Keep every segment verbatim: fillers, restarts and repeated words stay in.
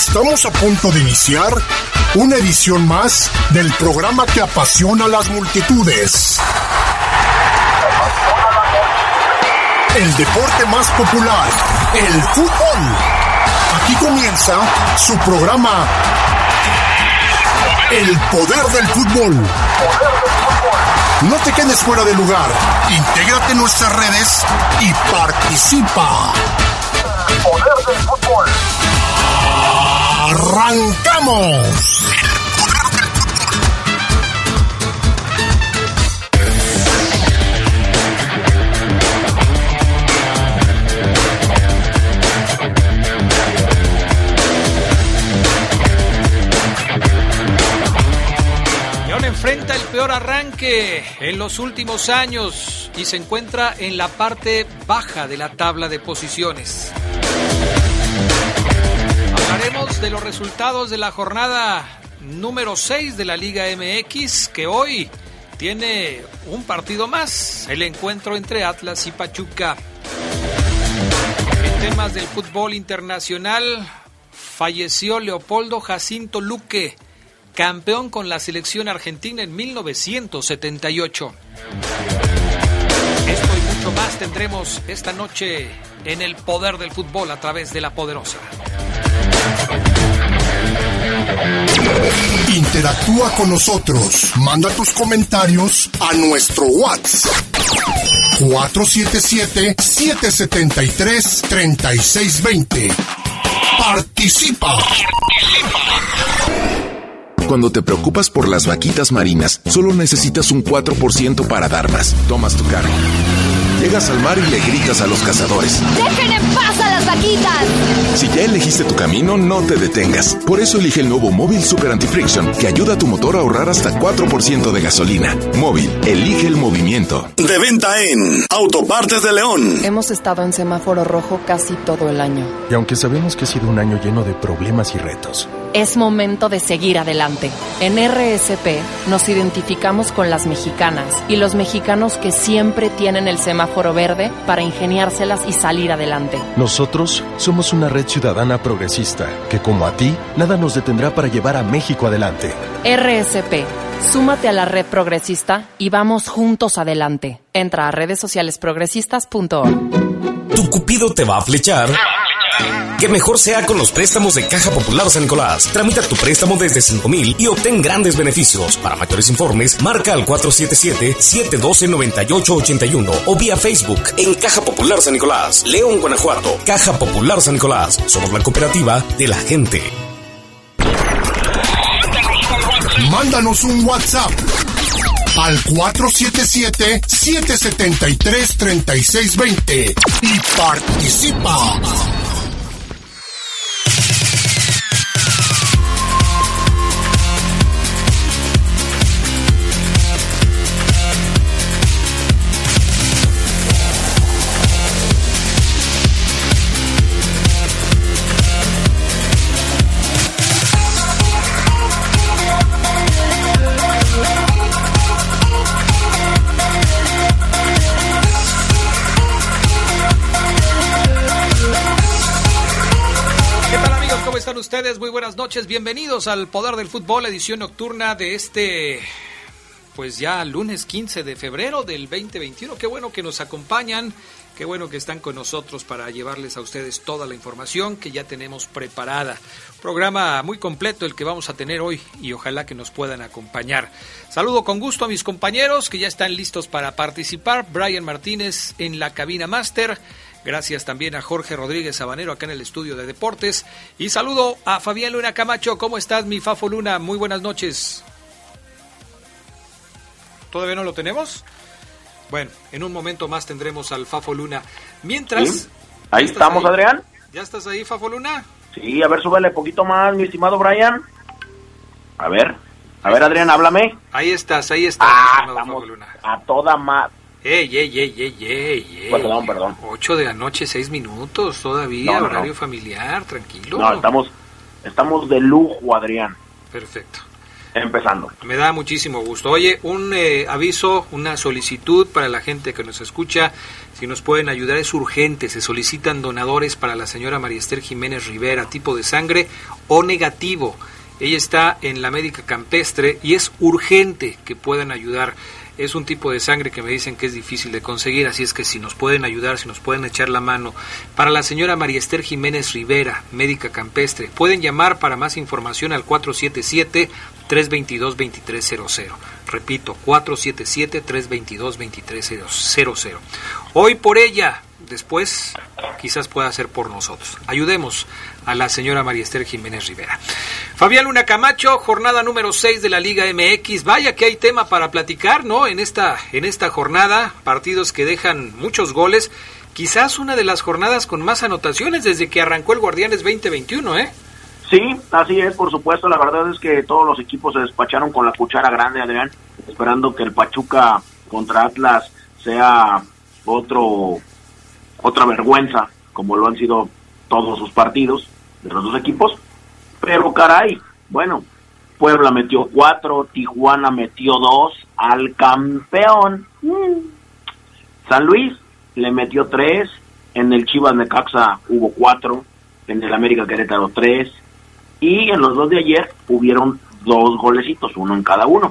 Estamos a punto de iniciar una edición más del programa que apasiona a las multitudes. El deporte más popular, el fútbol. Aquí comienza su programa, El Poder del Fútbol. No te quedes fuera de lugar. Intégrate en nuestras redes y participa. El Poder del Fútbol. ¡Arrancamos! León enfrenta el peor arranque en los últimos años y se encuentra en la parte baja de la tabla de posiciones. Hablaremos de los resultados de la jornada número seis de la Liga M X, que hoy tiene un partido más, el encuentro entre Atlas y Pachuca. En temas del fútbol internacional, falleció Leopoldo Jacinto Luque, campeón con la selección argentina en mil novecientos setenta y ocho. Esto y mucho más tendremos esta noche en El Poder del Fútbol a través de La Poderosa. Interactúa con nosotros. Manda tus comentarios a nuestro WhatsApp cuatro siete siete, siete siete tres, tres seis dos cero. Participa. Cuando te preocupas por las vaquitas marinas, solo necesitas un cuatro por ciento para dar más. Tomas tu carga. Llegas al mar y le gritas a los cazadores: ¡dejen en paz a las vaquitas! Si ya elegiste tu camino, no te detengas. Por eso elige el nuevo Móvil Super Anti-Friction, que ayuda a tu motor a ahorrar hasta cuatro por ciento de gasolina. Móvil, elige el movimiento. De venta en Autopartes de León. Hemos estado en semáforo rojo casi todo el año. Y aunque sabemos que ha sido un año lleno de problemas y retos, es momento de seguir adelante. En R S P nos identificamos con las mexicanas y los mexicanos que siempre tienen el semáforo verde para ingeniárselas y salir adelante. Nosotros somos una red ciudadana progresista que, como a ti, nada nos detendrá para llevar a México adelante. R S P, súmate a la red progresista y vamos juntos adelante. Entra a redes sociales progresistas punto org. Tu Cupido te va a flechar. Que mejor sea con los préstamos de Caja Popular San Nicolás. Tramita tu préstamo desde cinco mil y obtén grandes beneficios. Para mayores informes, marca al cuatro siete siete, siete uno dos, nueve ocho ocho uno o vía Facebook en Caja Popular San Nicolás, León, Guanajuato. Caja Popular San Nicolás. Somos la cooperativa de la gente. Mándanos un WhatsApp al cuatro siete siete, siete siete tres, tres seis dos cero y participa. Ustedes, muy buenas noches, bienvenidos al Poder del Fútbol, edición nocturna de este, pues ya lunes quince de febrero del veinte veintiuno. Qué bueno que nos acompañan, qué bueno que están con nosotros para llevarles a ustedes toda la información que ya tenemos preparada. Programa muy completo el que vamos a tener hoy y ojalá que nos puedan acompañar. Saludo con gusto a mis compañeros que ya están listos para participar. Brian Martínez en la cabina máster. Gracias también a Jorge Rodríguez Sabanero acá en el estudio de deportes. Y saludo a Fabián Luna Camacho. ¿Cómo estás, mi Fafo Luna? Muy buenas noches. ¿Todavía no lo tenemos? Bueno, en un momento más tendremos al Fafo Luna. Mientras... ¿Sí? Ahí estamos, ahí? Adrián. ¿Ya estás ahí, Fafo Luna? Sí, a ver, súbele poquito más, mi estimado Brian. A ver, a ver, Adrián, háblame. Ahí estás, ahí estás, ah, mi estimado Fafo Luna. A toda más. Ey, ey, ey, ey, ey, ey. Perdón, perdón. Ocho de la noche, seis minutos todavía, no, no, horario no. familiar, tranquilo. No, estamos, estamos de lujo, Adrián. Perfecto. empezando. Me da muchísimo gusto. Oye, un eh, aviso, una solicitud para la gente que nos escucha, si nos pueden ayudar, es urgente. Se solicitan donadores para la señora María Esther Jiménez Rivera, tipo de sangre O negativo. Ella está en la Médica Campestre y es urgente que puedan ayudar. Es un tipo de sangre que me dicen que es difícil de conseguir, así es que si nos pueden ayudar, si nos pueden echar la mano. Para la señora María Esther Jiménez Rivera, Médica Campestre, pueden llamar para más información al cuatro siete siete, tres dos dos, dos tres cero cero. Repito, cuatro siete siete, tres dos dos, dos tres cero cero. Hoy por ella, después quizás pueda ser por nosotros. Ayudemos a la señora María Esther Jiménez Rivera. Fabián Luna Camacho, jornada número seis de la Liga M X. Vaya que hay tema para platicar, ¿no? En esta, en esta jornada, partidos que dejan muchos goles. Quizás una de las jornadas con más anotaciones desde que arrancó el Guardianes veinte veintiuno, ¿eh? Sí, así es, por supuesto. La verdad es que todos los equipos se despacharon con la cuchara grande, Adrián, esperando que el Pachuca contra Atlas sea otro otra vergüenza, como lo han sido todos sus partidos de los dos equipos. Pero caray, bueno, Puebla metió cuatro, Tijuana metió dos al campeón. San Luis le metió tres, en el Chivas Necaxa hubo cuatro, en el América Querétaro tres, y en los dos de ayer hubieron dos golecitos, uno en cada uno.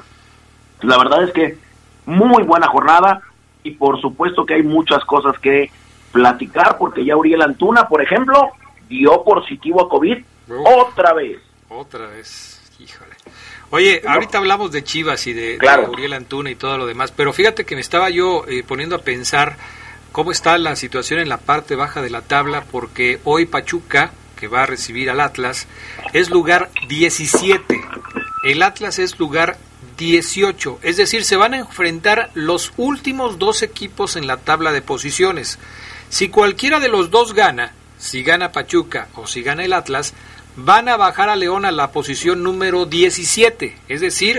La verdad es que muy buena jornada, y por supuesto que hay muchas cosas que platicar, porque ya Uriel Antuna, por ejemplo, dio positivo a COVID. Uf, otra vez. Otra vez, híjole. Oye, no. ahorita hablamos de Chivas y de, claro. de Uriel Antuna y todo lo demás, pero fíjate que me estaba yo eh, poniendo a pensar cómo está la situación en la parte baja de la tabla, porque hoy Pachuca, que va a recibir al Atlas, es lugar diecisiete. El Atlas es lugar dieciocho, es decir, se van a enfrentar los últimos dos equipos en la tabla de posiciones. Si cualquiera de los dos gana, si gana Pachuca o si gana el Atlas, van a bajar a León a la posición número diecisiete, es decir,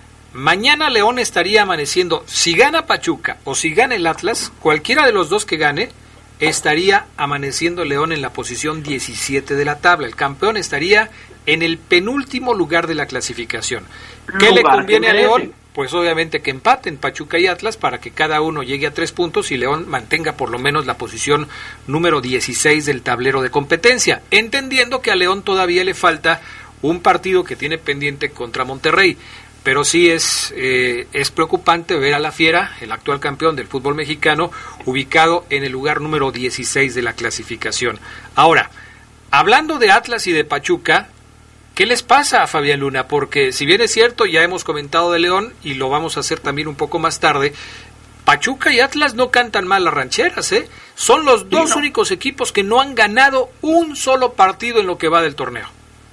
mañana León estaría amaneciendo, si gana Pachuca o si gana el Atlas, cualquiera de los dos que gane, estaría amaneciendo León en la posición diecisiete de la tabla. El campeón estaría en el penúltimo lugar de la clasificación. ¿Qué le conviene a León? Pues obviamente que empaten Pachuca y Atlas para que cada uno llegue a tres puntos y León mantenga por lo menos la posición número dieciséis del tablero de competencia, entendiendo que a León todavía le falta un partido que tiene pendiente contra Monterrey. Pero sí es, eh, es preocupante ver a la Fiera, el actual campeón del fútbol mexicano, ubicado en el lugar número dieciséis de la clasificación. Ahora, hablando de Atlas y de Pachuca, ¿qué les pasa a Fabián Luna? Porque si bien es cierto, ya hemos comentado de León y lo vamos a hacer también un poco más tarde, Pachuca y Atlas no cantan mal las rancheras, ¿eh? Son los dos sí, no. únicos equipos que no han ganado un solo partido en lo que va del torneo.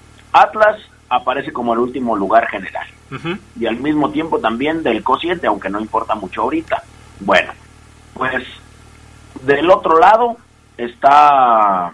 Atlas aparece como el último lugar general. Uh-huh. Y al mismo tiempo también del cociente, aunque no importa mucho ahorita. Bueno, pues del otro lado está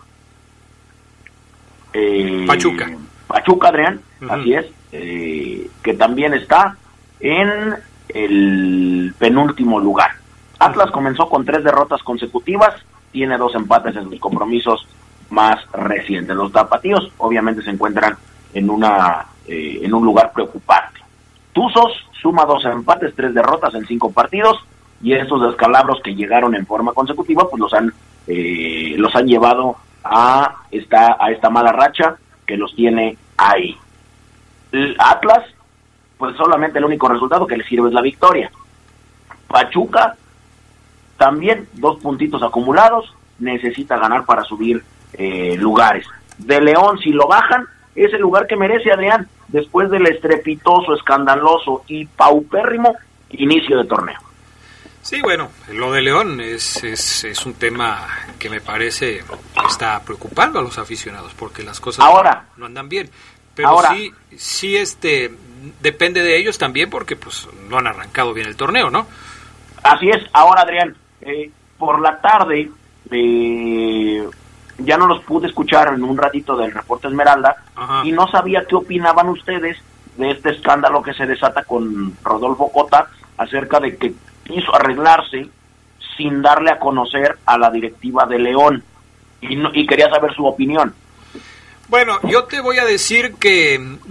eh, Pachuca. Pachuca, Adrián, uh-huh. así es, eh, que también está en el penúltimo lugar. Atlas uh-huh. comenzó con tres derrotas consecutivas, tiene dos empates en sus compromisos más recientes. Los tapatíos obviamente se encuentran en una eh, en un lugar preocupante. Tuzos suma dos empates, tres derrotas en cinco partidos, y estos descalabros que llegaron en forma consecutiva pues los han eh, los han llevado a esta a esta mala racha que los tiene ahí. El Atlas, pues solamente el único resultado que le sirve es la victoria. Pachuca también dos puntitos acumulados, necesita ganar para subir eh, lugares. De León, si lo bajan, es el lugar que merece, Adrián, después del estrepitoso, escandaloso y paupérrimo inicio de torneo. Sí, bueno, lo de León es, es, es un tema que me parece que está preocupando a los aficionados, porque las cosas ahora, no, no andan bien. Pero ahora, sí, sí este, depende de ellos también, porque pues no han arrancado bien el torneo, ¿no? Así es. Ahora, Adrián, eh, por la tarde, eh, ya no los pude escuchar en un ratito del Reporte Esmeralda. Ajá. Y no sabía qué opinaban ustedes de este escándalo que se desata con Rodolfo Cota acerca de que quiso arreglarse sin darle a conocer a la directiva de León, y, no, y quería saber su opinión. Bueno, yo te voy a decir que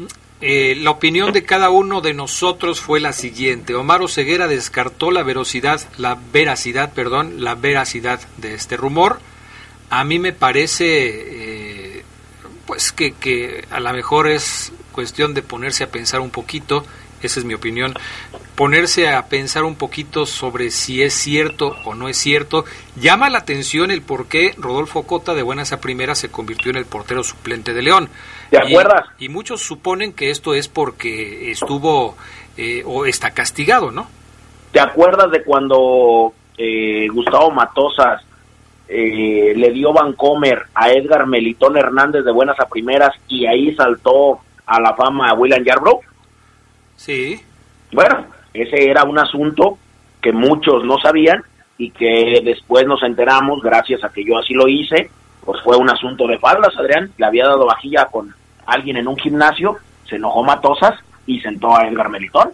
eh, la opinión de cada uno de nosotros fue la siguiente. Omar Oseguera descartó la veracidad, la veracidad, perdón, la veracidad de este rumor. A mí me parece, eh, pues que, que a lo mejor es cuestión de ponerse a pensar un poquito, esa es mi opinión, ponerse a pensar un poquito sobre si es cierto o no es cierto. Llama la atención el por qué Rodolfo Cota de buenas a primeras se convirtió en el portero suplente de León. ¿Te acuerdas? Y, y muchos suponen que esto es porque estuvo eh, o está castigado, ¿no? ¿Te acuerdas de cuando eh, Gustavo Matosas eh, le dio Vancomer a Edgar Melitón Hernández de buenas a primeras y ahí saltó a la fama a William Yarbrough? Sí. Bueno, ese era un asunto que muchos no sabían y que después nos enteramos, gracias a que yo así lo hice, pues fue un asunto de faldas. Adrián le había dado vajilla con alguien en un gimnasio, se enojó Matosas y sentó a Edgar Melitón.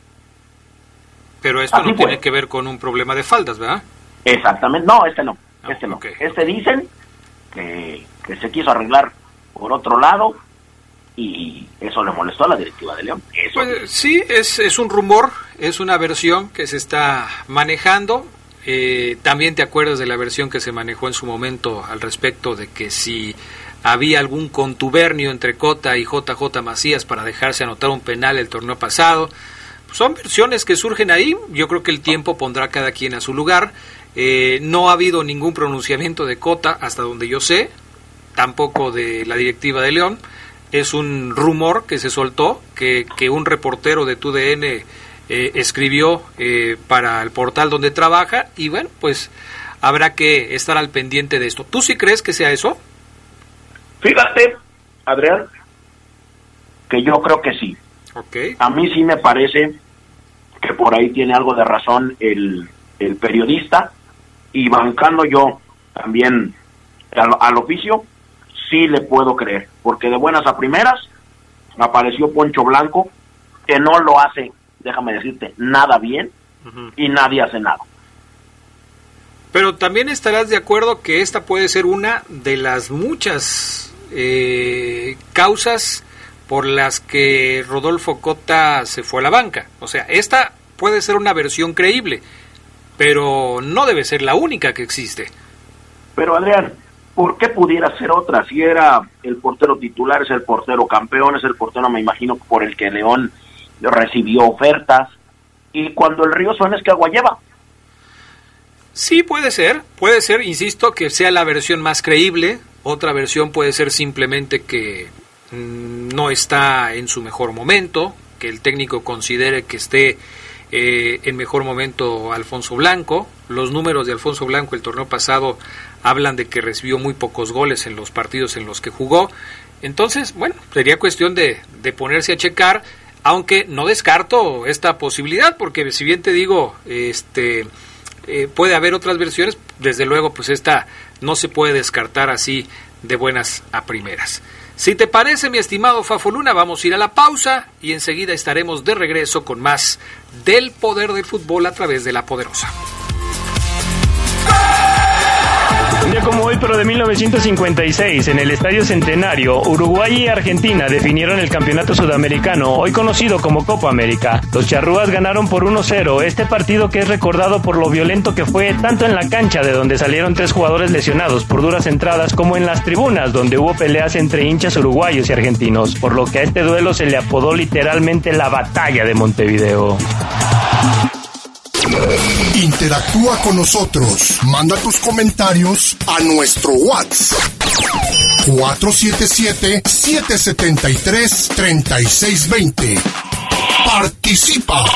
Pero esto así no fue. Tiene que ver con un problema de faldas, ¿verdad? Exactamente, no, este no, no este no. Okay. Este dicen que, que se quiso arreglar por otro lado y eso le molestó a la directiva de León. Eso pues, sí, es, es un rumor, es una versión que se está manejando. Eh, también te acuerdas de la versión que se manejó en su momento al respecto de que si había algún contubernio entre Cota y J J Macías para dejarse anotar un penal el torneo pasado. Pues son versiones que surgen ahí, yo creo que el tiempo pondrá a cada quien a su lugar. Eh, no ha habido ningún pronunciamiento de Cota hasta donde yo sé, tampoco de la directiva de León. Es un rumor que se soltó, que, que un reportero de T U D N eh, escribió eh, para el portal donde trabaja, y bueno, pues habrá que estar al pendiente de esto. ¿Tú sí crees que sea eso? Fíjate, Adrián, que yo creo que sí. Okay. A mí sí me parece que por ahí tiene algo de razón el, el periodista, y bancando yo también al, al oficio, sí le puedo creer, porque de buenas a primeras apareció Poncho Blanco, que no lo hace, déjame decirte, nada bien, uh-huh. y nadie hace nada. Pero también estarás de acuerdo que esta puede ser una de las muchas eh, causas por las que Rodolfo Cota se fue a la banca. O sea, esta puede ser una versión creíble, pero no debe ser la única que existe. Pero Adrián, ¿por qué pudiera ser otra? Si era el portero titular, es el portero campeón, es el portero, me imagino, por el que León recibió ofertas. Y cuando el río suena es que agua lleva. Sí, puede ser, puede ser, insisto, que sea la versión más creíble. Otra versión puede ser simplemente que mmm, no está en su mejor momento, que el técnico considere que esté eh, en mejor momento Alfonso Blanco. Los números de Alfonso Blanco el torneo pasado hablan de que recibió muy pocos goles en los partidos en los que jugó. Entonces, bueno, sería cuestión de, de ponerse a checar, aunque no descarto esta posibilidad, porque si bien te digo, este eh, puede haber otras versiones, desde luego pues esta no se puede descartar así de buenas a primeras. Si te parece, mi estimado Fafoluna, vamos a ir a la pausa y enseguida estaremos de regreso con más del poder del fútbol a través de La Poderosa. Un día como hoy, pero de mil novecientos cincuenta y seis, en el Estadio Centenario, Uruguay y Argentina definieron el campeonato sudamericano, hoy conocido como Copa América. Los charrúas ganaron por uno cero este partido, que es recordado por lo violento que fue tanto en la cancha, de donde salieron tres jugadores lesionados por duras entradas, como en las tribunas, donde hubo peleas entre hinchas uruguayos y argentinos, por lo que a este duelo se le apodó literalmente la Batalla de Montevideo. Interactúa con nosotros. Manda tus comentarios a nuestro WhatsApp cuatro siete siete, siete siete tres, tres seis dos cero. Participa.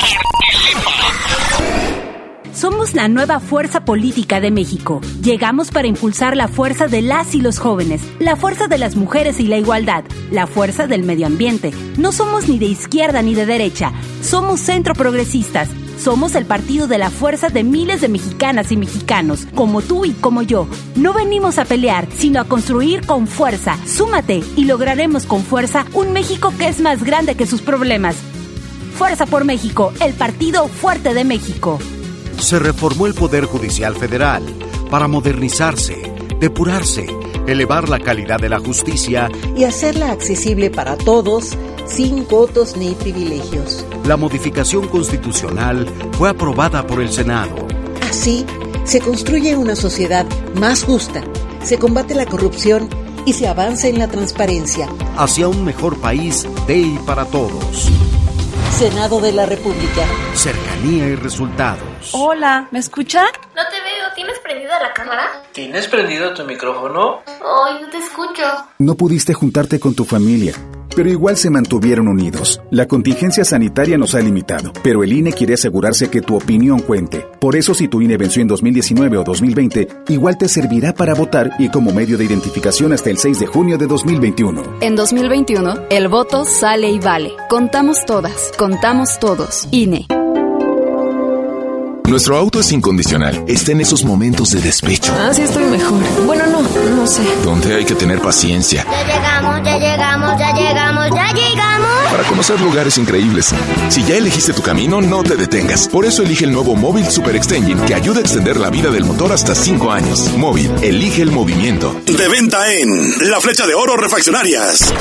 Somos la nueva fuerza política de México. Llegamos para impulsar la fuerza de las y los jóvenes, la fuerza de las mujeres y la igualdad, la fuerza del medio ambiente. No somos ni de izquierda ni de derecha, somos centro progresistas. Somos el partido de la fuerza de miles de mexicanas y mexicanos, como tú y como yo. No venimos a pelear, sino a construir con fuerza. Súmate y lograremos con fuerza un México que es más grande que sus problemas. Fuerza por México, el partido fuerte de México. Se reformó el Poder Judicial Federal para modernizarse, depurarse, elevar la calidad de la justicia y hacerla accesible para todos, sin cotos ni privilegios. La modificación constitucional fue aprobada por el Senado. Así, se construye una sociedad más justa, se combate la corrupción y se avanza en la transparencia. Hacia un mejor país de y para todos. Senado de la República. Cercanía y resultados. Hola, ¿me escuchan? No te veo, ¿tienes prendida la cámara? ¿Tienes prendido tu micrófono? Ay, no te escucho. No pudiste juntarte con tu familia, pero igual se mantuvieron unidos. La contingencia sanitaria nos ha limitado, pero el I N E quiere asegurarse que tu opinión cuente. Por eso, si tu I N E venció en dos mil diecinueve o dos mil veinte, igual te servirá para votar y como medio de identificación hasta el seis de junio de dos mil veintiuno. En dos mil veintiuno, el voto sale y vale. Contamos todas, contamos todos. I N E. Nuestro auto es incondicional. Está en esos momentos de despecho. Ah, sí estoy mejor. Bueno, no, no sé. Donde hay que tener paciencia. Ya llegamos, ya llegamos, ya llegamos, ya llegamos. Para conocer lugares increíbles. Si ya elegiste tu camino, no te detengas. Por eso elige el nuevo Móvil Super Extension, que ayuda a extender la vida del motor hasta cinco años. Móvil, elige el movimiento. De venta en La Flecha de Oro Refaccionarias.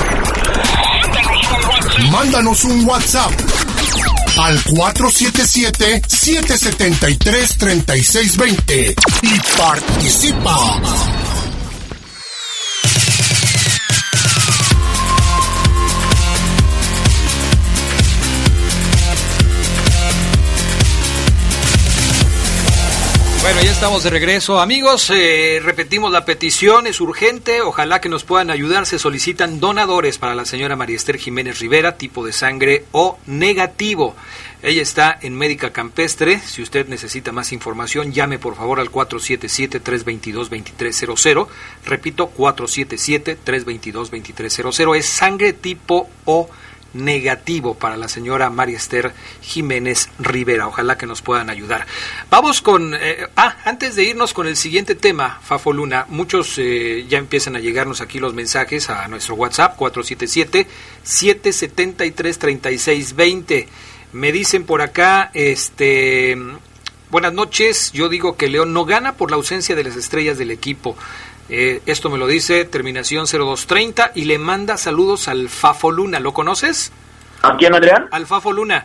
Mándanos un WhatsApp al cuatro siete siete, siete siete tres, tres seis dos cero y participa. Bueno, ya estamos de regreso. Amigos, eh, repetimos la petición, es urgente, ojalá que nos puedan ayudar. Se solicitan donadores para la señora María Esther Jiménez Rivera, tipo de sangre O negativo. Ella está en Médica Campestre. Si usted necesita más información, llame por favor al cuatro siete siete, tres dos dos, dos tres cero cero. Repito, cuatro siete siete, tres dos dos, dos tres cero cero. Es sangre tipo O negativo para la señora María Esther Jiménez Rivera. Ojalá que nos puedan ayudar. Vamos con... Eh, ah, antes de irnos con el siguiente tema, Fafo Luna, muchos eh, ya empiezan a llegarnos aquí los mensajes a nuestro WhatsApp, cuatro siete siete, siete siete tres, tres seis dos cero. Me dicen por acá, este... buenas noches, yo digo que León no gana por la ausencia de las estrellas del equipo. Eh, esto me lo dice terminación cero dos treinta y le manda saludos al Fafo Luna. ¿Lo conoces? ¿A quién, Adrián? Al Fafo Luna.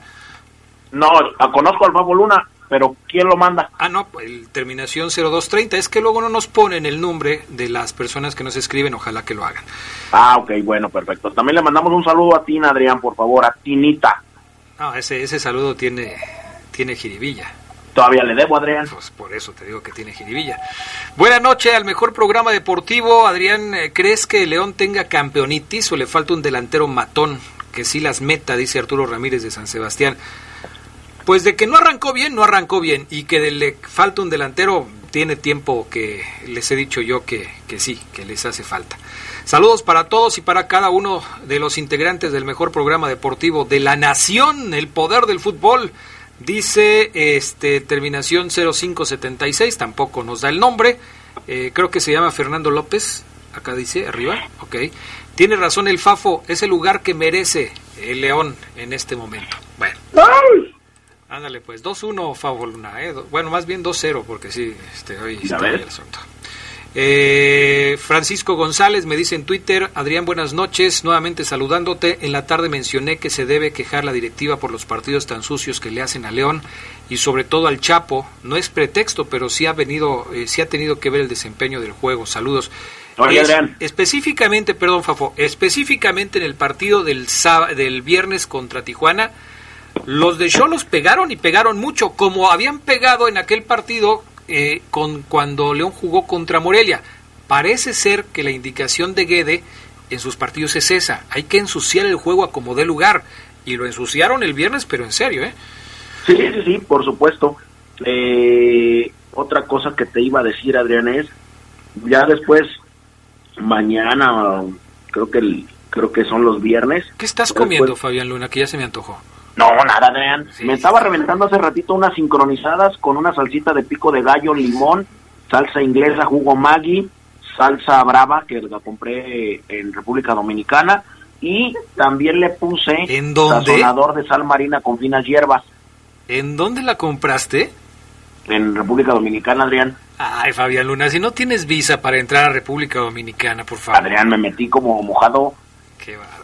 No, conozco al Fafo Luna, pero ¿quién lo manda? Ah, no, el terminación cero dos treinta. Es que luego no nos ponen el nombre de las personas que nos escriben. Ojalá que lo hagan. Ah, ok, bueno, perfecto. También le mandamos un saludo a Tina, Adrián, por favor, a Tinita. No, ese, ese saludo tiene, tiene jiribilla. Todavía le debo, Adrián. Pues por eso te digo que tiene jiribilla. Buenas noches al mejor programa deportivo. Adrián, ¿crees que León tenga campeonitis o le falta un delantero matón que sí las meta? Dice Arturo Ramírez de San Sebastián. Pues de que no arrancó bien, no arrancó bien. Y que le falta un delantero, tiene tiempo que les he dicho yo que, que sí, que les hace falta. Saludos para todos y para cada uno de los integrantes del mejor programa deportivo de la nación, el poder del fútbol. Dice este terminación cero cinco setenta y seis, tampoco nos da el nombre, eh, creo que se llama Fernando López, acá dice, arriba, ok. Tiene razón el Fafo, es el lugar que merece el León en este momento. Bueno, ¡ay! Ándale pues, dos uno Fafo Luna, eh. bueno, más bien dos cero, porque sí, este, hoy está ahí el asunto. Eh, Francisco González me dice en Twitter, Adrián, buenas noches, nuevamente saludándote. En la tarde mencioné que se debe quejar la directiva por los partidos tan sucios que le hacen a León y sobre todo al Chapo. No es pretexto, pero sí ha venido, eh, sí ha tenido que ver el desempeño del juego. Saludos. Oye, es, Adrián. Específicamente, perdón, Fafo, específicamente en el partido del sábado, del viernes contra Tijuana, los de Xolos pegaron y pegaron mucho, como habían pegado en aquel partido. Eh, con cuando León jugó contra Morelia. Parece ser que la indicación de Guede en sus partidos es esa, hay que ensuciar el juego a como dé lugar, y lo ensuciaron el viernes, pero en serio, ¿eh? Sí, sí, sí, por supuesto. Eh, otra cosa que te iba a decir, Adrián, es ya después, mañana, creo que el, creo que son los viernes. ¿Qué estás comiendo, Fabián Luna, que ya se me antojó? No, nada, Adrián. Sí, me estaba reventando hace ratito unas sincronizadas con una salsita de pico de gallo, limón, salsa inglesa, jugo Maggi, salsa brava, que la compré en República Dominicana, y también le puse ¿En dónde? sazonador de sal marina con finas hierbas. ¿En dónde la compraste? En República Dominicana, Adrián. Ay, Fabián Luna, si no tienes visa para entrar a República Dominicana, por favor. Adrián, me metí como mojado. Qué bárbaro.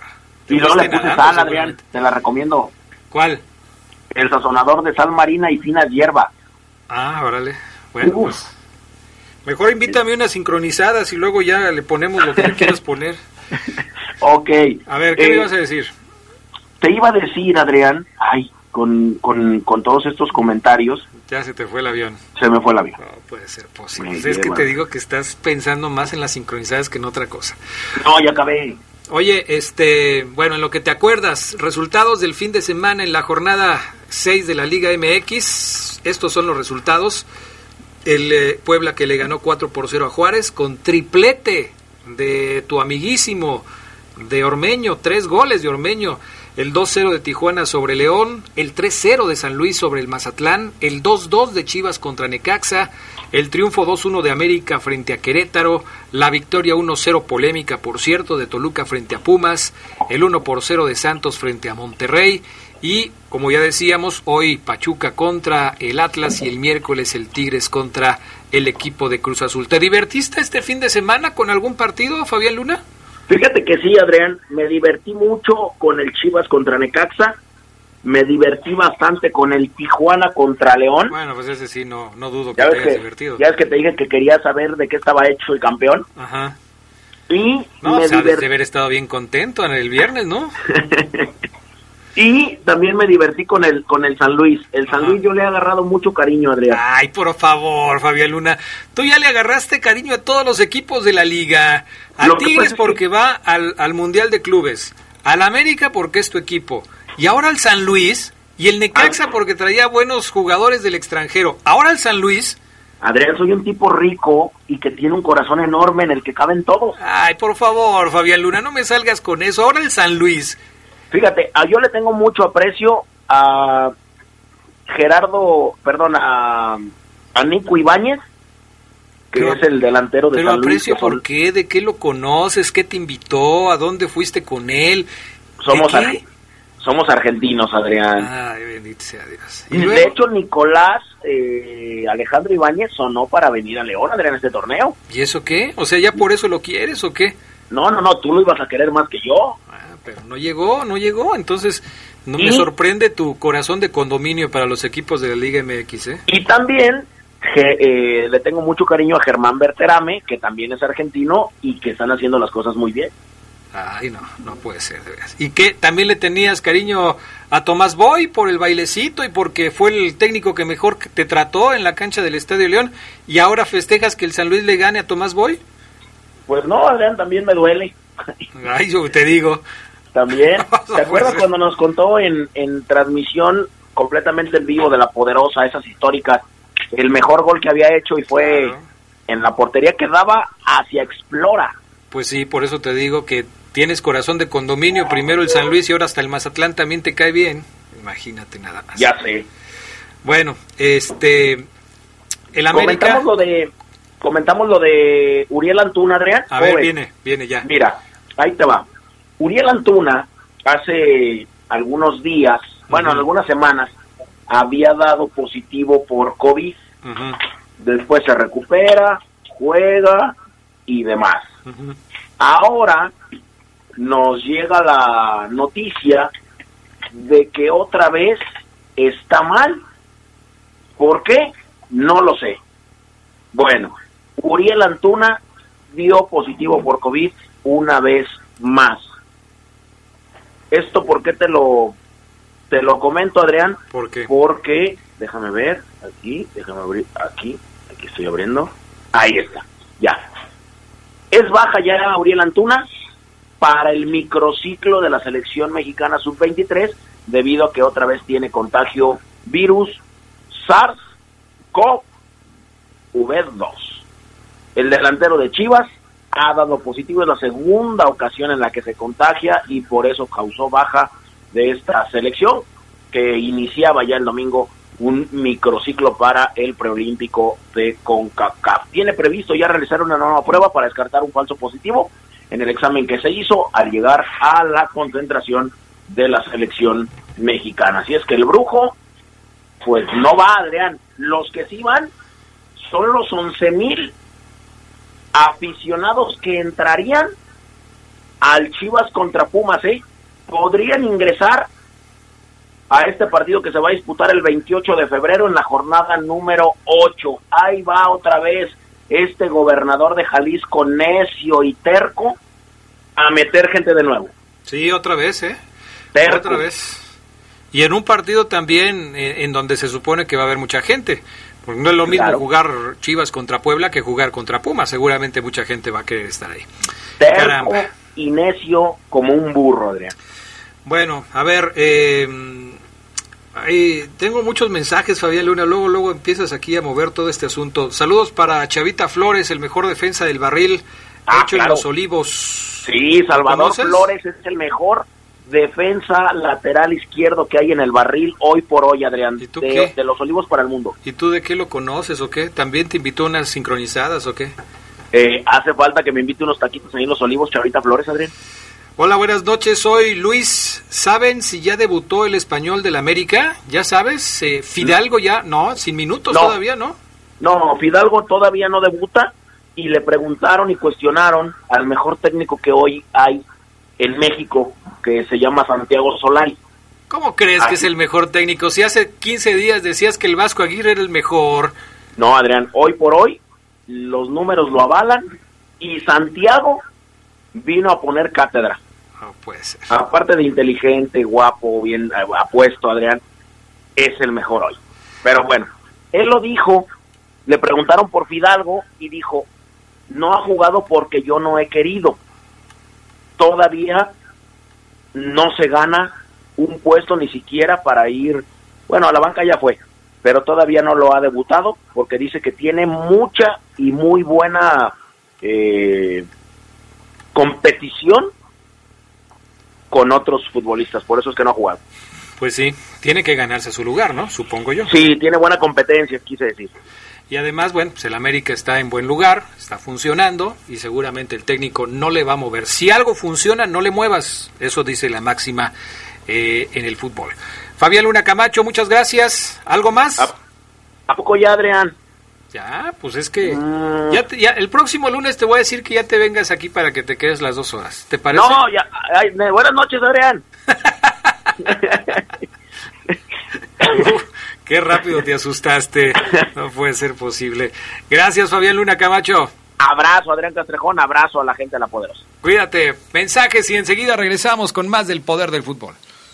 Y luego le puse sal, Adrián, te la recomiendo. ¿Cuál? El sazonador de sal marina y finas hierbas. Ah, órale. Bueno, uh. pues mejor invítame unas sincronizadas y luego ya le ponemos lo que le quieras poner. Ok. A ver, ¿qué eh, me ibas a decir? Te iba a decir, Adrián, ay, con, con, con todos estos comentarios. Ya se te fue el avión. Se me fue el avión. No puede ser posible. Sí, es que bueno. Te digo que estás pensando más en las sincronizadas que en otra cosa. No, ya acabé. Oye, este, bueno, en lo que te acuerdas, resultados del fin de semana en la jornada seis de la Liga M X. Estos son los resultados. El eh, Puebla que le ganó cuatro por cero a Juárez con triplete de tu amiguísimo de Ormeño, tres goles de Ormeño. El dos cero de Tijuana sobre León, el tres cero de San Luis sobre el Mazatlán, el dos dos de Chivas contra Necaxa, el triunfo dos uno de América frente a Querétaro, la victoria uno cero polémica, por cierto, de Toluca frente a Pumas, el uno por cero de Santos frente a Monterrey y, como ya decíamos, hoy Pachuca contra el Atlas y el miércoles el Tigres contra el equipo de Cruz Azul. ¿Te divertiste este fin de semana con algún partido, Fabián Luna? Fíjate que sí, Adrián, me divertí mucho con el Chivas contra Necaxa, me divertí bastante con el Tijuana contra León. Bueno, pues ese sí, no no dudo que te hayas que, divertido. Ya es que te dije que quería saber de qué estaba hecho el campeón. Ajá. Y no, me o sea, divert... de haber estado bien contento en el viernes, ¿no? Y también me divertí con el con el San Luis. El San Ajá. Luis yo le he agarrado mucho cariño, Adrián. Ay, por favor, Fabián Luna. Tú ya le agarraste cariño a todos los equipos de la liga. Al Tigres porque que... va al, al Mundial de Clubes. Al América porque es tu equipo. Y ahora al San Luis. Y el Necaxa ah. porque traía buenos jugadores del extranjero. Ahora al San Luis. Adrián, soy un tipo rico y que tiene un corazón enorme en el que caben todos. Ay, por favor, Fabián Luna, no me salgas con eso. Ahora el San Luis. Fíjate, yo le tengo mucho aprecio a Gerardo, perdón, a, a Nico Ibáñez, que pero, es el delantero de pero San Luis. Pero aprecio, ¿por qué? ¿De qué lo conoces? ¿Qué te invitó? ¿A dónde fuiste con él? Somos, ar- somos argentinos, Adrián. Ay, bendito sea Dios. ¿Y de hecho, Nicolás eh, Alejandro Ibáñez sonó para venir a León, Adrián, este torneo. ¿Y eso qué? O sea, ¿ya por eso lo quieres o qué? No, no, no, tú lo ibas a querer más que yo. Pero no llegó, no llegó, entonces no ¿Y? me sorprende tu corazón de condominio para los equipos de la Liga M X, ¿eh? Y también que, eh, le tengo mucho cariño a Germán Berterame, que también es argentino y que están haciendo las cosas muy bien. Ay, no, no puede ser, de verdad. ¿Y qué? ¿También le tenías cariño a Tomás Boy por el bailecito y porque fue el técnico que mejor te trató en la cancha del Estadio León y ahora festejas que el San Luis le gane a Tomás Boy? Pues no, Adrián, también me duele. Ay, yo te digo. También, ¿te acuerdas cuando nos contó en, en transmisión completamente en vivo de La Poderosa, esas históricas, el mejor gol que había hecho y fue claro. en la portería que daba hacia Explora? Pues sí, por eso te digo que tienes corazón de condominio, primero el San Luis y ahora hasta el Mazatlán también te cae bien, imagínate nada más. Ya sé. Bueno, este, el América... Comentamos lo de, comentamos lo de Uriel Antuna, Adrián. A ver, viene, viene ya. Mira, ahí te va. Uriel Antuna hace algunos días, uh-huh. bueno, algunas semanas, había dado positivo por COVID. Uh-huh. Después se recupera, juega y demás. Uh-huh. Ahora nos llega la noticia de que otra vez está mal. ¿Por qué? No lo sé. Bueno, Uriel Antuna dio positivo por COVID una vez más. ¿Esto por qué te lo te lo comento, Adrián? ¿Por qué? Porque, déjame ver, aquí, déjame abrir, aquí, aquí estoy abriendo, ahí está, ya. Es baja ya Uriel Antuna para el microciclo de la selección mexicana sub veintitrés, debido a que otra vez tiene contagio virus SARS-CoV dos. El delantero de Chivas ha dado positivo, es la segunda ocasión en la que se contagia y por eso causó baja de esta selección que iniciaba ya el domingo un microciclo para el preolímpico de CONCACAF. Tiene previsto ya realizar una nueva prueba para descartar un falso positivo en el examen que se hizo al llegar a la concentración de la selección mexicana. Así es que el brujo pues no va, Adrián. Los que sí van son los once mil aficionados que entrarían al Chivas contra Pumas, ¿eh? podrían ingresar a este partido que se va a disputar el veintiocho de febrero en la jornada número ocho. Ahí va otra vez este gobernador de Jalisco, necio y terco, a meter gente de nuevo. Sí, otra vez, ¿eh? Terco. Otra vez. Y en un partido también en, en donde se supone que va a haber mucha gente. Porque no es lo mismo claro. jugar Chivas contra Puebla que jugar contra Pumas. Seguramente mucha gente va a querer estar ahí. Terco Caramba. Y necio como un burro, Adrián. Bueno, a ver, eh, eh, tengo muchos mensajes, Fabián Luna. Luego, luego empiezas aquí a mover todo este asunto. Saludos para Chavita Flores, el mejor defensa del barril, ah, hecho claro. en Los Olivos. Sí, Salvador Flores es el mejor defensa lateral izquierdo que hay en el barril hoy por hoy, Adrián, ¿Y tú de, qué? de Los Olivos para el mundo. ¿Y tú de qué lo conoces o qué? ¿También te invitó unas sincronizadas o qué? Eh, hace falta que me invite unos taquitos ahí en Los Olivos, Chavita Flores, Adrián. Hola, buenas noches, soy Luis. ¿Saben si ya debutó el Español del América? ¿Ya sabes? Eh, ¿Fidalgo ya? No, sin minutos no. todavía, ¿no? No, Fidalgo todavía no debuta y le preguntaron y cuestionaron al mejor técnico que hoy hay en México, que se llama Santiago Solari. ¿Cómo crees Así. que es el mejor técnico? Si hace quince días decías que el Vasco Aguirre era el mejor. No, Adrián, hoy por hoy los números lo avalan y Santiago vino a poner cátedra. No puede ser. Aparte de inteligente, guapo, bien apuesto, Adrián, es el mejor hoy. Pero bueno, él lo dijo, le preguntaron por Fidalgo y dijo, no ha jugado porque yo no he querido. Todavía no se gana un puesto ni siquiera para ir, bueno, a la banca ya fue, pero todavía no lo ha debutado porque dice que tiene mucha y muy buena eh, competición con otros futbolistas, por eso es que no ha jugado. Pues sí, tiene que ganarse su lugar, ¿no? Supongo yo. Sí, tiene buena competencia, quise decir. Y además, bueno, pues el América está en buen lugar, está funcionando y seguramente el técnico no le va a mover. Si algo funciona, no le muevas. Eso dice la máxima eh, en el fútbol. Fabián Luna Camacho, muchas gracias. ¿Algo más? ¿A, ¿a poco ya, Adrián? Ya, pues es que mm. ya, te, ya el próximo lunes te voy a decir que ya te vengas aquí para que te quedes las dos horas. ¿Te parece? No, ya. Ay, buenas noches, Adrián. Uf, qué rápido te asustaste. No puede ser posible. Gracias, Fabián Luna Camacho. Abrazo, Adrián Castrejón. Abrazo a la gente de La Poderosa. Cuídate. Mensajes y enseguida regresamos con más del poder del fútbol.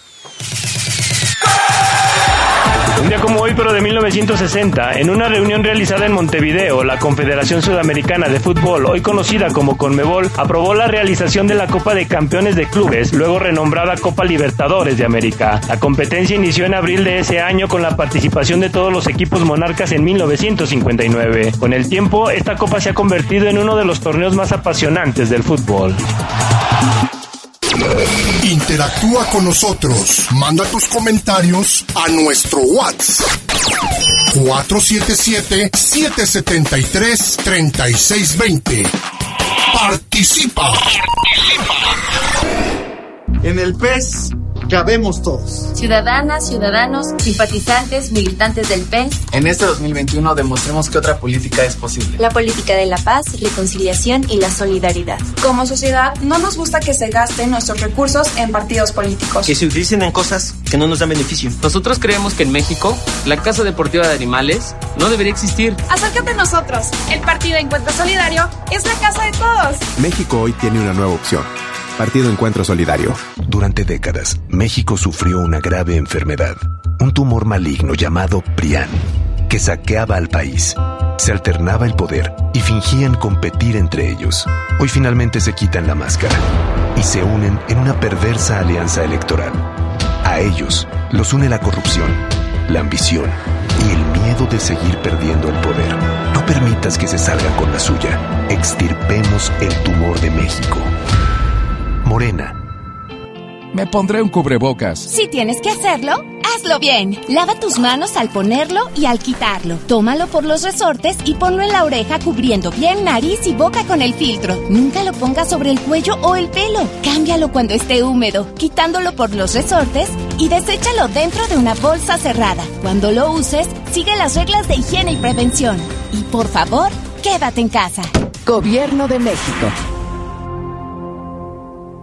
Un día como hoy, pero de mil novecientos sesenta, en una reunión realizada en Montevideo, la Confederación Sudamericana de Fútbol, hoy conocida como Conmebol, aprobó la realización de la Copa de Campeones de Clubes, luego renombrada Copa Libertadores de América. La competencia inició en abril de ese año con la participación de todos los equipos monarcas en mil novecientos cincuenta y nueve. Con el tiempo, esta copa se ha convertido en uno de los torneos más apasionantes del fútbol. Interactúa con nosotros. Manda tus comentarios a nuestro WhatsApp cuatro siete siete, siete siete tres, tres seis dos cero. Participa. En el P E S cabemos todos. Ciudadanas, ciudadanos, simpatizantes, militantes del P E S. En este dos mil veintiuno demostremos que otra política es posible. La política de la paz, reconciliación y la solidaridad. Como sociedad, no nos gusta que se gasten nuestros recursos en partidos políticos. Que se utilicen en cosas que no nos dan beneficio. Nosotros creemos que en México, la Casa Deportiva de Animales no debería existir. Acércate a nosotros. El Partido Encuentro Solidario es la casa de todos. México hoy tiene una nueva opción. Partido Encuentro Solidario. Durante décadas, México sufrió una grave enfermedad, un tumor maligno llamado PRIAN, que saqueaba al país. Se alternaba el poder y fingían competir entre ellos. Hoy finalmente se quitan la máscara y se unen en una perversa alianza electoral. A ellos los une la corrupción, la ambición y el miedo de seguir perdiendo el poder. No permitas que se salgan con la suya. Extirpemos el tumor de México. Morena. Me pondré un cubrebocas. Si tienes que hacerlo, hazlo bien. Lava tus manos al ponerlo y al quitarlo. Tómalo por los resortes y ponlo en la oreja cubriendo bien nariz y boca con el filtro. Nunca lo pongas sobre el cuello o el pelo. Cámbialo cuando esté húmedo, quitándolo por los resortes y deséchalo dentro de una bolsa cerrada. Cuando lo uses, sigue las reglas de higiene y prevención. Y por favor, quédate en casa. Gobierno de México.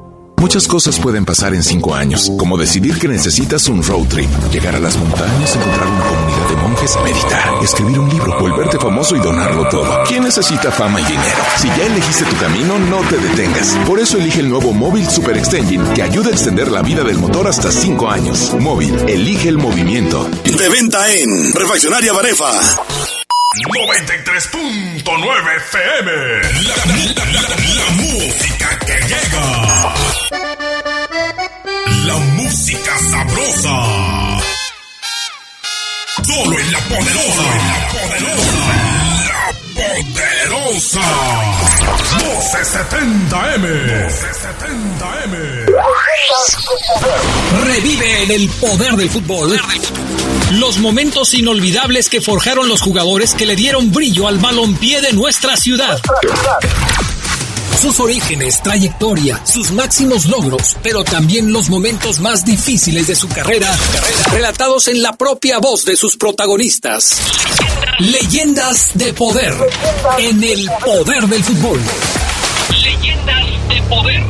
Muchas cosas pueden pasar en cinco años, como decidir que necesitas un road trip, llegar a las montañas, encontrar una comunidad de monjes, meditar, escribir un libro, volverte famoso y donarlo todo. ¿Quién necesita fama y dinero? Si ya elegiste tu camino, no te detengas. Por eso elige el nuevo Móvil Super Extension, que ayuda a extender la vida del motor hasta cinco años. Móvil, elige el movimiento. De venta en Refaccionaria Barefa. noventa y tres punto nueve F M. La, la, la, la música que llega. La música sabrosa. Solo en la poderosa. La poderosa. La poderosa. doce setenta M. doce setenta M. Revive en el poder del fútbol los momentos inolvidables que forjaron los jugadores que le dieron brillo al balompié de nuestra ciudad. Sus orígenes, trayectoria, sus máximos logros, pero también los momentos más difíciles de su carrera, relatados en la propia voz de sus protagonistas. Leyendas de poder, en el poder del fútbol. Leyendas de poder.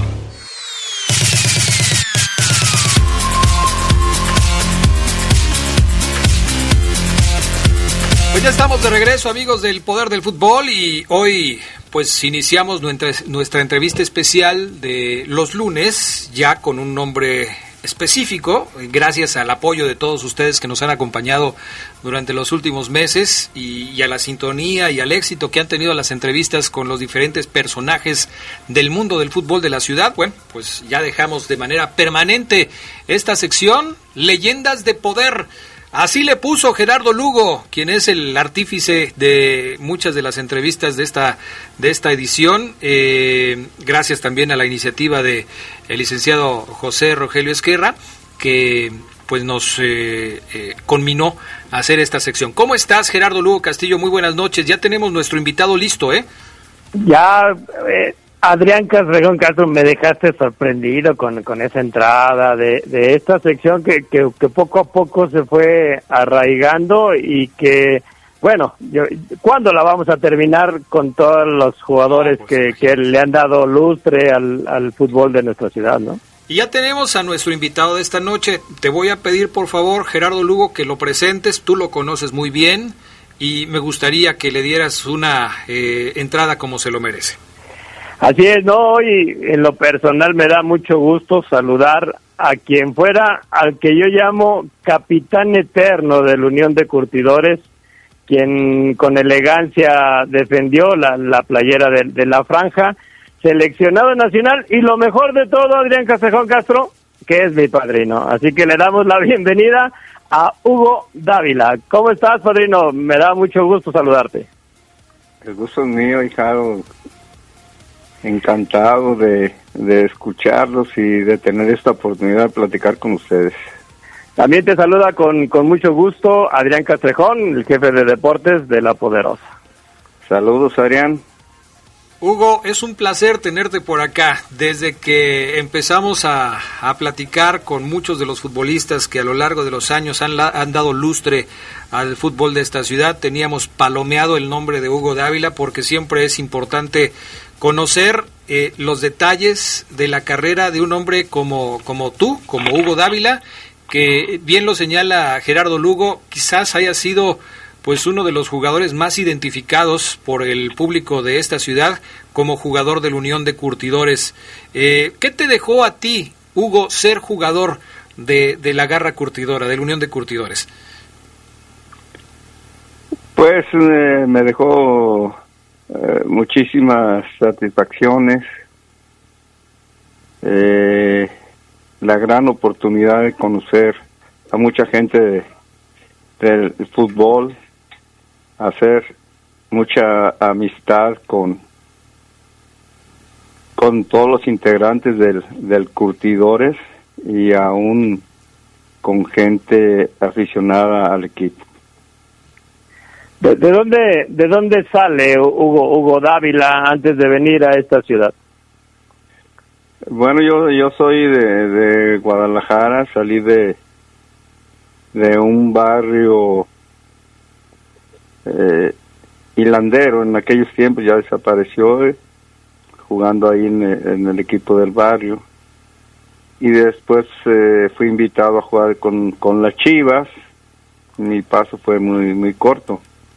Pues ya estamos de regreso, amigos del Poder del Fútbol, y hoy pues iniciamos nuestra, nuestra entrevista especial de los lunes, ya con un nombre específico, gracias al apoyo de todos ustedes que nos han acompañado durante los últimos meses y, y a la sintonía y al éxito que han tenido las entrevistas con los diferentes personajes del mundo del fútbol de la ciudad. Bueno, pues ya dejamos de manera permanente esta sección, Leyendas de Poder. Así le puso Gerardo Lugo, quien es el artífice de muchas de las entrevistas de esta de esta edición. Eh, gracias también a la iniciativa de el licenciado José Rogelio Esquerra, que pues nos eh, eh, conminó a hacer esta sección. ¿Cómo estás, Gerardo Lugo Castillo? Muy buenas noches. Ya tenemos nuestro invitado listo, ¿eh? Ya, eh, Adrián Castrejón Castro, me dejaste sorprendido con, con esa entrada de, de esta sección que, que, que poco a poco se fue arraigando y que, bueno, yo, ¿cuándo la vamos a terminar con todos los jugadores oh, pues, que, que le han dado lustre al, al fútbol de nuestra ciudad, ¿no? Y ya tenemos a nuestro invitado de esta noche. Te voy a pedir, por favor, Gerardo Lugo, que lo presentes. Tú lo conoces muy bien y me gustaría que le dieras una eh, entrada como se lo merece. Así es, no, y en lo personal me da mucho gusto saludar a quien fuera, al que yo llamo capitán eterno de la Unión de Curtidores, quien con elegancia defendió la, la playera de, de la franja, seleccionado nacional, y lo mejor de todo, Adrián Castrejón Castro, que es mi padrino. Así que le damos la bienvenida a Hugo Dávila. ¿Cómo estás, padrino? Me da mucho gusto saludarte. El gusto es mío, hijado. Encantado de, de escucharlos y de tener esta oportunidad de platicar con ustedes. También te saluda con, con mucho gusto Adrián Castrejón, el jefe de deportes de La Poderosa. Saludos, Adrián. Hugo, es un placer tenerte por acá. Desde que empezamos a, a platicar con muchos de los futbolistas que a lo largo de los años han, la, han dado lustre al fútbol de esta ciudad, teníamos palomeado el nombre de Hugo Dávila porque siempre es importante conocer eh, los detalles de la carrera de un hombre como, como tú, como Hugo Dávila, que bien lo señala Gerardo Lugo, quizás haya sido pues uno de los jugadores más identificados por el público de esta ciudad como jugador de la Unión de Curtidores. Eh, ¿Qué te dejó a ti, Hugo, ser jugador de, de la Garra Curtidora, de la Unión de Curtidores? Pues eh, me dejó eh, muchísimas satisfacciones, eh, la gran oportunidad de conocer a mucha gente de, del fútbol, hacer mucha amistad con con todos los integrantes del, del Curtidores y aún con gente aficionada al equipo. ¿De, de dónde de dónde sale Hugo Hugo Dávila antes de venir a esta ciudad? Bueno, yo yo soy de, de Guadalajara, salí de de un barrio eh, hilandero en aquellos tiempos, ya desapareció, eh, jugando ahí en el, en el equipo del barrio, y después eh, fui invitado a jugar con, con las Chivas. Mi paso fue muy muy corto.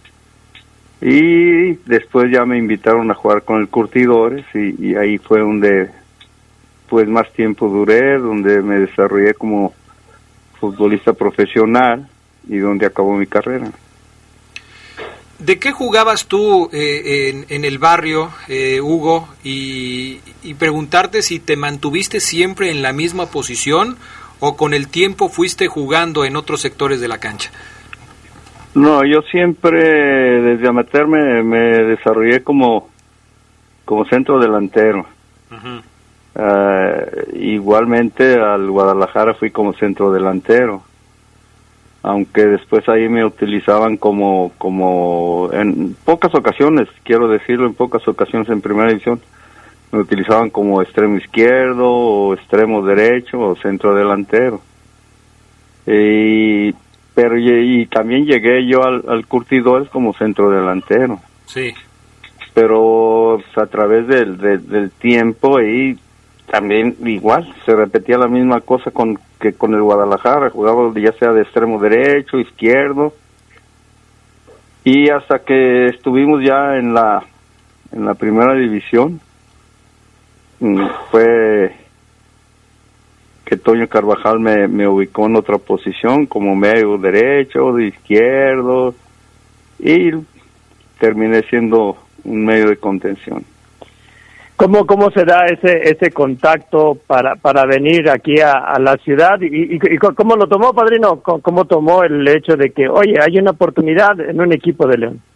Y después ya me invitaron a jugar con el Curtidores y, y ahí fue donde pues más tiempo duré, donde me desarrollé como futbolista profesional y donde acabó mi carrera. ¿De qué jugabas tú eh, en, en el barrio, eh, Hugo? Y, y preguntarte si te mantuviste siempre en la misma posición o con el tiempo fuiste jugando en otros sectores de la cancha. No, yo siempre desde amateur me, me desarrollé como, como centro delantero. Uh-huh. Uh, igualmente al Guadalajara fui como centro delantero. Aunque después ahí me utilizaban como, como en pocas ocasiones, quiero decirlo, en pocas ocasiones en primera división, me utilizaban como extremo izquierdo o extremo derecho o centro delantero. Y, pero y, y también llegué yo al, al Curtidores como centro delantero. Sí. Pero pues, a través del, del, del tiempo y también igual se repetía la misma cosa con que con el Guadalajara, jugaba ya sea de extremo derecho, izquierdo, y hasta que estuvimos ya en la en la primera división fue que Toño Carvajal me, me ubicó en otra posición como medio derecho, de izquierdo, y terminé siendo un medio de contención. ¿Cómo cómo se da ese ese contacto para para venir aquí a, a la ciudad y, y, y cómo lo tomó, padrino? ¿Cómo, cómo tomó el hecho de que, oye, hay una oportunidad en un equipo de León?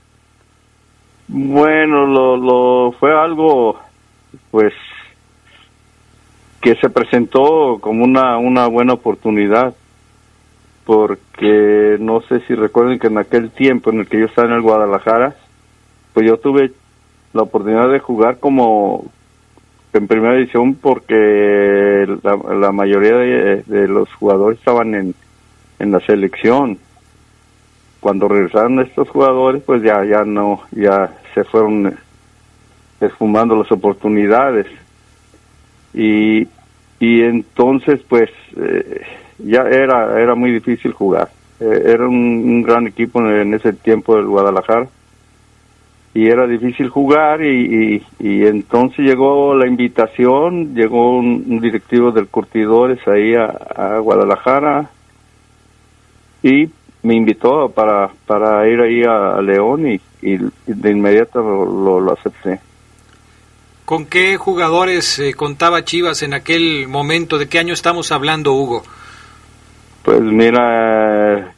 Bueno, lo lo fue algo pues que se presentó como una una buena oportunidad, porque no sé si recuerden que en aquel tiempo en el que yo estaba en el Guadalajara, pues yo tuve la oportunidad de jugar como en primera división porque la, la mayoría de, de los jugadores estaban en, en la selección. Cuando regresaron estos jugadores, pues ya ya no, ya se fueron esfumando las oportunidades. Y y entonces pues eh, ya era era muy difícil jugar. Eh, era un, un gran equipo en, en ese tiempo del Guadalajara. Y era difícil jugar y, y, y entonces llegó la invitación, llegó un, un directivo del Curtidores ahí a, a Guadalajara y me invitó para para ir ahí a, a León y, y de inmediato lo, lo, lo acepté. ¿Con qué jugadores eh, contaba Chivas en aquel momento? ¿De qué año estamos hablando, Hugo? Pues mira, eh,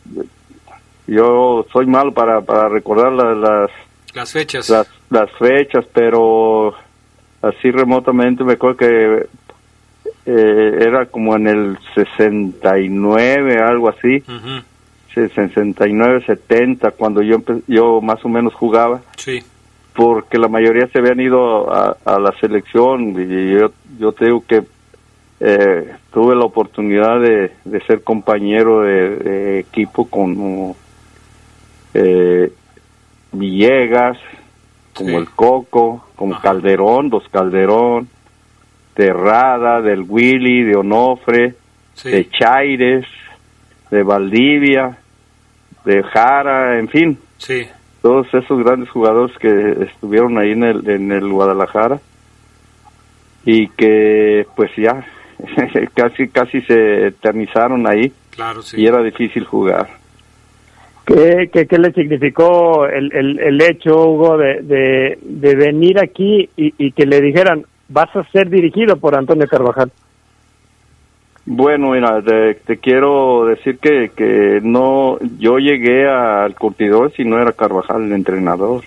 yo soy malo para, para recordar las... las Las fechas. Las, las fechas, pero así remotamente me acuerdo que eh, era como en el sesenta y nueve, algo así. Uh-huh. sesenta y nueve, setenta, cuando yo yo más o menos jugaba. Sí. Porque la mayoría se habían ido a, a la selección y yo, yo te digo que eh, tuve la oportunidad de, de ser compañero de, de equipo con... Eh, Villegas, como sí. el Coco, como Ajá. Calderón, dos Calderón, Terrada, del Willy, de Onofre, sí. de Chaires, de Valdivia, de Jara, en fin, sí. todos esos grandes jugadores que estuvieron ahí en el, en el Guadalajara y que pues ya casi casi se eternizaron ahí. Claro, sí. Y era difícil jugar. ¿Qué, qué, qué le significó el, el, el hecho, Hugo, de, de, de venir aquí y, y que le dijeran, vas a ser dirigido por Antonio Carvajal? Bueno, mira, te, te quiero decir que, que no, yo llegué al Curtidores y no era Carvajal el entrenador.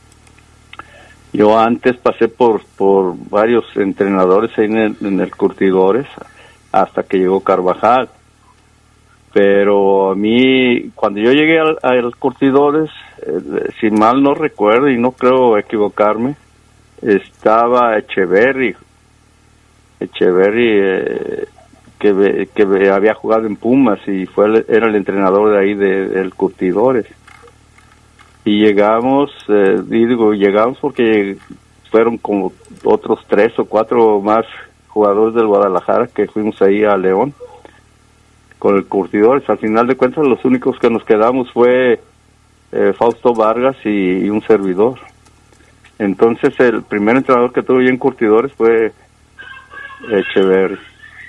Yo antes pasé por, por varios entrenadores ahí en el, en el Curtidores hasta que llegó Carvajal. Pero a mí, cuando yo llegué al, al Curtidores, eh, si mal no recuerdo y no creo equivocarme, estaba Echeverry, Echeverry eh, que, que había jugado en Pumas y fue el, era el entrenador de ahí de, del Curtidores. Y llegamos, eh, y digo, llegamos porque fueron como otros tres o cuatro más jugadores del Guadalajara que fuimos ahí a León con el Curtidores. Al final de cuentas los únicos que nos quedamos fue eh, Fausto Vargas y, y un servidor. Entonces el primer entrenador que tuve en Curtidores fue Echeverri.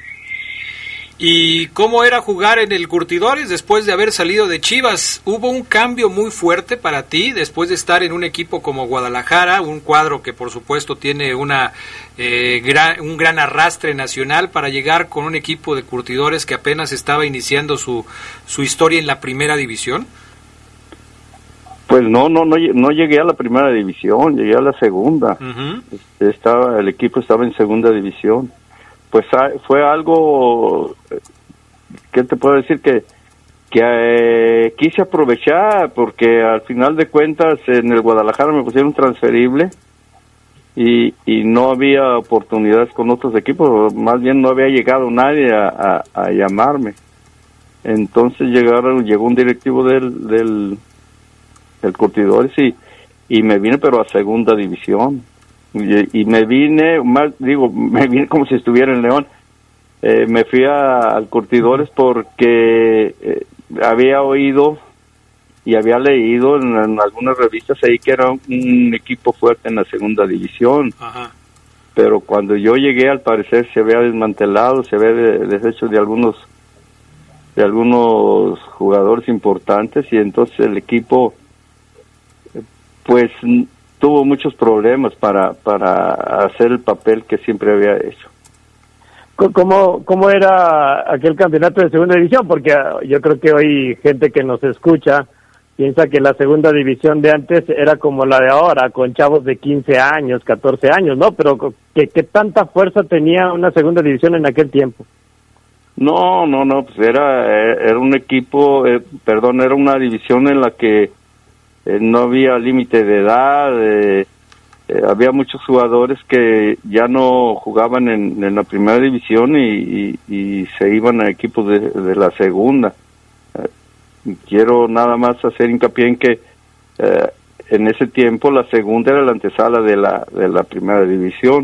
¿Y cómo era jugar en el Curtidores después de haber salido de Chivas? ¿Hubo un cambio muy fuerte para ti después de estar en un equipo como Guadalajara, un cuadro que por supuesto tiene una eh, gran, un gran arrastre nacional, para llegar con un equipo de Curtidores que apenas estaba iniciando su, su historia en la primera división? Pues no, no, no, no llegué a la primera división, llegué a la segunda. Uh-huh. Este, estaba, el equipo estaba en segunda división. Pues fue algo, ¿qué te puedo decir? Que, que eh, quise aprovechar, porque al final de cuentas en el Guadalajara me pusieron transferible y, y no había oportunidades con otros equipos, más bien no había llegado nadie a, a, a llamarme. Entonces llegaron, llegó un directivo del, del, del Curtidores y, y me vine pero a segunda división. Y, y me vine, más digo, me vine como si estuviera en León. Eh, me fui a, al Curtidores porque eh, había oído y había leído en, en algunas revistas ahí que era un, un equipo fuerte en la segunda división. Ajá. Pero cuando yo llegué, al parecer se había desmantelado, se había de, deshecho de algunos de algunos jugadores importantes, y entonces el equipo pues tuvo muchos problemas para para hacer el papel que siempre había hecho. ¿Cómo, cómo era aquel campeonato de segunda división? Porque yo creo que hoy gente que nos escucha piensa que la segunda división de antes era como la de ahora, con chavos de quince años, catorce años, ¿no? Pero ¿qué, qué tanta fuerza tenía una segunda división en aquel tiempo? No, no, no, pues era, era un equipo, eh, perdón, era una división en la que Eh, no había límite de edad, eh, eh, había muchos jugadores que ya no jugaban en, en la primera división y, y, y se iban a equipos de, de la segunda. Eh, quiero nada más hacer hincapié en que eh, en ese tiempo la segunda era la antesala de la, de la primera división.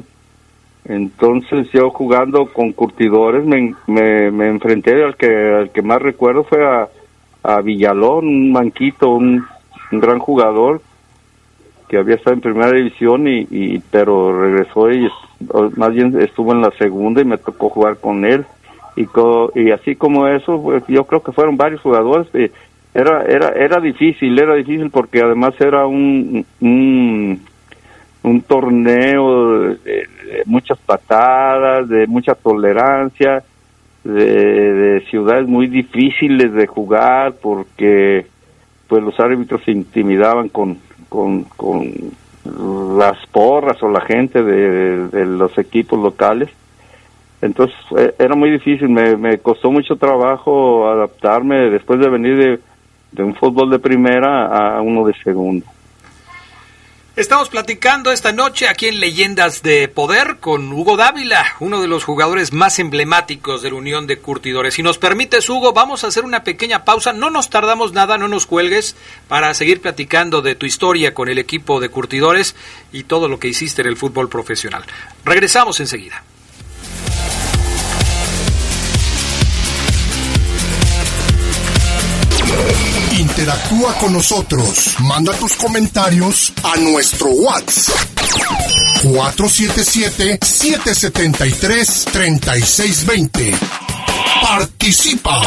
Entonces yo jugando con Curtidores me, me, me enfrenté al que, al que más recuerdo fue a, a Villalón, un manquito, un un gran jugador que había estado en primera división y, y pero regresó y más bien estuvo en la segunda y me tocó jugar con él y co, y así como eso pues, yo creo que fueron varios jugadores. Y era era era difícil era difícil porque además era un un, un torneo de, de muchas patadas, de mucha tolerancia, de, de ciudades muy difíciles de jugar porque pues los árbitros se intimidaban con, con, con las porras o la gente de, de, de los equipos locales. Entonces eh, era muy difícil, me, me costó mucho trabajo adaptarme después de venir de, de un fútbol de primera a uno de segunda. Estamos platicando esta noche aquí en Leyendas de Poder con Hugo Dávila, uno de los jugadores más emblemáticos de la Unión de Curtidores. Si nos permites, Hugo, vamos a hacer una pequeña pausa, no nos tardamos nada, no nos cuelgues, para seguir platicando de tu historia con el equipo de Curtidores y todo lo que hiciste en el fútbol profesional. Regresamos enseguida. Interactúa con nosotros. Manda tus comentarios a nuestro WhatsApp cuatro siete siete, siete siete tres, tres seis dos cero. Participa.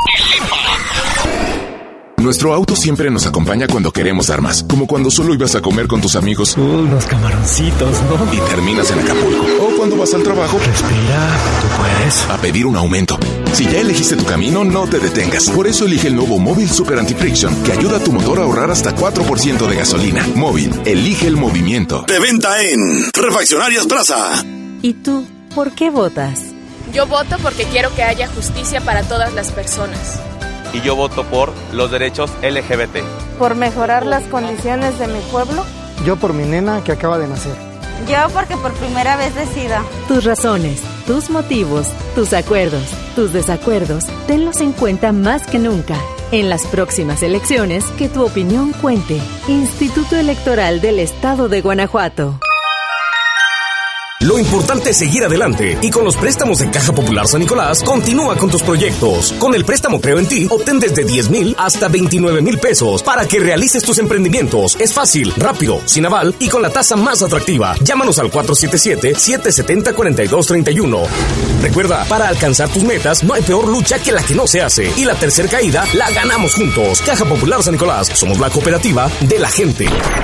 Nuestro auto siempre nos acompaña cuando queremos dar más, como cuando solo ibas a comer con tus amigos. Uh, unos camaroncitos, ¿no? Y terminas en Acapulco. O cuando vas al trabajo. Respira, tú puedes. A pedir un aumento. Si ya elegiste tu camino, no te detengas. Por eso elige el nuevo Móvil Super Anti-Friction, que ayuda a tu motor a ahorrar hasta cuatro por ciento de gasolina. Móvil, elige el movimiento. De venta en Refaccionarias Plaza. ¿Y tú, por qué votas? Yo voto porque quiero que haya justicia para todas las personas. Y yo voto por los derechos L G B T. ¿Por mejorar las condiciones de mi pueblo? Yo por mi nena que acaba de nacer. Yo porque por primera vez decida. Tus razones, tus motivos, tus acuerdos, tus desacuerdos, tenlos en cuenta más que nunca. En las próximas elecciones, que tu opinión cuente. Instituto Electoral del Estado de Guanajuato. Lo importante es seguir adelante y con los préstamos de Caja Popular San Nicolás, continúa con tus proyectos. Con el préstamo Creo en Ti, obtén desde diez mil hasta veintinueve mil pesos para que realices tus emprendimientos. Es fácil, rápido, sin aval y con la tasa más atractiva. Llámanos al cuatro siete siete, siete siete cero, cuatro dos tres uno. Recuerda, para alcanzar tus metas no hay peor lucha que la que no se hace. Y la tercera caída la ganamos juntos. Caja Popular San Nicolás, somos la cooperativa de la gente.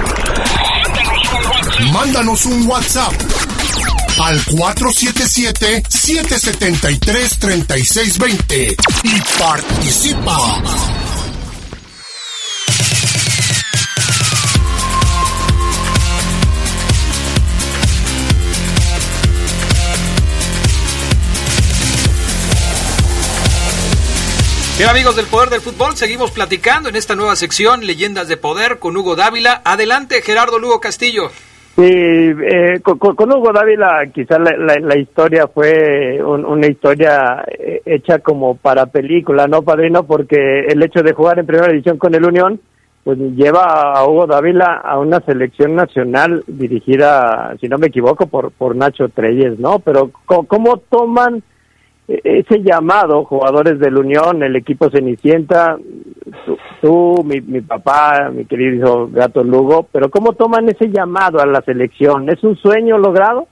Mándanos un WhatsApp al cuatro siete siete, siete siete tres, tres seis dos cero y participa. Bien, amigos del Poder del Fútbol, seguimos platicando en esta nueva sección Leyendas de Poder con Hugo Dávila. Adelante, Gerardo Lugo Castillo. Sí, eh, con, con Hugo Dávila quizás la, la, la historia fue un, una historia hecha como para película, ¿no, padrino? Porque el hecho de jugar en primera división con el Unión, pues lleva a Hugo Dávila a una selección nacional dirigida, si no me equivoco, por, por Nacho Treyes, ¿no? Pero ¿cómo, cómo toman ese llamado jugadores del Unión, el equipo Cenicienta, tú, tú mi, mi papá, mi querido Gato Lugo, pero cómo toman ese llamado a la selección? ¿Es un sueño logrado?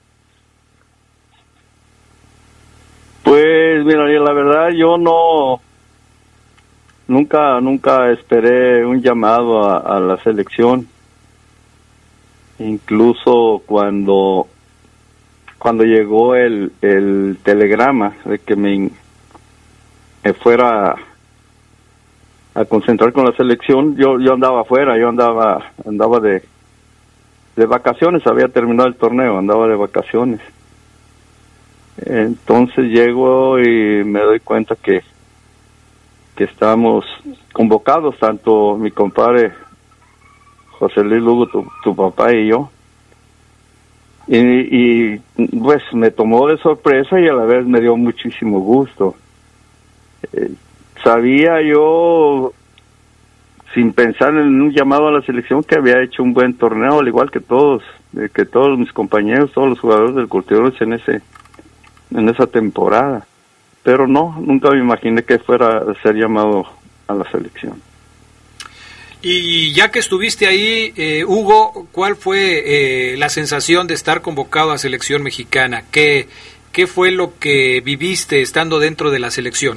Pues mira, la verdad yo no nunca nunca esperé un llamado a, a la selección. Incluso cuando cuando llegó el, el telegrama de que me, me fuera a concentrar con la selección, yo yo andaba afuera, yo andaba andaba de de vacaciones, había terminado el torneo, andaba de vacaciones. Entonces llego y me doy cuenta que que estamos convocados, tanto mi compadre José Luis Lugo, tu, tu papá y yo. Y, y pues me tomó de sorpresa y a la vez me dio muchísimo gusto. Eh, sabía yo, sin pensar en un llamado a la selección, que había hecho un buen torneo, al igual que todos, eh, que todos mis compañeros, todos los jugadores del Curtidores en ese, en esa temporada. Pero no, nunca me imaginé que fuera a ser llamado a la selección. Y ya que estuviste ahí, eh, Hugo, ¿cuál fue eh, la sensación de estar convocado a selección mexicana? ¿Qué, ¿Qué fue lo que viviste estando dentro de la selección?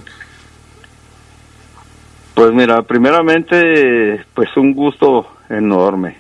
Pues mira, primeramente, pues un gusto enorme.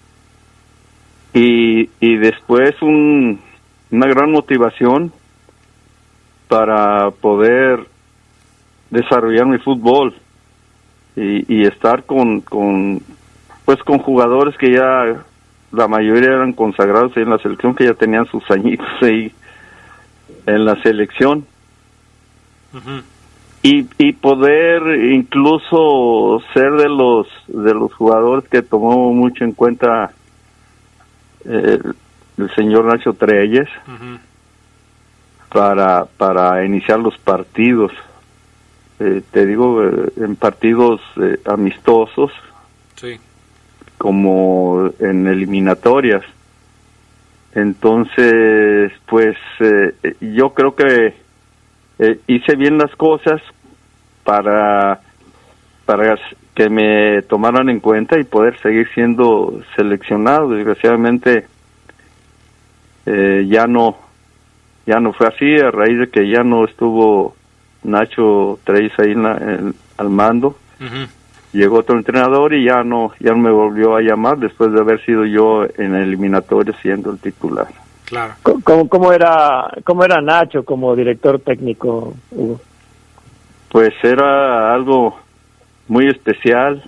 Y, y después un, una gran motivación para poder desarrollar mi fútbol. Y, y estar con, con, pues con jugadores que ya, la mayoría eran consagrados ahí en la selección, que ya tenían sus añitos ahí en la selección. Uh-huh. Y, y poder incluso ser de los, de los jugadores que tomó mucho en cuenta eh, el señor Nacho Treyes, uh-huh, para, para iniciar los partidos. Eh, te digo, eh, en partidos eh, amistosos, sí, como en eliminatorias. Entonces, pues eh, yo creo que eh, hice bien las cosas para para que me tomaran en cuenta y poder seguir siendo seleccionado. Desgraciadamente eh, ya no ya no fue así, a raíz de que ya no estuvo Nacho Treyes ahí en la, en, al mando. Uh-huh. Llegó otro entrenador y ya no ya no me volvió a llamar después de haber sido yo en el eliminatorio siendo el titular. Claro. ¿Cómo, cómo era cómo era Nacho como director técnico, Hugo? Pues era algo muy especial,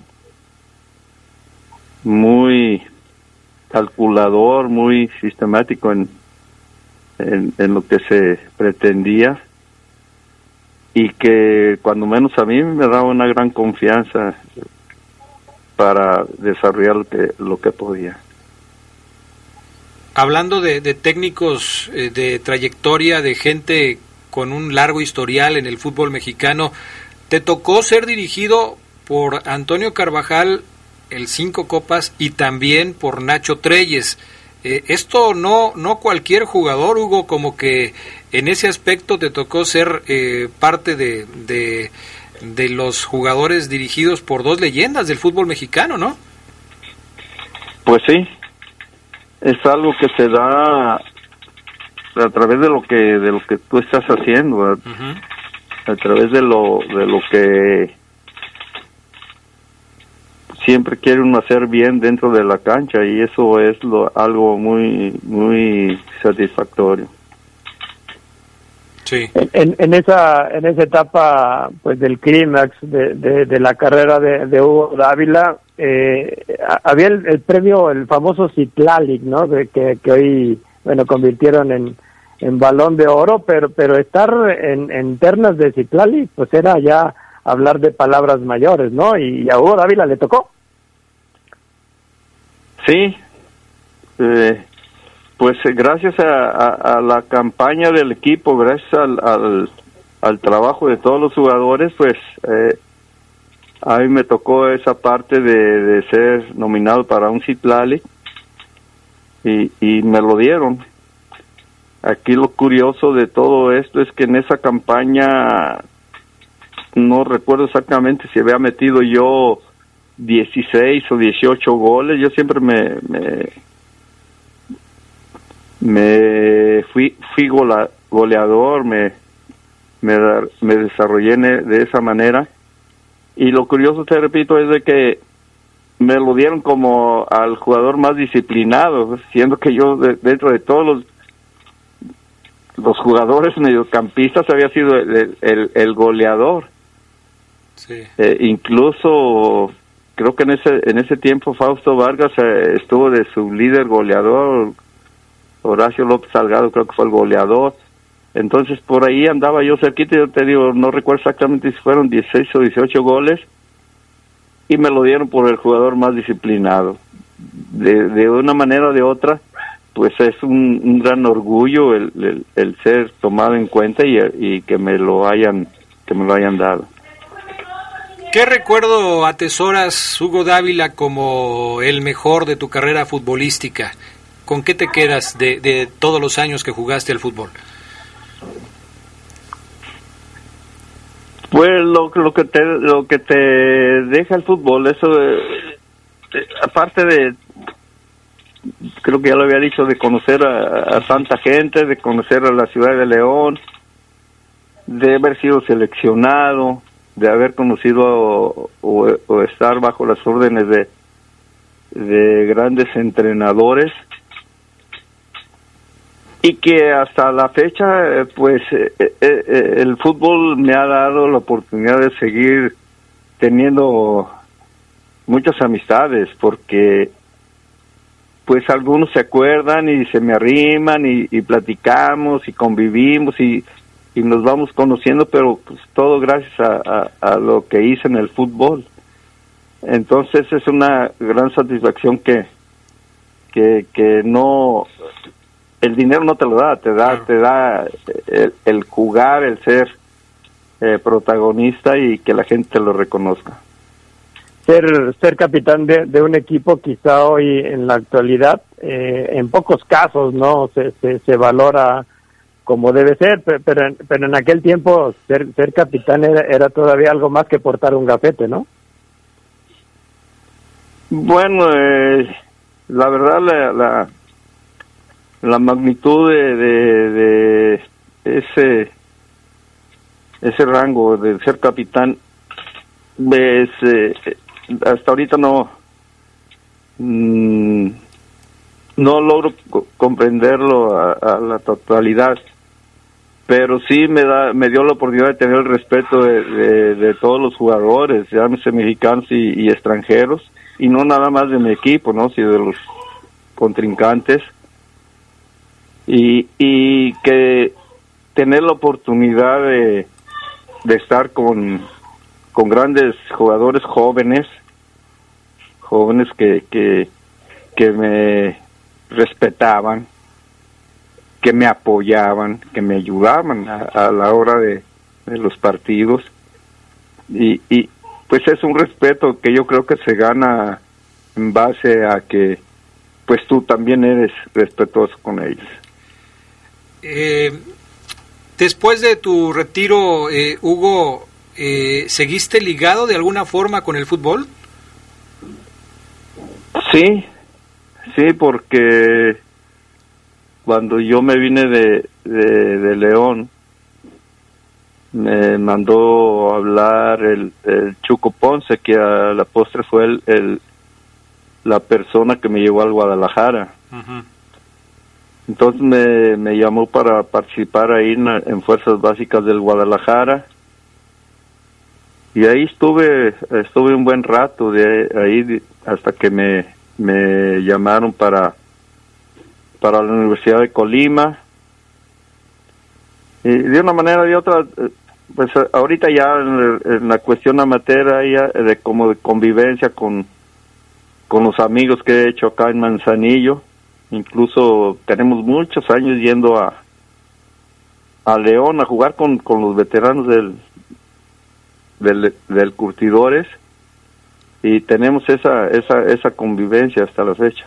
muy calculador, muy sistemático en en, en lo que se pretendía. Y que cuando menos a mí me daba una gran confianza para desarrollar lo que, lo que podía. Hablando de, de técnicos eh, de trayectoria, de gente con un largo historial en el fútbol mexicano, te tocó ser dirigido por Antonio Carvajal, el Cinco Copas, y también por Nacho Treyes. Eh, esto no no cualquier jugador, Hugo, como que en ese aspecto te tocó ser eh, parte de, de, de los jugadores dirigidos por dos leyendas del fútbol mexicano, ¿no? Pues sí, es algo que se da a través de lo que de lo que tú estás haciendo, uh-huh. a través de lo de lo que siempre quiere uno hacer bien dentro de la cancha, y eso es lo, algo muy muy satisfactorio. Sí. En, en esa en esa etapa pues del clímax de, de, de la carrera de, de Hugo Dávila, eh, había el, el premio, el famoso Citlali, ¿no? De que, que hoy bueno convirtieron en, en Balón de Oro, pero pero estar en, en ternas de Citlali pues era ya hablar de palabras mayores, ¿no? Y a Hugo Dávila le tocó. Sí, eh, pues eh, gracias a, a, a la campaña del equipo, gracias al, al, al trabajo de todos los jugadores, pues eh, a mí me tocó esa parte de, de ser nominado para un Citlali y, y me lo dieron. Aquí lo curioso de todo esto es que en esa campaña, no recuerdo exactamente si había metido yo dieciséis o dieciocho goles. Yo siempre me me, me fui fui gola, goleador, me me, me desarrollé de esa manera, y lo curioso, te repito, es de que me lo dieron como al jugador más disciplinado, siendo que yo de, dentro de todos los los jugadores mediocampistas había sido el, el, el goleador. Sí. Eh, incluso creo que en ese en ese tiempo Fausto Vargas eh, estuvo de su líder goleador, Horacio López Salgado creo que fue el goleador. Entonces por ahí andaba yo cerquita, yo te digo, no recuerdo exactamente si fueron dieciséis o dieciocho goles, y me lo dieron por el jugador más disciplinado. De, de una manera o de otra, pues es un, un gran orgullo el, el, el ser tomado en cuenta y, y que me lo hayan que me lo hayan dado. ¿Qué recuerdo atesoras, Hugo Dávila, como el mejor de tu carrera futbolística? ¿Con qué te quedas de, de todos los años que jugaste al fútbol? Pues lo, lo que te lo que te deja el fútbol, eso de, de, aparte de, creo que ya lo había dicho, de conocer a, a tanta gente, de conocer a la ciudad de León, de haber sido seleccionado, de haber conocido o, o, o estar bajo las órdenes de de grandes entrenadores, y que hasta la fecha pues eh, eh, el fútbol me ha dado la oportunidad de seguir teniendo muchas amistades, porque pues algunos se acuerdan y se me arriman y, y platicamos y convivimos y y nos vamos conociendo, pero pues todo gracias a, a, a lo que hice en el fútbol. Entonces es una gran satisfacción que que que no, el dinero no te lo da, te da te da el, el jugar, el ser eh, protagonista y que la gente lo reconozca. Ser ser capitán de, de un equipo, quizá hoy en la actualidad, eh, en pocos casos, ¿no? Se, se, se valora como debe ser, pero, pero, en, pero en aquel tiempo ser ser capitán era, era todavía algo más que portar un gafete, ¿no? Bueno, eh, la verdad la, la la magnitud de, de, de ese ese rango de ser capitán es, eh, hasta ahorita no mmm, no logro co- comprenderlo a, a la totalidad, pero sí me da me dio la oportunidad de tener el respeto de, de, de todos los jugadores, llámese mexicanos y, y extranjeros, y no nada más de mi equipo, ¿no? Sino de los contrincantes, y y que tener la oportunidad de, de estar con con grandes jugadores jóvenes jóvenes que que que me respetaban, que me apoyaban, que me ayudaban a, a la hora de, de los partidos, y, y pues es un respeto que yo creo que se gana en base a que pues tú también eres respetuoso con ellos. Eh, después de tu retiro, eh, Hugo, eh, ¿seguiste ligado de alguna forma con el fútbol? Sí, sí, porque cuando yo me vine de, de, de León, me mandó a hablar el, el Chuco Ponce, que a la postre fue el, el la persona que me llevó al Guadalajara. Uh-huh. Entonces me, me llamó para participar ahí en, en Fuerzas Básicas del Guadalajara, y ahí estuve estuve un buen rato de ahí hasta que me, me llamaron para para la Universidad de Colima, y de una manera o de otra, pues ahorita ya en, en la cuestión amateur ya de como de convivencia con con los amigos que he hecho acá en Manzanillo. Incluso tenemos muchos años yendo a a León a jugar con, con los veteranos del, del del Curtidores, y tenemos esa esa esa convivencia hasta la fecha.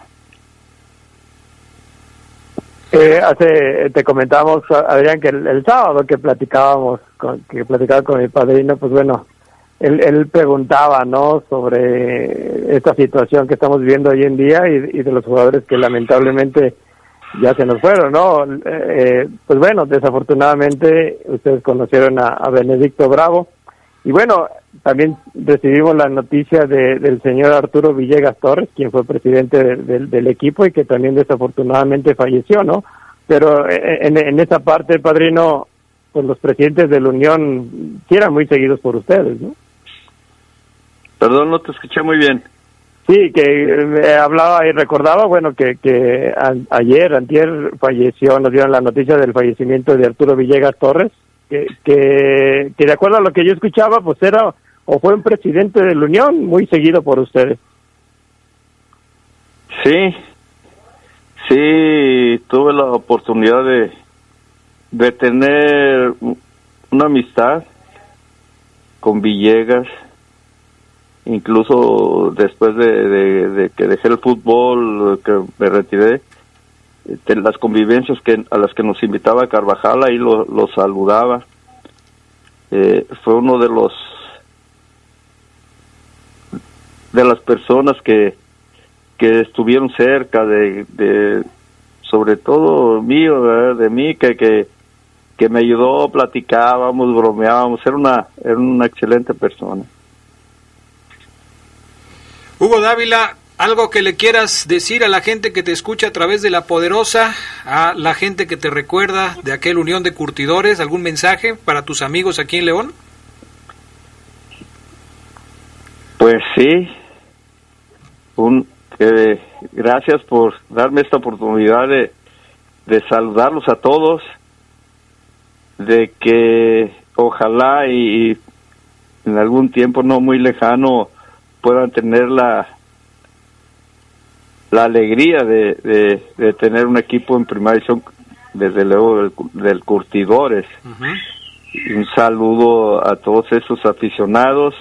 Eh, hace te comentamos, Adrián, que el, el sábado que platicábamos con, que platicaba con mi padrino, pues bueno, Él, él preguntaba, ¿no?, sobre esta situación que estamos viviendo hoy en día y, y de los jugadores que lamentablemente ya se nos fueron, ¿no? Eh, pues bueno, desafortunadamente ustedes conocieron a, a Benedicto Bravo, y bueno, también recibimos la noticia de, del señor Arturo Villegas Torres, quien fue presidente de, de, del equipo y que también desafortunadamente falleció, ¿no? Pero en, en esa parte, padrino, pues los presidentes de la Unión sí eran muy seguidos por ustedes, ¿no? Perdón, no te escuché muy bien. Sí, que eh, hablaba y recordaba, bueno, que, que a, ayer, antier, falleció, nos dieron la noticia del fallecimiento de Arturo Villegas Torres, que, que, que de acuerdo a lo que yo escuchaba, pues era o fue un presidente de la Unión muy seguido por ustedes. Sí, sí, tuve la oportunidad de, de tener una amistad con Villegas. Incluso después de, de, de que dejé el fútbol, que me retiré, de las convivencias que a las que nos invitaba Carvajal, ahí lo, lo saludaba. Eh, fue uno de los de las personas que que estuvieron cerca de, de sobre todo mío, ¿verdad? de mí, que, que que me ayudó, platicábamos, bromeábamos, era una era una excelente persona. Hugo Dávila, algo que le quieras decir a la gente que te escucha a través de La Poderosa, a la gente que te recuerda de aquel Unión de Curtidores, algún mensaje para tus amigos aquí en León. Pues sí, un eh, gracias por darme esta oportunidad de, de saludarlos a todos, de que ojalá y, y en algún tiempo no muy lejano puedan tener la la alegría de, de, de tener un equipo en primera división, desde luego del, del Curtidores. Uh-huh. Un saludo a todos esos aficionados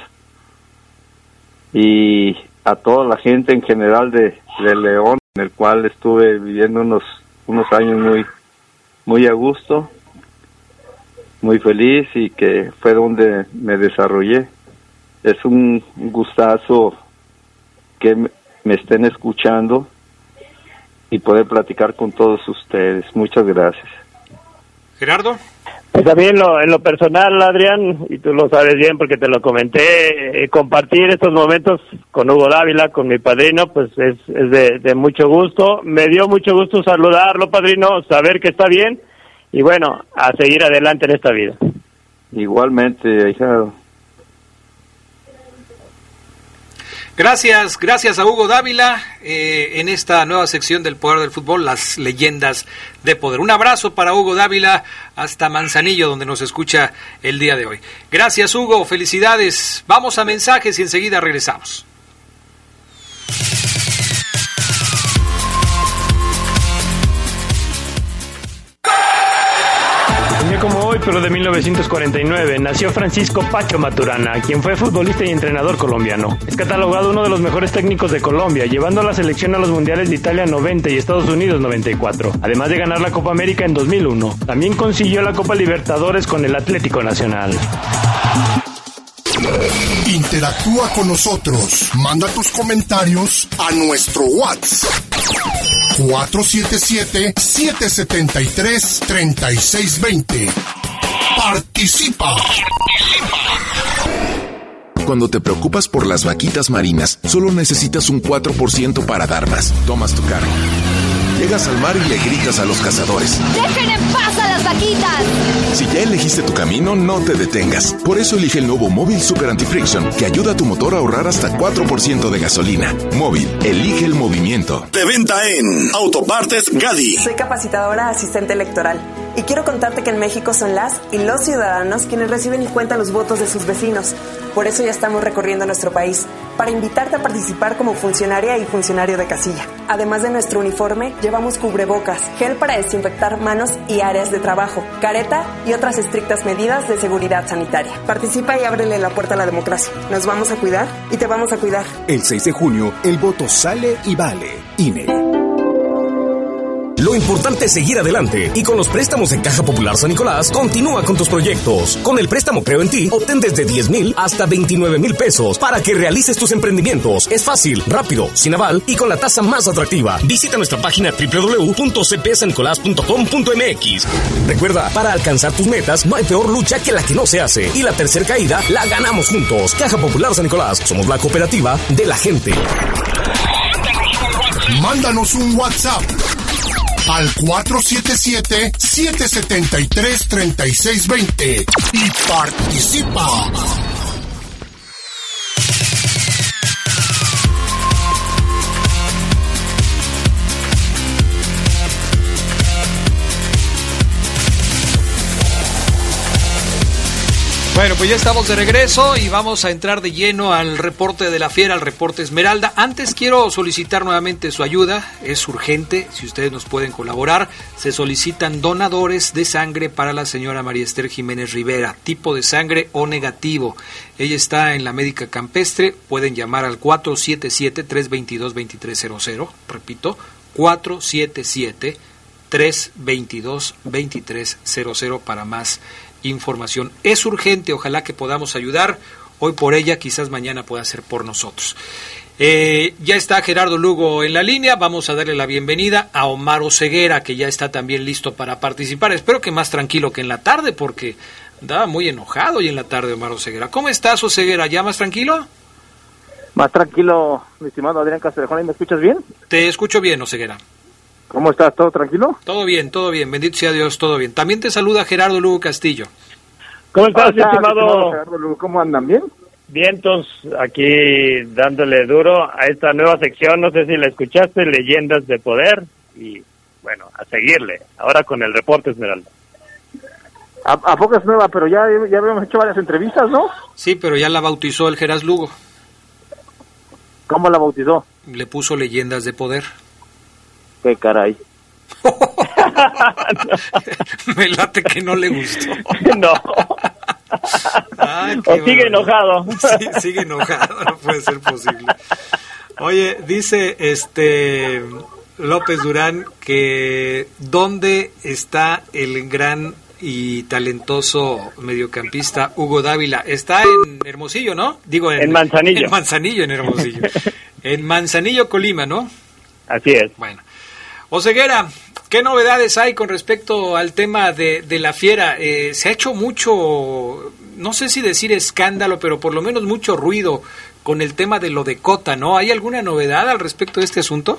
y a toda la gente en general de, de León, en el cual estuve viviendo unos unos años muy muy a gusto, muy feliz, y que fue donde me desarrollé. Es un gustazo que me estén escuchando y poder platicar con todos ustedes. Muchas gracias. Gerardo. Pues también lo, en lo personal, Adrián, y tú lo sabes bien porque te lo comenté, eh, compartir estos momentos con Hugo Dávila, con mi padrino, pues es, es de, de mucho gusto. Me dio mucho gusto saludarlo, padrino, saber que está bien, y bueno, a seguir adelante en esta vida. Igualmente, hijado. Gracias, gracias a Hugo Dávila eh, en esta nueva sección del Poder del Fútbol, las leyendas de poder. Un abrazo para Hugo Dávila hasta Manzanillo, donde nos escucha el día de hoy. Gracias, Hugo, felicidades. Vamos a mensajes y enseguida regresamos. Un día como hoy, pero de mil novecientos cuarenta y nueve, nació Francisco Pacho Maturana, quien fue futbolista y entrenador colombiano. Es catalogado uno de los mejores técnicos de Colombia, llevando a la selección a los mundiales de Italia noventa y Estados Unidos noventa y cuatro, además de ganar la Copa América en dos mil uno. También consiguió la Copa Libertadores con el Atlético Nacional. Interactúa con nosotros. Manda tus comentarios a nuestro WhatsApp. cuatro siete siete, siete siete tres, tres seis dos cero. Participa. Cuando te preocupas por las vaquitas marinas, solo necesitas un cuatro por ciento para dar más. Tomas tu carro. Llegas al mar y le gritas a los cazadores: ¡dejen en paz a las vaquitas! Si ya elegiste tu camino, no te detengas. Por eso elige el nuevo Móvil Super Anti-Friction, que ayuda a tu motor a ahorrar hasta cuatro por ciento de gasolina. Móvil, elige el movimiento. De venta en Autopartes Gadi. Soy capacitadora asistente electoral y quiero contarte que en México son las y los ciudadanos quienes reciben y cuentan los votos de sus vecinos. Por eso ya estamos recorriendo nuestro país, para invitarte a participar como funcionaria y funcionario de casilla. Además de nuestro uniforme, llevamos cubrebocas, gel para desinfectar manos y áreas de trabajo, careta y otras estrictas medidas de seguridad sanitaria. Participa y ábrele la puerta a la democracia. Nos vamos a cuidar y te vamos a cuidar. El seis de junio, el voto sale y vale. I N E. Lo importante es seguir adelante y con los préstamos de Caja Popular San Nicolás, continúa con tus proyectos. Con el préstamo Creo en Ti, obtén desde diez mil hasta veintinueve mil pesos para que realices tus emprendimientos. Es fácil, rápido, sin aval y con la tasa más atractiva. Visita nuestra página doble u doble u doble u punto c p san nicolás punto com punto m x. Recuerda, para alcanzar tus metas no hay peor lucha que la que no se hace, y la tercer caída la ganamos juntos. Caja Popular San Nicolás, somos la cooperativa de la gente. Mándanos un WhatsApp al cuatro siete siete, siete siete tres, tres seis dos cero y participa. Bueno, pues ya estamos de regreso y vamos a entrar de lleno al reporte de la Fiera, al reporte Esmeralda. Antes quiero solicitar nuevamente su ayuda, es urgente, si ustedes nos pueden colaborar. Se solicitan donadores de sangre para la señora María Esther Jiménez Rivera, tipo de sangre O negativo. Ella está en la Médica Campestre, pueden llamar al cuatro siete siete, tres dos dos, dos tres cero cero, repito, cuatro siete siete, tres dos dos, dos tres cero cero para más información. Es urgente, ojalá que podamos ayudar hoy por ella, quizás mañana pueda ser por nosotros. Eh, ya está Gerardo Lugo en la línea, vamos a darle la bienvenida a Omar Oseguera, que ya está también listo para participar. Espero que más tranquilo que en la tarde, porque andaba muy enojado hoy en la tarde Omar Oseguera. ¿Cómo estás, Oseguera? ¿Ya más tranquilo? Más tranquilo, mi estimado Adrián Castrejón, ¿me escuchas bien? Te escucho bien, Oseguera. ¿Cómo estás? ¿Todo tranquilo? Todo bien, todo bien. Bendito sea Dios, todo bien. También te saluda Gerardo Lugo Castillo. ¿Cómo estás, Hola, estimado? estimado Gerardo Lugo? ¿Cómo andan? ¿Bien? Vientos, aquí dándole duro a esta nueva sección. No sé si la escuchaste, Leyendas de Poder. Y bueno, a seguirle. Ahora con el reporte Esmeralda. ¿A, a poco es nueva? Pero ya, ya habíamos hecho varias entrevistas, ¿no? Sí, pero ya la bautizó el Geras Lugo. ¿Cómo la bautizó? Le puso Leyendas de Poder. ¡Qué caray! Me late que no le gustó. No. Ay, o sigue enojado. Sí, sigue enojado, no puede ser posible. Oye, dice este López Durán que ¿dónde está el gran y talentoso mediocampista Hugo Dávila? Está en Hermosillo, ¿no? Digo, en, en Manzanillo. En Manzanillo, en Hermosillo. En Manzanillo, Colima, ¿no? Así es. Bueno. Oseguera, ¿qué novedades hay con respecto al tema de, de la Fiera? Eh, se ha hecho mucho, no sé si decir escándalo, pero por lo menos mucho ruido con el tema de lo de Cota, ¿no? ¿Hay alguna novedad al respecto de este asunto?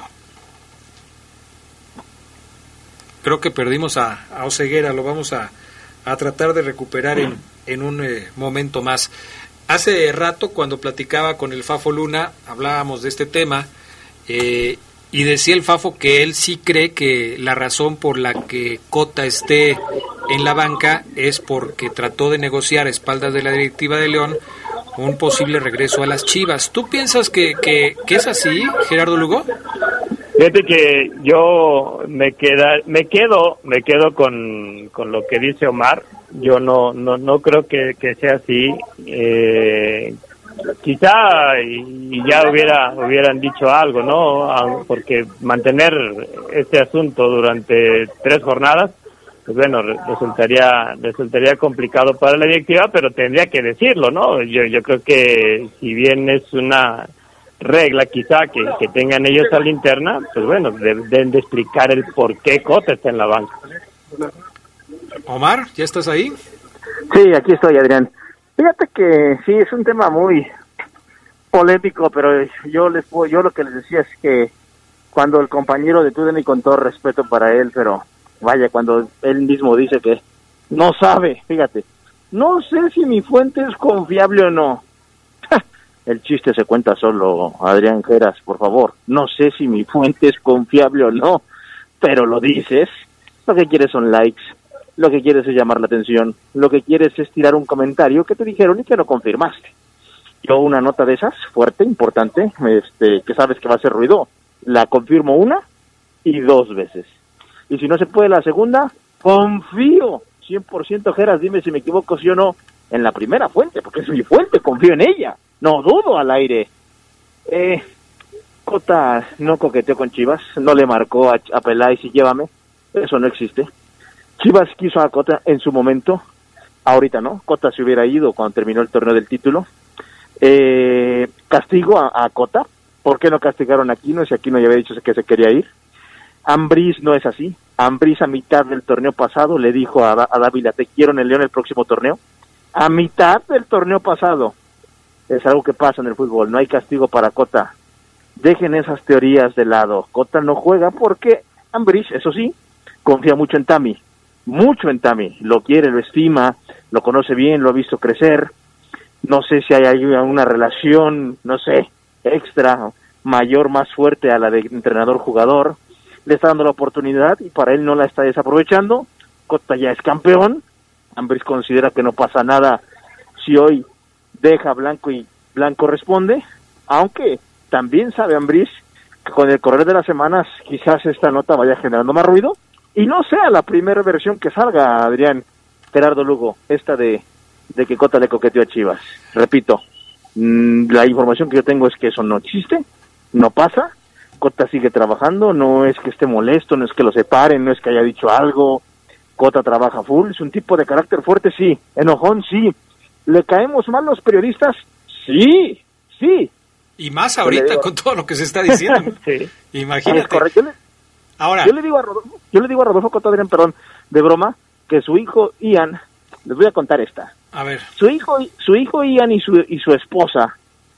Creo que perdimos a, a Oseguera, lo vamos a, a tratar de recuperar en, en un eh, momento más. Hace rato, cuando platicaba con el Fafo Luna, hablábamos de este tema, eh, y decía el Fafo que él sí cree que la razón por la que Cota esté en la banca es porque trató de negociar a espaldas de la directiva de León un posible regreso a las Chivas. ¿Tú piensas que, que, que es así, Gerardo Lugo? Fíjate que yo me queda, me quedo, me quedo con, con lo que dice Omar. Yo no, no, no creo que, que sea así. Eh, quizá y ya hubiera, hubieran dicho algo, ¿no? Porque mantener este asunto durante tres jornadas, pues bueno, resultaría, resultaría complicado para la directiva, pero tendría que decirlo, ¿no? Yo, yo creo que si bien es una regla quizá que, que tengan ellos a la interna, pues bueno, deben de explicar el por qué Cota está en la banca. Omar, ¿ya estás ahí? Sí, aquí estoy, Adrián. Fíjate que sí, es un tema muy polémico, pero yo les puedo, yo lo que les decía es que cuando el compañero de Tudela, y con todo respeto para él, pero vaya, cuando él mismo dice que no sabe, fíjate, no sé si mi fuente es confiable o no. El chiste se cuenta solo, Adrián Geras, por favor. No sé si mi fuente es confiable o no, pero lo dices. Lo que quieres son likes, lo que quieres es llamar la atención, lo que quieres es tirar un comentario que te dijeron y que lo confirmaste. Yo una nota de esas, fuerte, importante, este, que sabes que va a hacer ruido, la confirmo una y dos veces. Y si no se puede la segunda, confío, cien por ciento, Geras, dime si me equivoco, sí o no, en la primera fuente, porque es mi fuente, confío en ella. No dudo al aire. Eh, Cota no coqueteó con Chivas, no le marcó a, a Peláez y llévame. Eso no existe. Chivas quiso a Cota en su momento, ahorita no. Cota se hubiera ido cuando terminó el torneo del título. Eh, castigo a, a Cota. ¿Por qué no castigaron a Aquino si Aquino ya había dicho que se quería ir? Ambriz no es así. Ambriz a mitad del torneo pasado le dijo a, a Dávila, te quiero en el León el próximo torneo. A mitad del torneo pasado. Es algo que pasa en el fútbol, no hay castigo para Cota. Dejen esas teorías de lado. Cota no juega porque Ambriz, eso sí, confía mucho en Tami, mucho en Tami. Lo quiere, lo estima, lo conoce bien, lo ha visto crecer. No sé si hay una relación, no sé, extra, mayor, más fuerte a la de entrenador-jugador. Le está dando la oportunidad y para él no la está desaprovechando. Cota ya es campeón. Ambriz considera que no pasa nada si hoy deja blanco y blanco responde, aunque también sabe Ambriz que con el correr de las semanas quizás esta nota vaya generando más ruido y no sea la primera versión que salga, Adrián, Gerardo Lugo, esta de, de que Cota le coqueteó a Chivas. Repito, mmm, la información que yo tengo es que eso no existe, no pasa, Cota sigue trabajando, no es que esté molesto, no es que lo separen, no es que haya dicho algo, Cota trabaja full, es un tipo de carácter fuerte, sí, enojón, sí. ¿Le caemos mal los periodistas? Sí, sí. Y más ahorita digo, con todo lo que se está diciendo. Sí. Imagínate. Yo le, Ahora. Yo le digo a Rodolfo, yo le digo a Rodolfo Cota, Adrián, perdón, de broma, que su hijo Ian, les voy a contar esta. A ver. Su hijo, su hijo Ian y su y su esposa,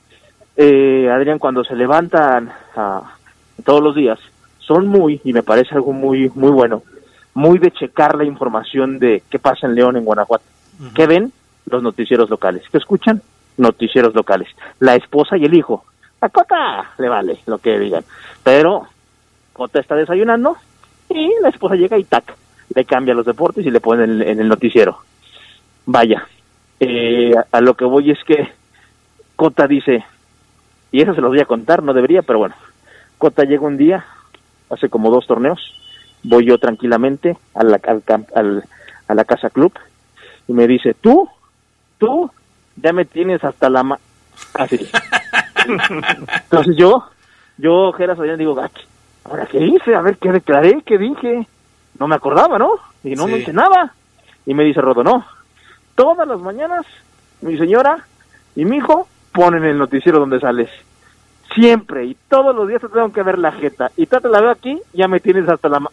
eh, Adrián, cuando se levantan uh, todos los días, son muy, y me parece algo muy, muy bueno, muy de checar la información de qué pasa en León, en Guanajuato. Uh-huh. ¿Qué ven? Los noticieros locales. ¿Qué escuchan? Noticieros locales. La esposa y el hijo. A Cota le vale lo que digan. Pero Cota está desayunando y la esposa llega y tac, le cambia los deportes y le pone en, en el noticiero. Vaya, eh, a, a lo que voy es que Cota dice, y eso se los voy a contar, no debería, pero bueno, Cota llega un día, hace como dos torneos, voy yo tranquilamente a la, al, al, a la casa club y me dice, tú, tú, ya me tienes hasta la ma... Así. Entonces yo, yo, Geras, allá digo, ¿ahora qué hice? A ver, ¿qué declaré? ¿Qué dije? No me acordaba, ¿no? Y no me hice nada. Y me dice Rodo, no, todas las mañanas mi señora y mi hijo ponen el noticiero donde sales. Siempre, y todos los días te tengo que ver la jeta. Y tú te la veo aquí, ya me tienes hasta la ma...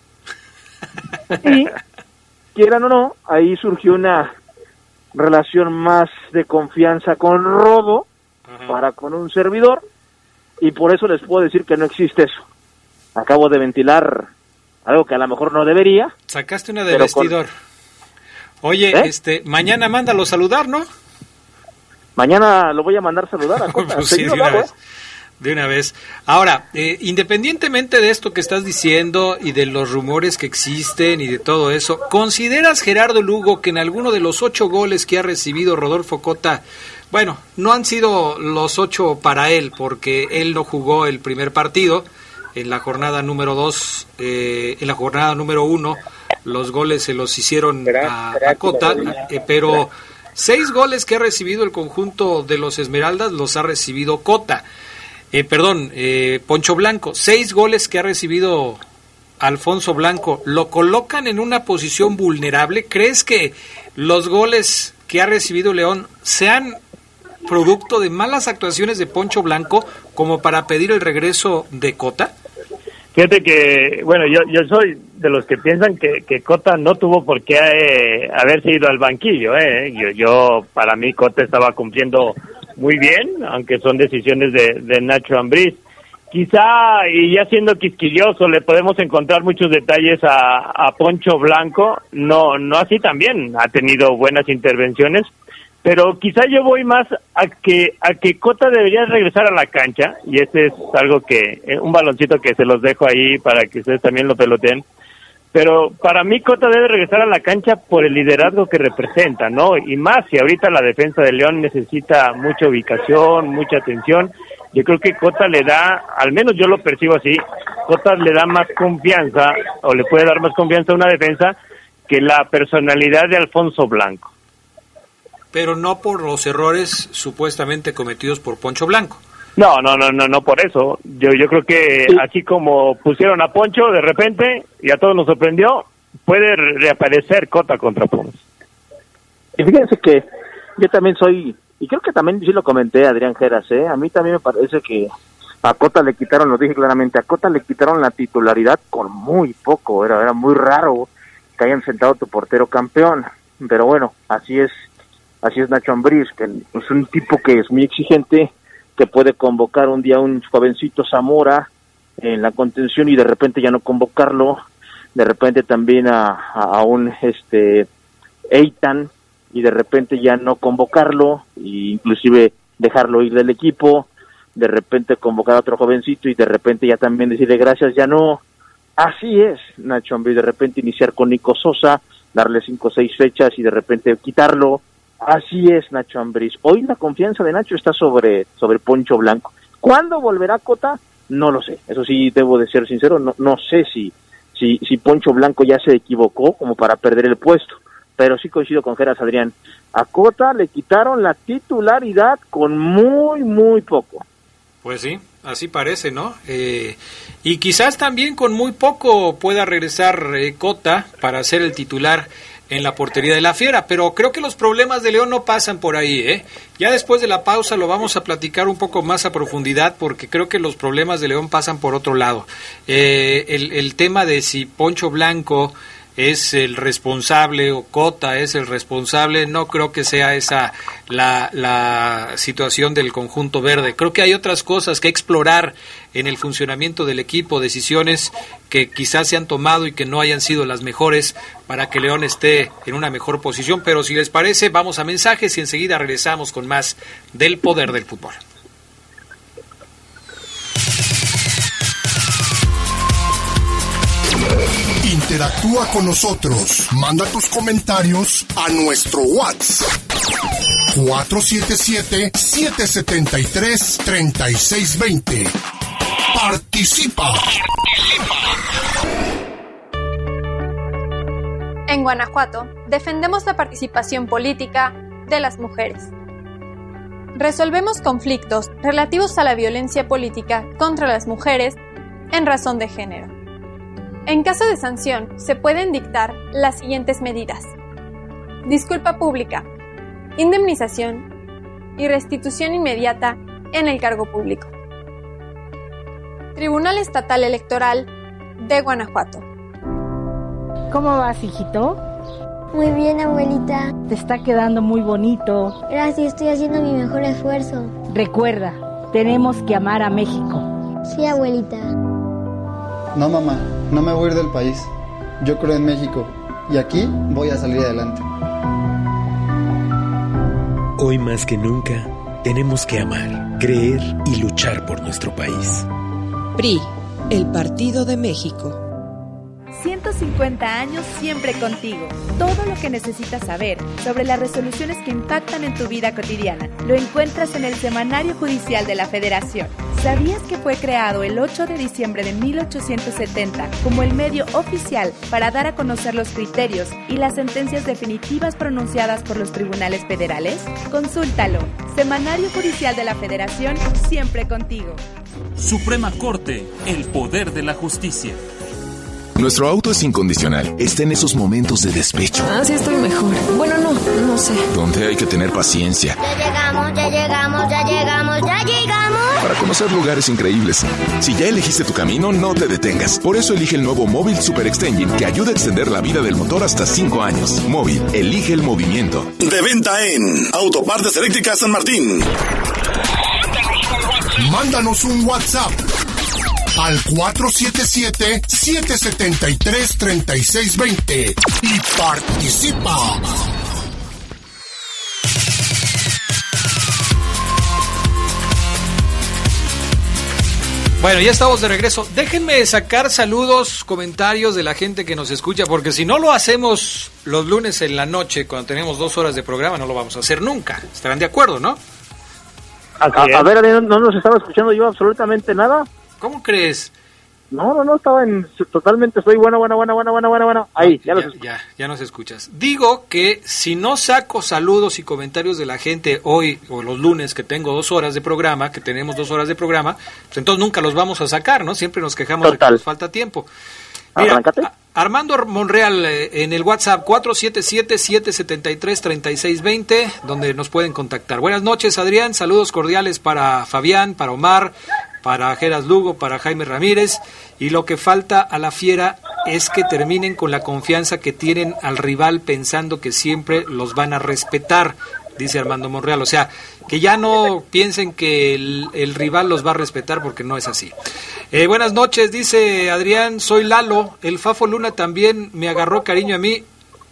Y, quieran o no, ahí surgió una relación más de confianza con Rodo, uh-huh, para con un servidor, y por eso les puedo decir que no existe eso. Acabo de ventilar algo que a lo mejor no debería. Sacaste una de vestidor. Con... Oye, ¿Eh? este, mañana mándalo saludar, ¿no? Mañana lo voy a mandar saludar a Cota. Pues sí, de una vez. ¿eh? De una vez. Ahora, eh, independientemente de esto que estás diciendo y de los rumores que existen y de todo eso, ¿consideras, Gerardo Lugo, que en alguno de los ocho goles que ha recibido Rodolfo Cota, bueno, no han sido los ocho para él, porque él no jugó el primer partido, en la jornada número dos, eh, en la jornada número uno, los goles se los hicieron a, a Cota, eh, pero seis goles que ha recibido el conjunto de los Esmeraldas los ha recibido Cota. Eh, perdón, eh, Poncho Blanco. Seis goles que ha recibido Alfonso Blanco. ¿Lo colocan en una posición vulnerable? ¿Crees que los goles que ha recibido León sean producto de malas actuaciones de Poncho Blanco como para pedir el regreso de Cota? Fíjate que, bueno, yo yo soy de los que piensan que, que Cota no tuvo por qué eh, haberse ido al banquillo. Eh. Yo, yo, para mí, Cota estaba cumpliendo muy bien, aunque son decisiones de, de Nacho Ambriz. Quizá, y ya siendo quisquilloso, le podemos encontrar muchos detalles a, a Poncho Blanco. No, no así también, ha tenido buenas intervenciones. Pero quizá yo voy más a que a que Cota debería regresar a la cancha, y ese es algo que, un baloncito que se los dejo ahí para que ustedes también lo peloteen. Pero para mí Cota debe regresar a la cancha por el liderazgo que representa, ¿no? Y más si ahorita la defensa de León necesita mucha ubicación, mucha atención. Yo creo que Cota le da, al menos yo lo percibo así, Cota le da más confianza, o le puede dar más confianza a una defensa que la personalidad de Alfonso Blanco. Pero no por los errores supuestamente cometidos por Poncho Blanco. No, no, no, no, no por eso. Yo yo creo que sí. Así como pusieron a Poncho de repente y a todos nos sorprendió, puede reaparecer Cota contra Pumas. Y fíjense que yo también soy, y creo que también sí lo comenté, Adrián Geras, ¿eh? A mí también me parece que a Cota le quitaron, lo dije claramente, a Cota le quitaron la titularidad con muy poco. Era, era muy raro que hayan sentado a tu portero campeón. Pero bueno, así es. Así es Nacho Ambriz, que es un tipo que es muy exigente, que puede convocar un día a un jovencito Zamora en la contención y de repente ya no convocarlo, de repente también a, a, a un este Eitan y de repente ya no convocarlo, e inclusive dejarlo ir del equipo, de repente convocar a otro jovencito y de repente ya también decirle gracias, ya no. Así es Nacho Ambriz, de repente iniciar con Nico Sosa, darle cinco o seis fechas y de repente quitarlo. Así es Nacho Ambriz. Hoy la confianza de Nacho está sobre sobre Poncho Blanco. ¿Cuándo volverá Cota? No lo sé. Eso sí, debo de ser sincero, no no sé si si si Poncho Blanco ya se equivocó como para perder el puesto. Pero sí coincido con Geras, Adrián. A Cota le quitaron la titularidad con muy, muy poco. Pues sí, así parece, ¿no? Eh, y quizás también con muy poco pueda regresar eh, Cota para ser el titular en la portería de la Fiera, pero creo que los problemas de León no pasan por ahí, ¿eh? Ya después de la pausa lo vamos a platicar un poco más a profundidad, porque creo que los problemas de León pasan por otro lado. Eh, el, el tema de si Poncho Blanco es el responsable o Cota es el responsable, no creo que sea esa la, la situación del conjunto verde. Creo que hay otras cosas que explorar en el funcionamiento del equipo, decisiones que quizás se han tomado y que no hayan sido las mejores para que León esté en una mejor posición, pero si les parece, vamos a mensajes y enseguida regresamos con más del poder del fútbol. Interactúa con nosotros. Manda tus comentarios a nuestro WhatsApp. cuatro siete siete, siete siete tres, tres seis dos cero. Participa. En Guanajuato, defendemos la participación política de las mujeres. Resolvemos conflictos relativos a la violencia política contra las mujeres en razón de género. En caso de sanción, se pueden dictar las siguientes medidas: disculpa pública, indemnización y restitución inmediata en el cargo público. Tribunal Estatal Electoral de Guanajuato. ¿Cómo vas, hijito? Muy bien, abuelita. Te está quedando muy bonito. Gracias, estoy haciendo mi mejor esfuerzo. Recuerda, tenemos que amar a México. Sí, abuelita. No, mamá, no me voy a ir del país. Yo creo en México y aquí voy a salir adelante. Hoy más que nunca, tenemos que amar, creer y luchar por nuestro país. P R I, el Partido de México. ciento cincuenta años siempre contigo. Todo lo que necesitas saber sobre las resoluciones que impactan en tu vida cotidiana lo encuentras en el Semanario Judicial de la Federación. ¿Sabías que fue creado el ocho de diciembre de mil ochocientos setenta como el medio oficial para dar a conocer los criterios y las sentencias definitivas pronunciadas por los tribunales federales? Consúltalo. Semanario Judicial de la Federación, siempre contigo. Suprema Corte, el poder de la justicia. Nuestro auto es incondicional. Está en esos momentos de despecho. Ah, sí estoy mejor. Bueno, no, no sé. Donde hay que tener paciencia. Ya llegamos, ya llegamos, ya llegamos, ya llegamos. Para conocer lugares increíbles. Si ya elegiste tu camino, no te detengas. Por eso elige el nuevo Móvil Super Extension, que ayuda a extender la vida del motor hasta cinco años. Móvil, elige el movimiento. De venta en Autopartes Eléctricas San Martín. Mándanos un WhatsApp al cuatro siete siete, siete siete tres, tres seis dos cero y participa. Bueno, ya estamos de regreso. Déjenme sacar saludos, comentarios de la gente que nos escucha, porque si no lo hacemos los lunes en la noche, cuando tenemos dos horas de programa, no lo vamos a hacer nunca. ¿Estarán de acuerdo, no? A, a ver, Adrián, no nos estaba escuchando yo absolutamente nada. ¿Cómo crees? No, no, no, estaba en totalmente, estoy bueno, bueno, bueno, bueno, bueno, bueno, bueno. Ahí, ya, ya, los ya, ya nos escuchas. Digo que si no saco saludos y comentarios de la gente hoy o los lunes que tengo dos horas de programa, que tenemos dos horas de programa, pues entonces nunca los vamos a sacar, ¿no? Siempre nos quejamos Total. de que nos falta tiempo. Mira, a, Armando Monreal eh, en el WhatsApp cuatro siete siete, siete siete tres, tres seis dos cero, donde nos pueden contactar. Buenas noches, Adrián, saludos cordiales para Fabián, para Omar, para Geras Lugo, para Jaime Ramírez, y lo que falta a la Fiera es que terminen con la confianza que tienen al rival pensando que siempre los van a respetar, dice Armando Monreal, o sea, que ya no piensen que el, el rival los va a respetar porque no es así. Eh, buenas noches, dice Adrián, soy Lalo, el Fafo Luna también me agarró cariño a mí.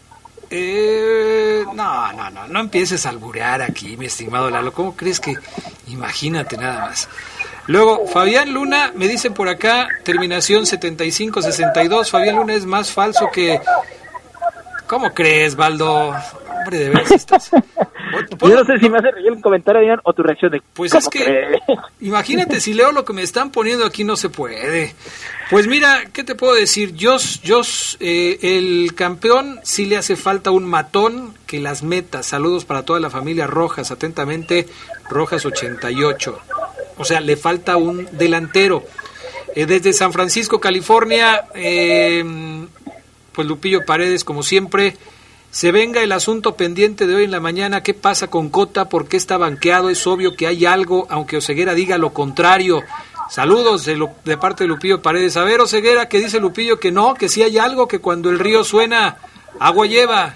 Eh, no, no, no, no empieces a alburear aquí, mi estimado Lalo, ¿cómo crees que? Imagínate nada más. Luego, Fabián Luna, me dicen por acá, terminación setenta y cinco sesenta y dos, Fabián Luna es más falso que... ¿Cómo crees, Baldo? Hombre, de veras estás... Yo no sé si me hace reír el comentario, Adrián, o tu reacción de... Pues es que, crees? Imagínate, si leo lo que me están poniendo aquí, no se puede. Pues mira, ¿qué te puedo decir? Yo, yo eh, el campeón sí le hace falta un matón que las meta. Saludos para toda la familia Rojas, atentamente, Rojas ochenta y ocho. O sea, le falta un delantero. Eh, desde San Francisco, California, eh, pues Lupillo Paredes, como siempre, se venga el asunto pendiente de hoy en la mañana. ¿Qué pasa con Cota? ¿Por qué está banqueado? Es obvio que hay algo, aunque Oseguera diga lo contrario. Saludos de, lo, de parte de Lupillo Paredes. A ver, Oseguera, que dice Lupillo que no, que sí hay algo, que cuando el río suena, agua lleva.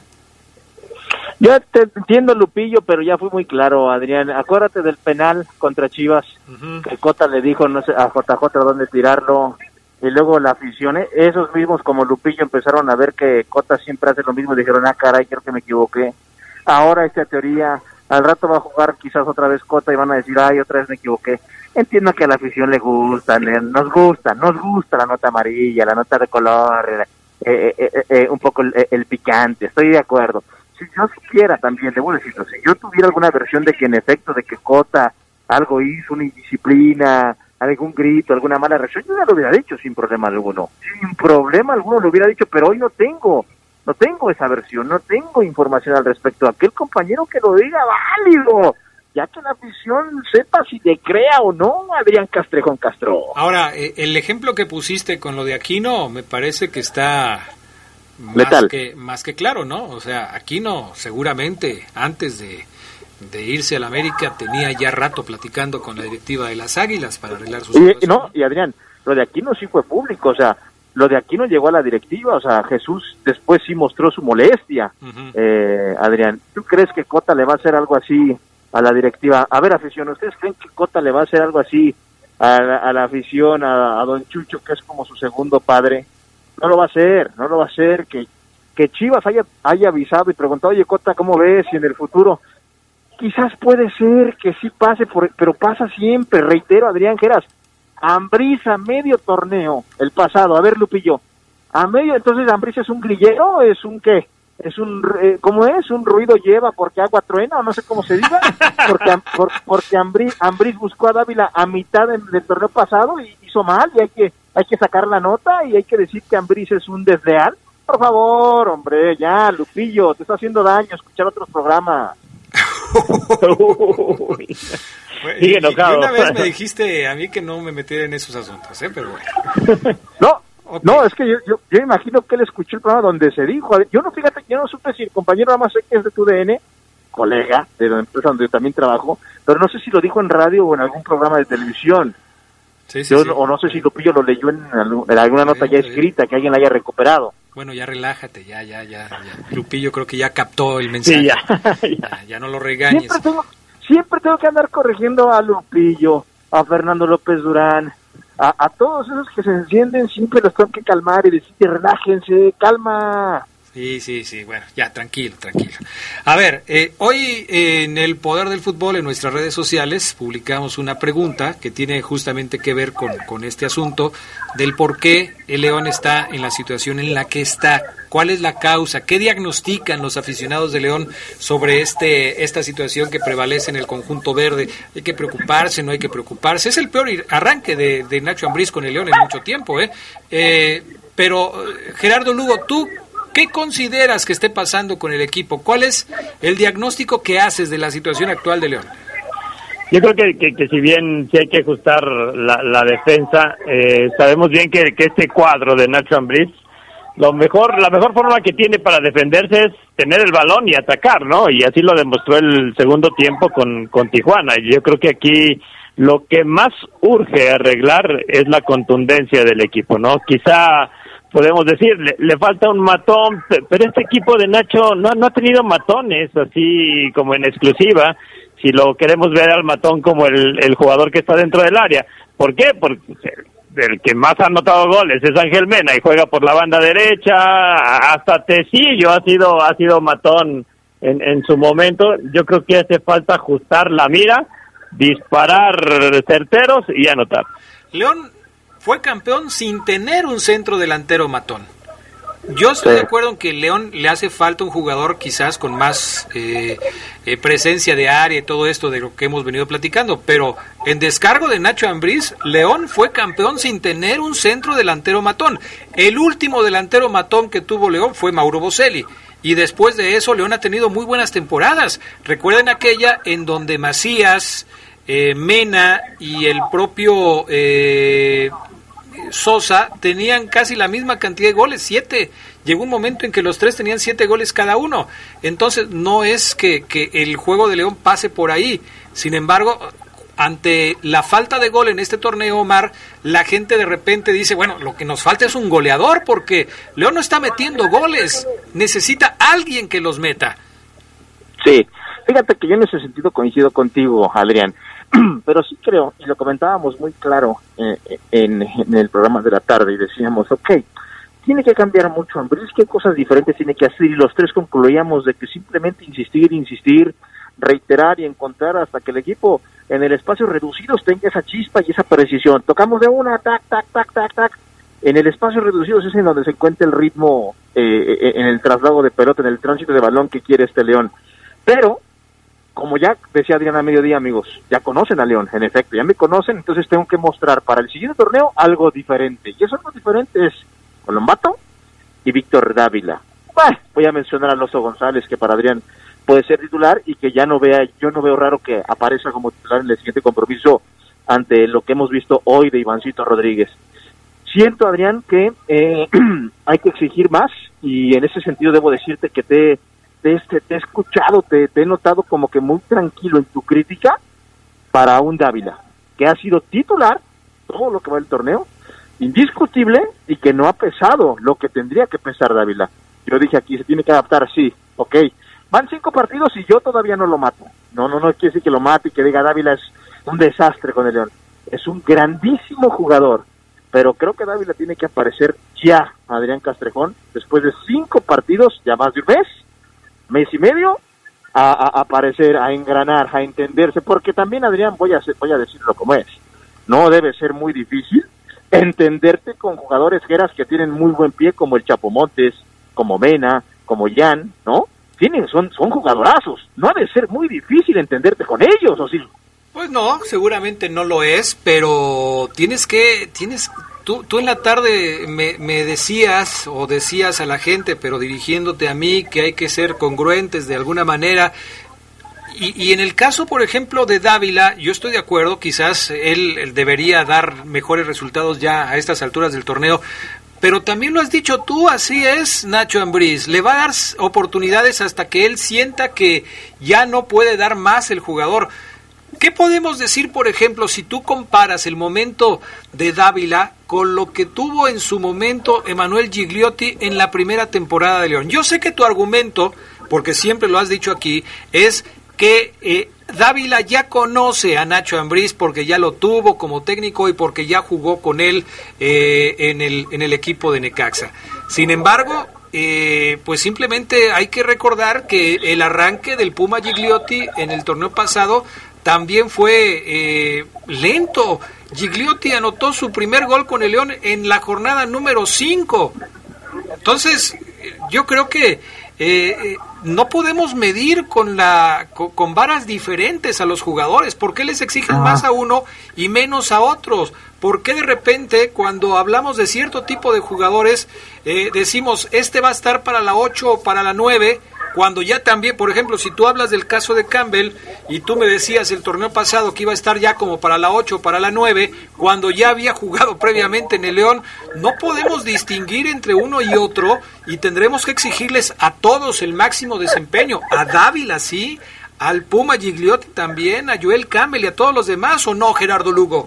Yo te entiendo, Lupillo, pero ya fui muy claro, Adrián. Acuérdate del penal contra Chivas, uh-huh. que Cota le dijo no sé, a J J dónde tirarlo, y luego la afición, ¿eh? Esos mismos como Lupillo empezaron a ver que Cota siempre hace lo mismo, y dijeron, ah, caray, creo que me equivoqué. Ahora esta teoría, al rato va a jugar quizás otra vez Cota y van a decir, ay, otra vez me equivoqué. Entiendo que a la afición le gusta, nos gusta, nos gusta la nota amarilla, la nota de color, eh, eh, eh, eh, un poco el, el picante, estoy de acuerdo. Si yo siquiera también, debo decirlo, si yo tuviera alguna versión de que en efecto de que Cota algo hizo, una indisciplina, algún grito, alguna mala reacción, yo ya lo hubiera dicho sin problema alguno, sin problema alguno lo hubiera dicho, pero hoy no tengo, no tengo esa versión, no tengo información al respecto. Aquel compañero que lo diga, válido, ya que la afición sepa si te crea o no, Adrián Castrejón Castro. Ahora, eh, el ejemplo que pusiste con lo de Aquino me parece que está... Más Letal. que más que claro, ¿no? O sea, Aquino seguramente antes de, de irse a la América tenía ya rato platicando con la directiva de las Águilas para arreglar sus y, y no, y Adrián, lo de Aquino sí fue público, o sea, lo de Aquino llegó a la directiva, o sea, Jesús después sí mostró su molestia. Uh-huh. eh, Adrián, ¿tú crees que Cota le va a hacer algo así a la directiva? A ver, afición, ¿ustedes creen que Cota le va a hacer algo así a la, a la afición, a, a don Chucho, que es como su segundo padre? No lo va a hacer, no lo va a hacer, que, que Chivas haya, haya avisado y preguntado, oye Cota, ¿cómo ves? Y en el futuro, quizás puede ser que sí pase, por, pero pasa siempre, reitero, Adrián Geras, Ambriz a medio torneo, el pasado, a ver Lupillo, a medio, entonces Ambriz es un grillero, es un qué, es un, eh, ¿cómo es? Un ruido lleva porque agua truena, o no sé cómo se diga, porque, por, porque Ambriz, Ambriz buscó a Dávila a mitad del, del torneo pasado y hizo mal, y hay que, hay que sacar la nota y hay que decir que Ambriz es un desleal. Por favor, hombre, ya, Lupillo, te está haciendo daño escuchar otros programas. Sigue enojado. Y una vez me dijiste a mí que no me metiera en esos asuntos, ¿eh? Pero bueno. No, okay. No, es que yo, yo, yo imagino que él escuchó el programa donde se dijo. Yo no, fíjate, yo no supe si el compañero nada más sé que es de tu D N, colega de la empresa donde yo también trabajo, pero no sé si lo dijo en radio o en algún programa de televisión. Sí, sí, yo, sí. O no sé si Lupillo lo leyó en, en alguna nota ya escrita, que alguien la haya recuperado. Bueno, ya relájate, ya, ya, ya, ya. Lupillo creo que ya captó el mensaje. Sí, ya, ya. Ya, ya no lo regañes. Siempre tengo, siempre tengo que andar corrigiendo a Lupillo, a Fernando López Durán, a, a todos esos que se encienden, siempre los tengo que calmar y decir, relájense, calma. Sí, sí, sí, bueno, ya, tranquilo, tranquilo. A ver, eh, hoy eh, en El Poder del Fútbol, en nuestras redes sociales, publicamos una pregunta que tiene justamente que ver con, con este asunto del por qué el León está en la situación en la que está. ¿Cuál es la causa? ¿Qué diagnostican los aficionados de León sobre este esta situación que prevalece en el conjunto verde? ¿Hay que preocuparse? ¿No hay que preocuparse? Es el peor arranque de, de Nacho Ambriz con el León en mucho tiempo, ¿eh? eh pero, Gerardo Lugo, ¿tú qué consideras que esté pasando con el equipo? ¿Cuál es el diagnóstico que haces de la situación actual de León? Yo creo que, que, que si bien sí hay que ajustar la, la defensa, eh, sabemos bien que, que este cuadro de Nacho Ambriz, lo mejor, la mejor forma que tiene para defenderse es tener el balón y atacar, ¿no? Y así lo demostró el segundo tiempo con, con Tijuana. Y yo creo que aquí lo que más urge arreglar es la contundencia del equipo, ¿no? Quizá podemos decir, le, le falta un matón, pero este equipo de Nacho no, no ha tenido matones así como en exclusiva, si lo queremos ver al matón como el, el jugador que está dentro del área. ¿Por qué? Porque el que más ha anotado goles es Ángel Mena y juega por la banda derecha, hasta Tecillo ha sido, ha sido matón en, en su momento. Yo creo que hace falta ajustar la mira, disparar certeros y anotar. León fue campeón sin tener un centro delantero matón. Yo estoy sí. de acuerdo en que León le hace falta un jugador quizás con más eh, eh, presencia de área y todo esto de lo que hemos venido platicando, pero en descargo de Nacho Ambriz, León fue campeón sin tener un centro delantero matón. El último delantero matón que tuvo León fue Mauro Boselli, y después de eso León ha tenido muy buenas temporadas. Recuerden aquella en donde Macías, eh, Mena y el propio eh, Sosa tenían casi la misma cantidad de goles, siete. Llegó un momento en que los tres tenían siete goles cada uno. Entonces no es que, que el juego de León pase por ahí. Sin embargo, ante la falta de gol en este torneo, Omar, la gente de repente dice, bueno, lo que nos falta es un goleador, porque León no está metiendo goles, necesita alguien que los meta. Sí, fíjate que yo en ese sentido coincido contigo, Adrián. Pero sí creo, y lo comentábamos muy claro eh, en, en el programa de la tarde, y decíamos, ok, tiene que cambiar mucho Ambriz, qué cosas diferentes tiene que hacer, y los tres concluíamos de que simplemente insistir, insistir, reiterar y encontrar hasta que el equipo en el espacio reducido tenga esa chispa y esa precisión. Tocamos de una, tac, tac, tac, tac, tac. En el espacio reducido es en donde se encuentra el ritmo eh, en el traslado de pelota, en el tránsito de balón que quiere este León. Pero como ya decía Adrián a mediodía, amigos, ya conocen a León, en efecto, ya me conocen, entonces tengo que mostrar para el siguiente torneo algo diferente. Y eso algo diferente es Colombato y Víctor Dávila. Bah, voy a mencionar a Loso González, que para Adrián puede ser titular y que ya no vea, yo no veo raro que aparezca como titular en el siguiente compromiso ante lo que hemos visto hoy de Ivancito Rodríguez. Siento, Adrián, que eh, hay que exigir más, y en ese sentido debo decirte que te Te, te, te he escuchado, te, te he notado como que muy tranquilo en tu crítica para un Dávila, que ha sido titular todo lo que va el torneo, indiscutible, y que no ha pesado lo que tendría que pesar Dávila. Yo dije aquí, se tiene que adaptar, sí, ok. Van cinco partidos y yo todavía no lo mato. No, no, no quiere decir que lo mate y que diga Dávila es un desastre con el León. Es un grandísimo jugador, pero creo que Dávila tiene que aparecer ya, Adrián Castrejón, después de cinco partidos, ya más de un mes, mes y medio, a, a, a aparecer, a engranar, a entenderse, porque también, Adrián, voy a, voy a decirlo como es, no debe ser muy difícil entenderte con jugadores geras que tienen muy buen pie, como el Chapo Montes, como Mena, como Jan, ¿no? Tienen, son, son jugadorazos. No ha de ser muy difícil entenderte con ellos, ¿o sí? Pues no, seguramente no lo es, pero tienes que, tienes, tú, tú en la tarde me, me decías o decías a la gente, pero dirigiéndote a mí, que hay que ser congruentes de alguna manera. Y, y en el caso, por ejemplo, de Dávila, yo estoy de acuerdo, quizás él, él debería dar mejores resultados ya a estas alturas del torneo, pero también lo has dicho tú, así es Nacho Ambriz, le va a dar oportunidades hasta que él sienta que ya no puede dar más el jugador. ¿Qué podemos decir, por ejemplo, si tú comparas el momento de Dávila con lo que tuvo en su momento Emanuel Gigliotti en la primera temporada de León? Yo sé que tu argumento, porque siempre lo has dicho aquí, es que eh, Dávila ya conoce a Nacho Ambriz porque ya lo tuvo como técnico y porque ya jugó con él eh, en el en el equipo de Necaxa. Sin embargo, eh, pues simplemente hay que recordar que el arranque del Puma Gigliotti en el torneo pasado también fue eh, lento. Gigliotti anotó su primer gol con el León en la jornada número cinco. Entonces, yo creo que eh, no podemos medir con la con, con varas diferentes a los jugadores. ¿Por qué les exigen más a uno y menos a otros? ¿Por qué de repente cuando hablamos de cierto tipo de jugadores eh, decimos este va a estar para la ocho o para la nueve? Cuando ya también, por ejemplo, si tú hablas del caso de Campbell y tú me decías el torneo pasado que iba a estar ya como para la ocho o para la nueve, cuando ya había jugado previamente en el León, no podemos distinguir entre uno y otro y tendremos que exigirles a todos el máximo desempeño. A Dávila sí, al Puma Gigliotti también, a Joel Campbell y a todos los demás, ¿o no, Gerardo Lugo?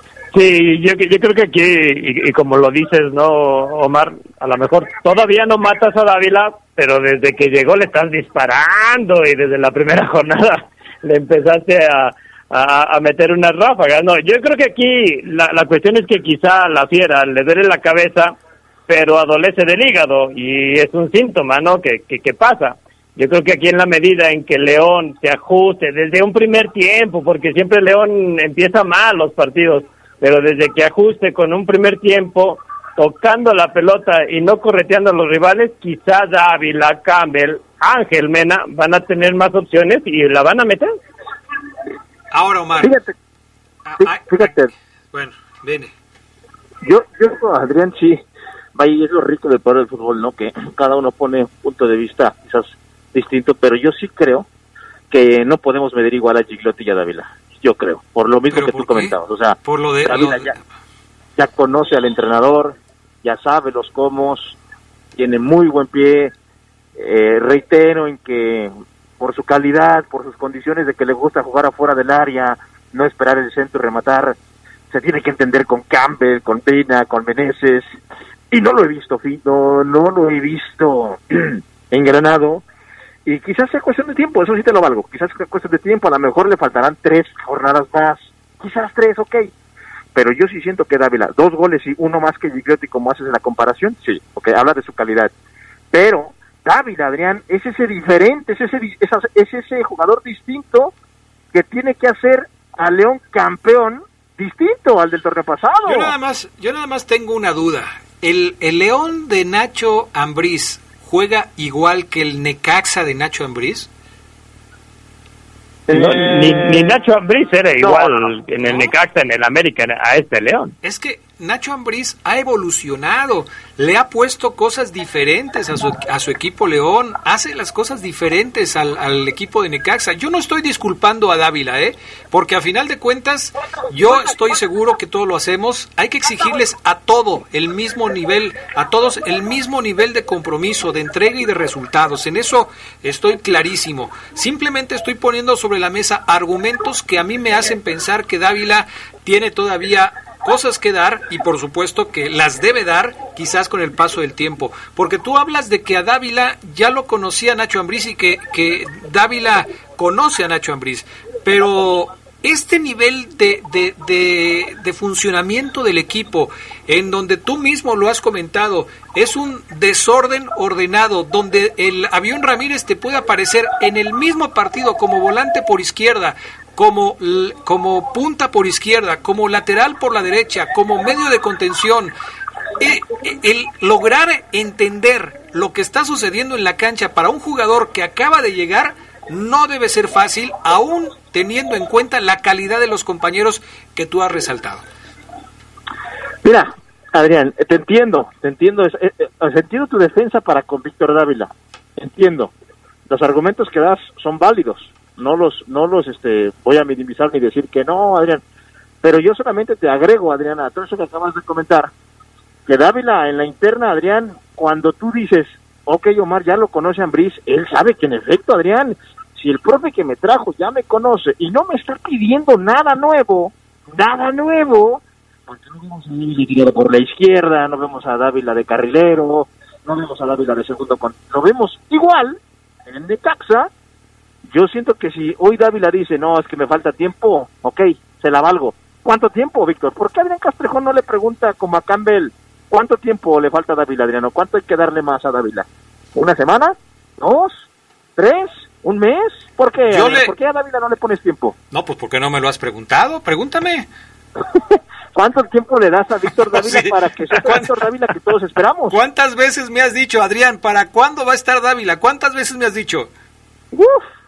Sí, yo, yo creo que aquí, y, y como lo dices, ¿no, Omar? A lo mejor todavía no matas a Dávila, pero desde que llegó le estás disparando y desde la primera jornada le empezaste a, a, a meter unas ráfagas. No, yo creo que aquí la, la cuestión es que quizá a la Fiera le duele la cabeza, pero adolece del hígado y es un síntoma, ¿no? Que, que, que pasa. Yo creo que aquí en la medida en que León se ajuste desde un primer tiempo, porque siempre León empieza mal los partidos, pero desde que ajuste con un primer tiempo, tocando la pelota y no correteando a los rivales, quizás Dávila, Campbell, Ángel Mena van a tener más opciones y la van a meter. Ahora, Omar. Fíjate, fíjate. Bueno, viene. Yo, yo, Adrián, sí, vaya, es lo rico del poder del fútbol, ¿no? Que cada uno pone un punto de vista quizás distinto, pero yo sí creo que no podemos medir igual a Gigliotti y a Dávila. Yo creo, por lo mismo que tú qué? comentabas, o sea, por lo de, Dávila lo... ya, ya conoce al entrenador, ya sabe los cómo, tiene muy buen pie, eh, reitero en que por su calidad, por sus condiciones de que le gusta jugar afuera del área, no esperar el centro y rematar, se tiene que entender con Campbell, con Pena, con Meneses, y no lo he visto, Fito, no lo he visto engranado. Y quizás sea cuestión de tiempo, eso sí te lo valgo, quizás sea cuestión de tiempo, a lo mejor le faltarán tres jornadas más, quizás tres, ok, pero yo sí siento que Dávila, dos goles y uno más que Gigliotti, como haces en la comparación, sí, ok, habla de su calidad, pero Dávila, Adrián, es ese diferente, es ese, es ese jugador distinto que tiene que hacer a León campeón distinto al del torneo pasado. Yo nada más, yo nada más tengo una duda, el, el León de Nacho Ambriz ¿juega igual que el Necaxa de Nacho Ambriz? No, eh, ni, ni Nacho Ambriz era igual no, no, en el no. Necaxa, en el América, a este León. Es que Nacho Ambriz ha evolucionado, le ha puesto cosas diferentes a su, a su equipo León, hace las cosas diferentes al, al equipo de Necaxa. Yo no estoy disculpando a Dávila, ¿eh? Porque a final de cuentas, yo estoy seguro que todos lo hacemos. Hay que exigirles a todo el mismo nivel, a todos el mismo nivel de compromiso, de entrega y de resultados. En eso estoy clarísimo. Simplemente estoy poniendo sobre la mesa argumentos que a mí me hacen pensar que Dávila tiene todavía cosas que dar y por supuesto que las debe dar quizás con el paso del tiempo, porque tú hablas de que a Dávila ya lo conocía Nacho Ambriz y que, que Dávila conoce a Nacho Ambriz, pero este nivel de, de, de, de funcionamiento del equipo, en donde tú mismo lo has comentado, es un desorden ordenado, donde el Avión Ramírez te puede aparecer en el mismo partido como volante por izquierda, como, como punta por izquierda, como lateral por la derecha, como medio de contención. El, el lograr entender lo que está sucediendo en la cancha para un jugador que acaba de llegar no debe ser fácil, aún teniendo en cuenta la calidad de los compañeros que tú has resaltado. Mira, Adrián, te entiendo, te entiendo, eh, eh, entiendo tu defensa para con Víctor Dávila, entiendo, los argumentos que das son válidos, no los, no los, este, voy a minimizar ni decir que no, Adrián, pero yo solamente te agrego, Adrián, a todo eso que acabas de comentar, que Dávila en la interna, Adrián, cuando tú dices, ok, Omar ya lo conoce a Ambriz, él sabe que en efecto, Adrián, si el profe que me trajo ya me conoce y no me está pidiendo nada nuevo, nada nuevo, porque no vemos a Dávila tirado por la izquierda, no vemos a Dávila de carrilero, no vemos a Dávila de segundo, con... lo vemos igual en el Necaxa. Yo siento que si hoy Dávila dice, no, es que me falta tiempo, ok, se la valgo. ¿Cuánto tiempo, Víctor? ¿Por qué Adrián Castrejón no le pregunta como a Campbell, cuánto tiempo le falta a Dávila, Adriano? ¿Cuánto hay que darle más a Dávila? ¿Una semana? ¿Dos? ¿Tres? ¿Un mes? ¿Por qué? Yo le... ¿Por qué a Dávila no le pones tiempo? No, pues porque no me lo has preguntado, pregúntame. ¿Cuánto tiempo le das a Víctor Dávila sí. para que sea Víctor Dávila que todos esperamos? ¿Cuántas veces me has dicho, Adrián, para cuándo va a estar Dávila? ¿Cuántas veces me has dicho? Uf.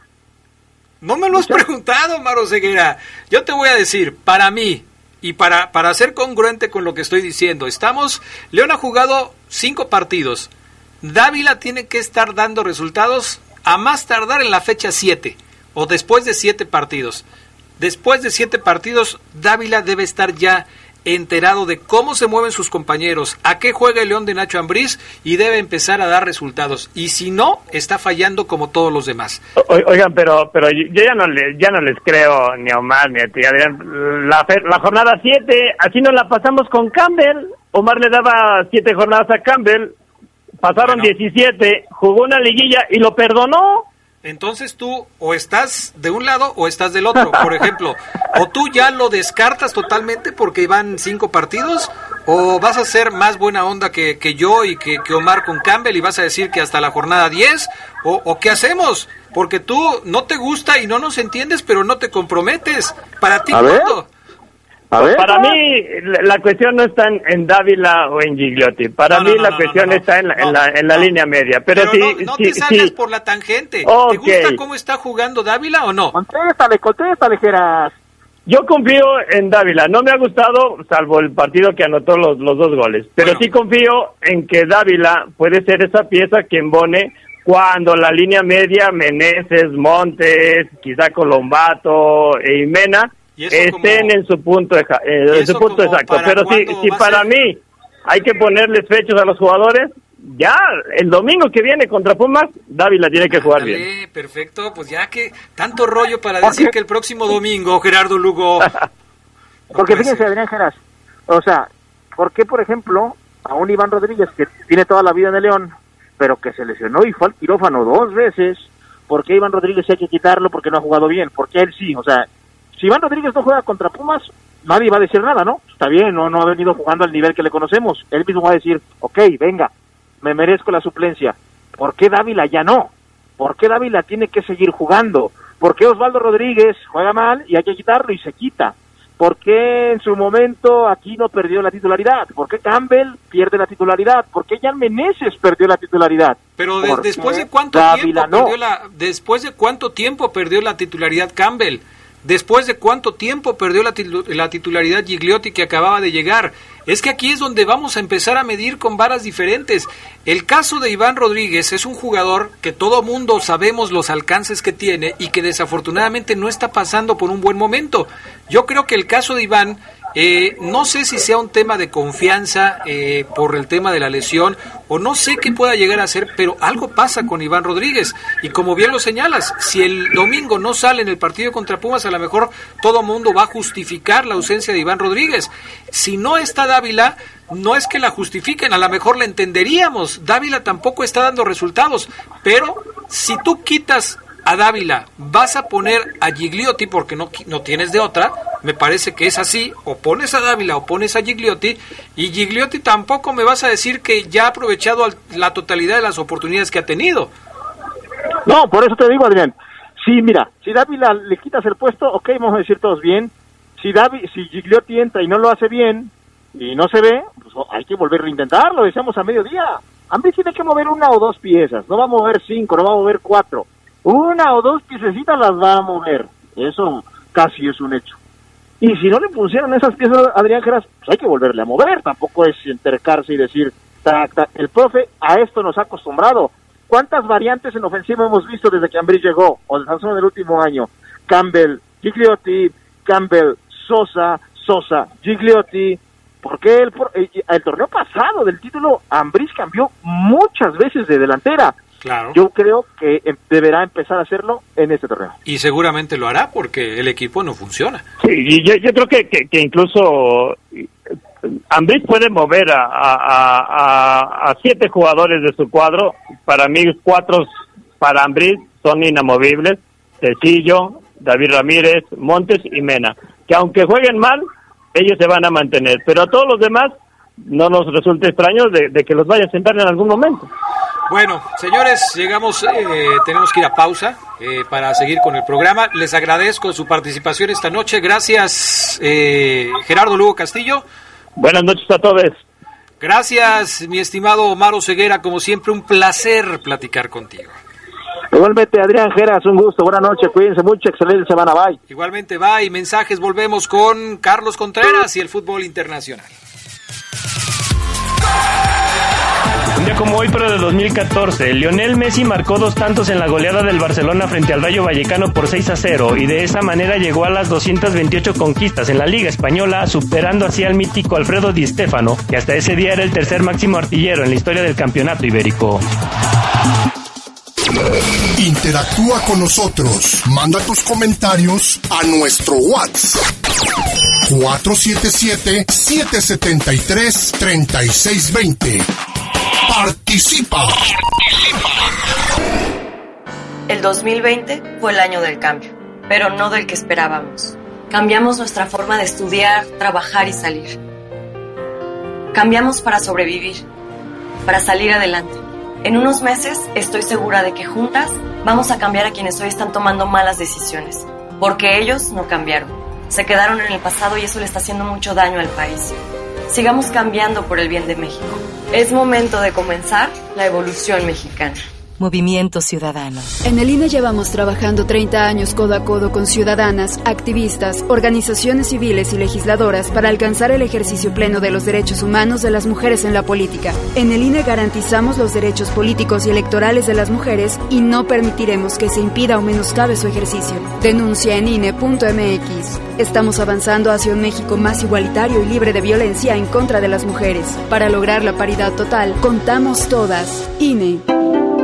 No me lo has preguntado, Maro Ceguera. Yo te voy a decir, para mí, y para, para ser congruente con lo que estoy diciendo, estamos, León ha jugado cinco partidos. Dávila tiene que estar dando resultados a más tardar en la fecha siete, o después de siete partidos. Después de siete partidos, Dávila debe estar ya enterado de cómo se mueven sus compañeros, a qué juega el León de Nacho Ambriz y debe empezar a dar resultados. Y si no, está fallando como todos los demás. O, oigan, pero pero yo ya no, le, ya no les creo ni a Omar ni a ti, Adrián. La, la jornada siete, así nos la pasamos con Campbell. Omar le daba siete jornadas a Campbell, pasaron bueno. diecisiete, jugó una liguilla y lo perdonó. Entonces tú o estás de un lado o estás del otro, por ejemplo, o tú ya lo descartas totalmente porque van cinco partidos, o vas a ser más buena onda que, que yo y que, que Omar con Campbell y vas a decir que hasta la jornada diez, o, o ¿qué hacemos? Porque tú no te gusta y no nos entiendes, pero no te comprometes. ¿Para ti cuándo? A ver. Para mí la cuestión no está en, en Dávila o en Gigliotti. Para no, mí no, la no, cuestión no, no, está en la, no, en la, en la no, línea media. Pero, pero sí, no, no sí, te salgas sí. por la tangente. Okay. ¿Te gusta cómo está jugando Dávila o no? Contéstale, contéstale, Geras. Yo confío en Dávila. No me ha gustado, salvo el partido que anotó los, los dos goles. Pero bueno. sí confío en que Dávila puede ser esa pieza que embone cuando la línea media, Meneses, Montes, quizá Colombato e Imena, estén como, en su punto, de, eh, en su punto exacto. Pero si, si para ser... mí hay que ponerles fechas a los jugadores, ya el domingo que viene contra Pumas, Dávila tiene que jugar Dale, bien. Perfecto, pues ya que tanto rollo para decir que el próximo domingo, Gerardo Lugo. Porque fíjense, Adrián Geras, o sea, ¿por qué, por ejemplo, a un Iván Rodríguez que tiene toda la vida en el León, pero que se lesionó y fue al quirófano dos veces, ¿por qué Iván Rodríguez hay que quitarlo porque no ha jugado bien? ¿Por qué él sí? O sea, si Iván Rodríguez no juega contra Pumas, nadie va a decir nada, ¿no? Está bien, no, no ha venido jugando al nivel que le conocemos. Él mismo va a decir, ok, venga, me merezco la suplencia. ¿Por qué Dávila ya no? ¿Por qué Dávila tiene que seguir jugando? ¿Por qué Osvaldo Rodríguez juega mal y hay que quitarlo y se quita? ¿Por qué en su momento Aquino perdió la titularidad? ¿Por qué Campbell pierde la titularidad? ¿Por qué Jan Meneses perdió la titularidad? Pero de, después de cuánto Dávila tiempo no? perdió la después de cuánto tiempo perdió la titularidad Campbell. ¿Después de cuánto tiempo perdió la, titu- la titularidad Gigliotti que acababa de llegar? Es que aquí es donde vamos a empezar a medir con varas diferentes. El caso de Iván Rodríguez es un jugador que todo mundo sabemos los alcances que tiene y que desafortunadamente no está pasando por un buen momento. Yo creo que el caso de Iván, eh, no sé si sea un tema de confianza eh, por el tema de la lesión o no sé qué pueda llegar a ser, pero algo pasa con Iván Rodríguez. Y como bien lo señalas, si el domingo no sale en el partido contra Pumas, a lo mejor todo mundo va a justificar la ausencia de Iván Rodríguez. Si no está Dávila, no es que la justifiquen, a lo mejor la entenderíamos. Dávila tampoco está dando resultados, pero si tú quitas a Dávila, vas a poner a Gigliotti porque no, no tienes de otra, me parece que es así, o pones a Dávila o pones a Gigliotti, y Gigliotti tampoco me vas a decir que ya ha aprovechado la totalidad de las oportunidades que ha tenido. No, por eso te digo, Adrián, sí, mira, si Dávila le quitas el puesto, ok, vamos a decir todos bien. Si Davi, si Gigliotti entra y no lo hace bien y no se ve, pues hay que volver a intentarlo, decíamos a mediodía. Ambriz tiene que mover una o dos piezas, no va a mover cinco, no va a mover cuatro. Una o dos piececitas las va a mover, eso casi es un hecho. Y si no le funcionan esas piezas a Adrián Geras, pues hay que volverle a mover, tampoco es entercarse y decir, tac, tac. El profe a esto nos ha acostumbrado. ¿Cuántas variantes en ofensiva hemos visto desde que Ambriz llegó, o de Sansón del último año? Campbell, Gigliotti, Campbell, Sosa, Sosa, Gigliotti. Porque el, el, el torneo pasado del título, Ambriz cambió muchas veces de delantera. Claro. Yo creo que deberá empezar a hacerlo en este torneo. Y seguramente lo hará porque el equipo no funciona. Sí, y yo, yo creo que, que, que incluso Ambriz puede mover a, a, a, a siete jugadores de su cuadro. Para mí, cuatro para Ambriz son inamovibles. Tecillo, David Ramírez, Montes y Mena. Que aunque jueguen mal, ellos se van a mantener. Pero a todos los demás no nos resulta extraño de, de que los vaya a sentar en algún momento. Bueno, señores, llegamos, eh, tenemos que ir a pausa eh, para seguir con el programa. Les agradezco su participación esta noche. Gracias, eh, Gerardo Lugo Castillo. Buenas noches a todos. Gracias, mi estimado Omar Ceguera. Como siempre, un placer platicar contigo. Igualmente, Adrián Geras, un gusto. Buenas noches, cuídense mucho. Excelente semana, bye. Igualmente, bye. Mensajes, volvemos con Carlos Contreras y el fútbol internacional. Un día como hoy, pero de dos mil catorce, Lionel Messi marcó dos tantos en la goleada del Barcelona frente al Rayo Vallecano por seis a cero y de esa manera llegó a las doscientas veintiocho conquistas en la Liga Española, superando así al mítico Alfredo Di Stéfano, que hasta ese día era el tercer máximo artillero en la historia del campeonato ibérico. Interactúa con nosotros. Manda tus comentarios a nuestro WhatsApp cuatro siete siete, siete siete tres, tres seis dos cero. Participa. El dos mil veinte fue el año del cambio, pero no del que esperábamos. Cambiamos nuestra forma de estudiar, trabajar y salir. Cambiamos para sobrevivir, para salir adelante. En unos meses estoy segura de que juntas vamos a cambiar a quienes hoy están tomando malas decisiones, porque ellos no cambiaron. Se quedaron en el pasado y eso le está haciendo mucho daño al país. Sigamos cambiando por el bien de México. Es momento de comenzar la evolución mexicana. Movimiento Ciudadano. En el I N E llevamos trabajando treinta años codo a codo con ciudadanas, activistas, organizaciones civiles y legisladoras para alcanzar el ejercicio pleno de los derechos humanos de las mujeres en la política. En el I N E garantizamos los derechos políticos y electorales de las mujeres y no permitiremos que se impida o menoscabe su ejercicio. Denuncia en I N E punto M X. Estamos avanzando hacia un México más igualitario y libre de violencia en contra de las mujeres. Para lograr la paridad total, contamos todas. I N E.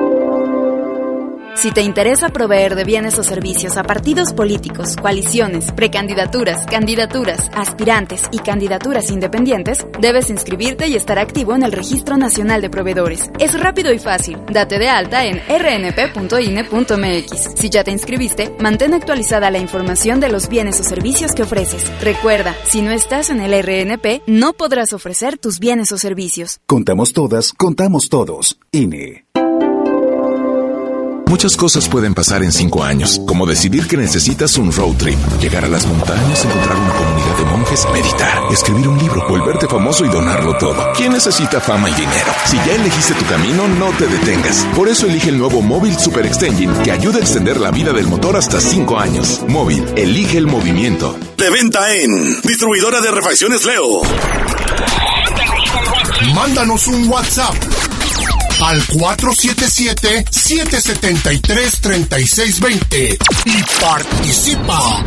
Si te interesa proveer de bienes o servicios a partidos políticos, coaliciones, precandidaturas, candidaturas, aspirantes y candidaturas independientes, debes inscribirte y estar activo en el Registro Nacional de Proveedores. Es rápido y fácil. Date de alta en r n p punto i n e punto m x. Si ya te inscribiste, mantén actualizada la información de los bienes o servicios que ofreces. Recuerda, si no estás en el R N P, no podrás ofrecer tus bienes o servicios. Contamos todas, contamos todos. I N E. Muchas cosas pueden pasar en cinco años, como decidir que necesitas un road trip, llegar a las montañas, encontrar una comunidad de monjes, meditar, escribir un libro, volverte famoso y donarlo todo. ¿Quién necesita fama y dinero? Si ya elegiste tu camino, no te detengas. Por eso elige el nuevo Móvil Super Extension, que ayuda a extender la vida del motor hasta cinco años. Móvil, elige el movimiento. De venta en Distribuidora de Refacciones Leo. Mándanos un WhatsApp al cuatro siete siete, siete siete tres, tres seis dos cero y participa.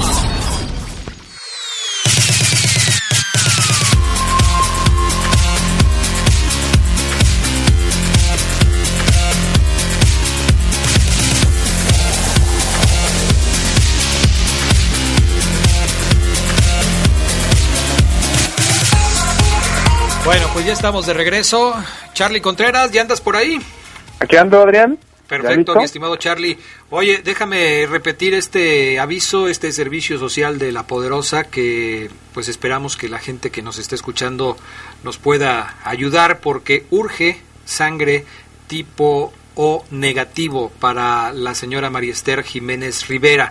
Bueno, pues ya estamos de regreso. Charlie Contreras, ¿ya andas por ahí? Aquí ando, Adrián. Perfecto, mi estimado Charlie. Oye, déjame repetir este aviso, este servicio social de La Poderosa, que pues esperamos que la gente que nos esté escuchando nos pueda ayudar, porque urge sangre tipo O negativo para la señora María Esther Jiménez Rivera.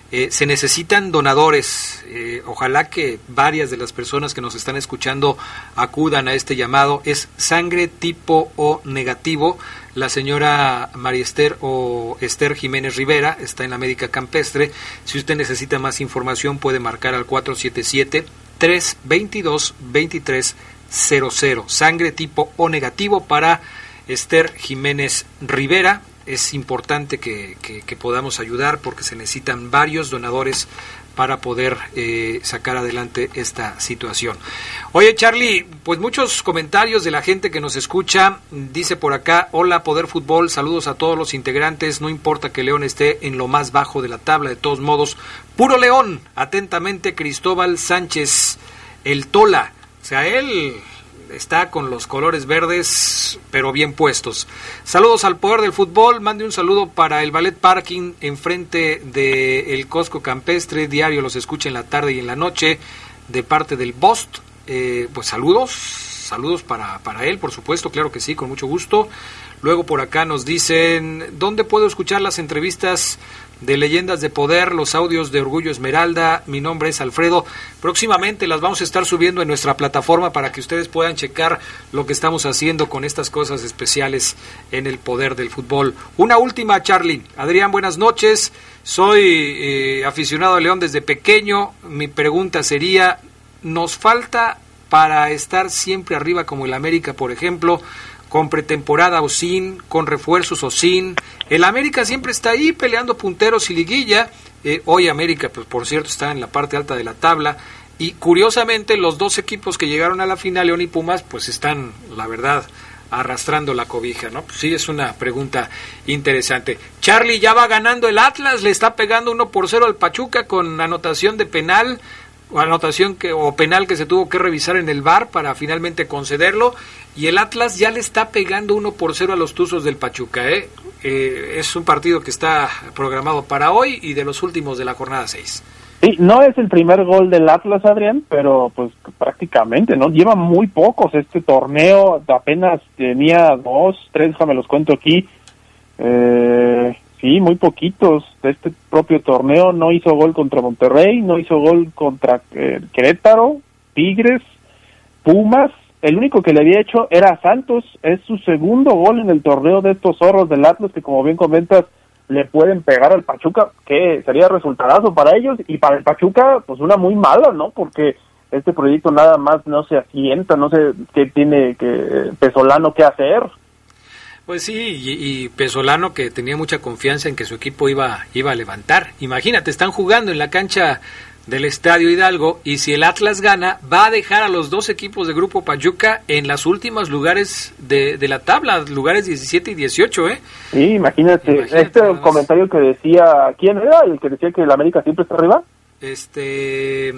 Eh, se necesitan donadores. Eh, ojalá que varias de las personas que nos están escuchando acudan a este llamado. Es sangre tipo O negativo. La señora María Esther o Esther Jiménez Rivera está en la Médica Campestre. Si usted necesita más información puede marcar al cuatro siete siete, tres dos dos, dos tres cero cero. Sangre tipo O negativo para Esther Jiménez Rivera. Es importante que, que, que podamos ayudar porque se necesitan varios donadores para poder eh, sacar adelante esta situación. Oye, Charlie, pues muchos comentarios de la gente que nos escucha. Dice por acá, hola Poder Fútbol, saludos a todos los integrantes, no importa que León esté en lo más bajo de la tabla, de todos modos, puro León. Atentamente, Cristóbal Sánchez, el Tola. O sea, él está con los colores verdes, pero bien puestos. Saludos al Poder del Fútbol. Mande un saludo para el Ballet Parking enfrente del Costco Campestre. Diario los escucha en la tarde y en la noche de parte del Bost. Eh, pues saludos, saludos para, para él, por supuesto, claro que sí, con mucho gusto. Luego por acá nos dicen, ¿dónde puedo escuchar las entrevistas de Leyendas de Poder, los audios de Orgullo Esmeralda? Mi nombre es Alfredo. Próximamente las vamos a estar subiendo en nuestra plataforma para que ustedes puedan checar lo que estamos haciendo con estas cosas especiales en el Poder del Fútbol. Una última, Charlie. Adrián, buenas noches. Soy eh, aficionado a León desde pequeño. Mi pregunta sería, ¿nos falta para estar siempre arriba como el América, por ejemplo, con pretemporada o sin, con refuerzos o sin? El América siempre está ahí peleando punteros y liguilla. Eh, hoy América, pues por cierto, está en la parte alta de la tabla. Y curiosamente los dos equipos que llegaron a la final, León y Pumas, pues están, la verdad, arrastrando la cobija, ¿no? Pues sí, es una pregunta interesante. Charlie, ya va ganando el Atlas, le está pegando uno por cero al Pachuca con anotación de penal, o anotación que o penal que se tuvo que revisar en el V A R para finalmente concederlo, y el Atlas ya le está pegando uno por cero a los Tuzos del Pachuca, ¿eh? Eh, es un partido que está programado para hoy y de los últimos de la jornada seis. Sí, no es el primer gol del Atlas, Adrián, pero pues prácticamente, ¿no? Lleva muy pocos este torneo, apenas tenía dos, tres, déjame los cuento aquí, eh... Sí, muy poquitos de este propio torneo. No hizo gol contra Monterrey, no hizo gol contra eh, Querétaro, Tigres, Pumas. El único que le había hecho era Santos. Es su segundo gol en el torneo de estos zorros del Atlas que, como bien comentas, le pueden pegar al Pachuca, que sería resultadazo para ellos. Y para el Pachuca, pues una muy mala, ¿no? Porque este proyecto nada más no se asienta, no sé qué tiene que Pesolano que hacer. Pues sí, y, y Pesolano, que tenía mucha confianza en que su equipo iba, iba a levantar. Imagínate, están jugando en la cancha del Estadio Hidalgo y si el Atlas gana, va a dejar a los dos equipos de Grupo Pachuca en los últimos lugares de, de la tabla, lugares diecisiete y dieciocho, ¿eh? Sí, imagínate, imagínate este comentario que decía, ¿quién era el que decía que el América siempre está arriba? Este,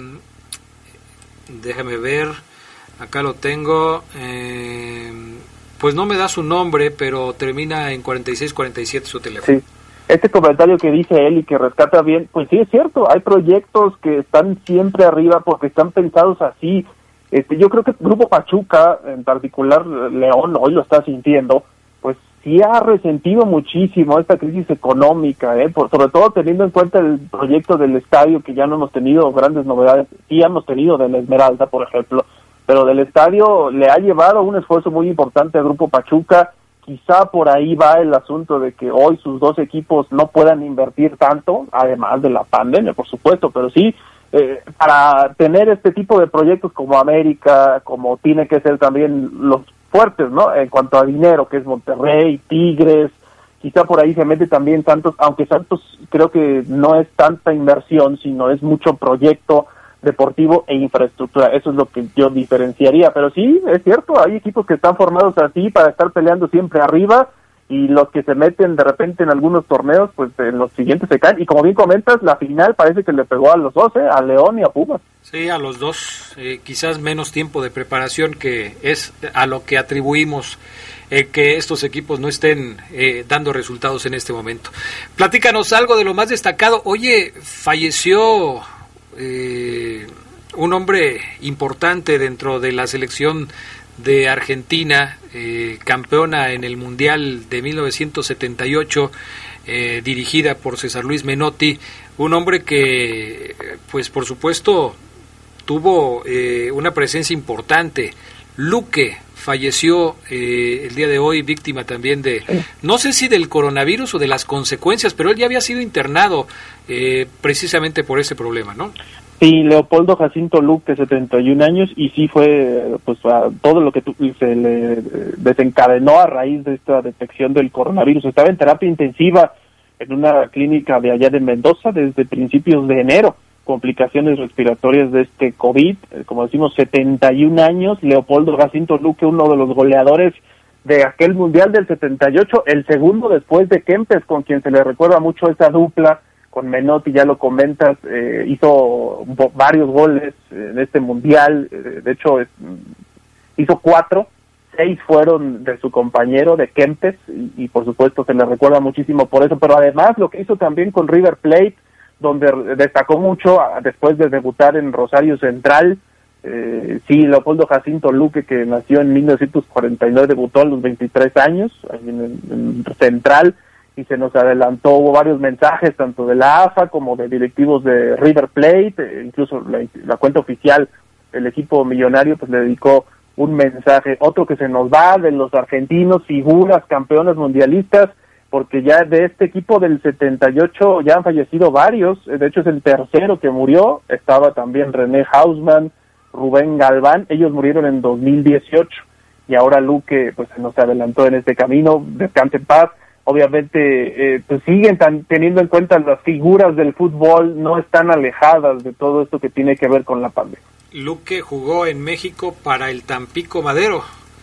déjame ver, acá lo tengo, eh... pues no me da su nombre, pero termina en cuarenta y seis cuarenta y siete su teléfono. Sí, este comentario que dice él y que rescata bien, pues sí es cierto, hay proyectos que están siempre arriba porque están pensados así. Este, yo creo que el Grupo Pachuca, en particular León, hoy lo está sintiendo, pues sí ha resentido muchísimo esta crisis económica, ¿eh? Por, sobre todo teniendo en cuenta el proyecto del estadio, que ya no hemos tenido grandes novedades, sí hemos tenido de la Esmeralda, por ejemplo, pero del estadio le ha llevado un esfuerzo muy importante al Grupo Pachuca. Quizá por ahí va el asunto de que hoy sus dos equipos no puedan invertir tanto, además de la pandemia, por supuesto, pero sí, eh, para tener este tipo de proyectos como América, como tiene que ser también los fuertes, ¿no? En cuanto a dinero, que es Monterrey, Tigres, quizá por ahí se mete también Santos, aunque Santos creo que no es tanta inversión, sino es mucho proyecto deportivo e infraestructura. Eso es lo que yo diferenciaría, pero sí, es cierto, hay equipos que están formados así para estar peleando siempre arriba y los que se meten de repente en algunos torneos, pues en los siguientes se caen, y como bien comentas, la final parece que le pegó a los dos, ¿eh? A León y a Pumas. Sí, a los dos, eh, quizás menos tiempo de preparación, que es a lo que atribuimos eh, que estos equipos no estén eh, dando resultados en este momento. Platícanos algo de lo más destacado. Oye, falleció Eh, un hombre importante dentro de la selección de Argentina, eh, campeona en el Mundial de mil novecientos setenta y ocho, eh, dirigida por César Luis Menotti, un hombre que, pues por supuesto, tuvo eh, una presencia importante. Luque falleció eh, el día de hoy, víctima también de, no sé si del coronavirus o de las consecuencias, pero él ya había sido internado eh, precisamente por ese problema, ¿no? Sí, Leopoldo Jacinto Luque, setenta y un años, y sí fue pues a todo lo que tu, se le desencadenó a raíz de esta detección del coronavirus. Estaba en terapia intensiva en una clínica de allá de Mendoza desde principios de enero. Complicaciones respiratorias de este COVID, como decimos, setenta y un años, Leopoldo Jacinto Luque, uno de los goleadores de aquel Mundial del setenta y ocho, el segundo después de Kempes, con quien se le recuerda mucho esa dupla, con Menotti, ya lo comentas, eh, hizo varios goles en este Mundial, eh, de hecho es, hizo cuatro, seis fueron de su compañero, de Kempes, y, y por supuesto se le recuerda muchísimo por eso, pero además lo que hizo también con River Plate, donde destacó mucho después de debutar en Rosario Central. Eh, sí, Leopoldo Jacinto Luque, que nació en mil novecientos cuarenta y nueve, debutó a los veintitrés años en, en, en Central, y se nos adelantó. Hubo varios mensajes, tanto de la A F A como de directivos de River Plate, eh, incluso la, la cuenta oficial del equipo millonario pues le dedicó un mensaje. Otro que se nos va de los argentinos, figuras, campeones mundialistas, porque ya de este equipo del setenta y ocho ya han fallecido varios, de hecho es el tercero que murió. Estaba también René Hausmann, Rubén Galván, ellos murieron en dos mil dieciocho, y ahora Luque pues se nos adelantó en este camino. Descanse en paz. Obviamente eh, pues siguen tan, teniendo en cuenta las figuras del fútbol, no están alejadas de todo esto que tiene que ver con la pandemia. Luque jugó en México para el Tampico Madero,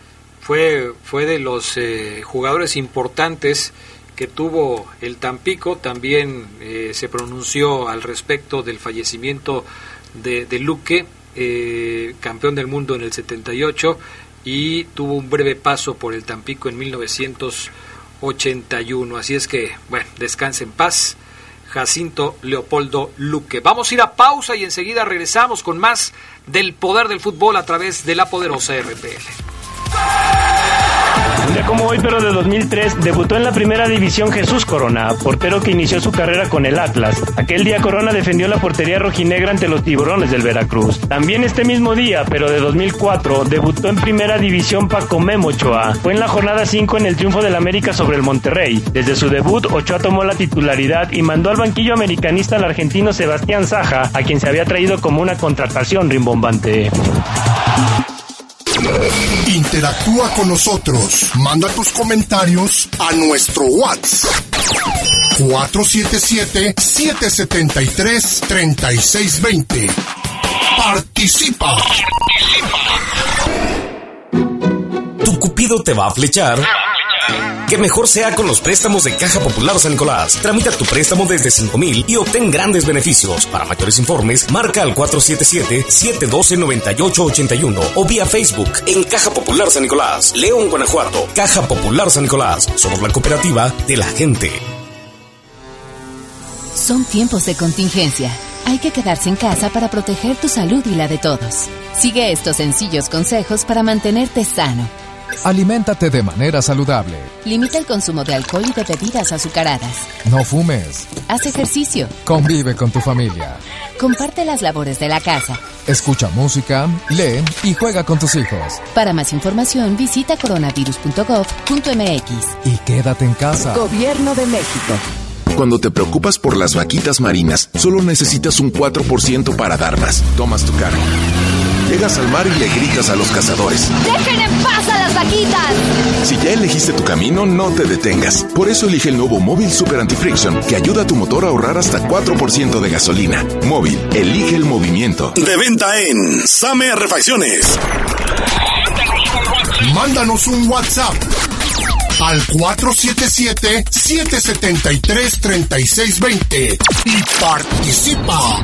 fue, fue de los eh, jugadores importantes que tuvo el Tampico. También eh, se pronunció al respecto del fallecimiento de, de Luque, eh, campeón del mundo en el setenta y ocho, y tuvo un breve paso por el Tampico en mil novecientos ochenta y uno. Así es que, bueno, descanse en paz, Jacinto Leopoldo Luque. Vamos a ir a pausa y enseguida regresamos con más del poder del fútbol a través de la poderosa R P L. Un día como hoy, pero de dos mil tres, debutó en la primera división Jesús Corona, portero que inició su carrera con el Atlas. Aquel día Corona defendió la portería rojinegra ante los Tiburones del Veracruz. También este mismo día, pero de dos mil cuatro, debutó en primera división Paco Memo Ochoa. Fue en la jornada cinco en el triunfo del América sobre el Monterrey. Desde su debut, Ochoa tomó la titularidad y mandó al banquillo americanista al argentino Sebastián Saja, a quien se había traído como una contratación rimbombante. Interactúa con nosotros. Manda tus comentarios a nuestro WhatsApp cuatro siete siete, siete siete tres, tres seis dos cero. Participa. Tu Cupido te va a flechar. Que mejor sea con los préstamos de Caja Popular San Nicolás. Tramita tu préstamo desde cinco mil y obtén grandes beneficios. Para mayores informes, marca al cuatro siete siete, siete uno dos, nueve ocho ocho uno o vía Facebook en Caja Popular San Nicolás, León, Guanajuato. Caja Popular San Nicolás. Somos la cooperativa de la gente. Son tiempos de contingencia. Hay que quedarse en casa para proteger tu salud y la de todos. Sigue estos sencillos consejos para mantenerte sano. Aliméntate de manera saludable. Limita el consumo de alcohol y de bebidas azucaradas. No fumes. Haz ejercicio. Convive con tu familia. Comparte las labores de la casa. Escucha música, lee y juega con tus hijos. Para más información, visita coronavirus punto gov punto m x. Y quédate en casa. Gobierno de México. Cuando te preocupas por las vaquitas marinas, solo necesitas un cuatro por ciento para dar más. Tomas tu carga. Llegas al mar y le gritas a los cazadores: ¡dejen en paz a las vaquitas! Si ya elegiste tu camino, no te detengas. Por eso elige el nuevo Móvil Super Anti-Friction, que ayuda a tu motor a ahorrar hasta cuatro por ciento de gasolina. Móvil, elige el movimiento. De venta en Same Refacciones. Mándanos un WhatsApp al cuatro siete siete, siete siete tres, tres seis dos cero y participa.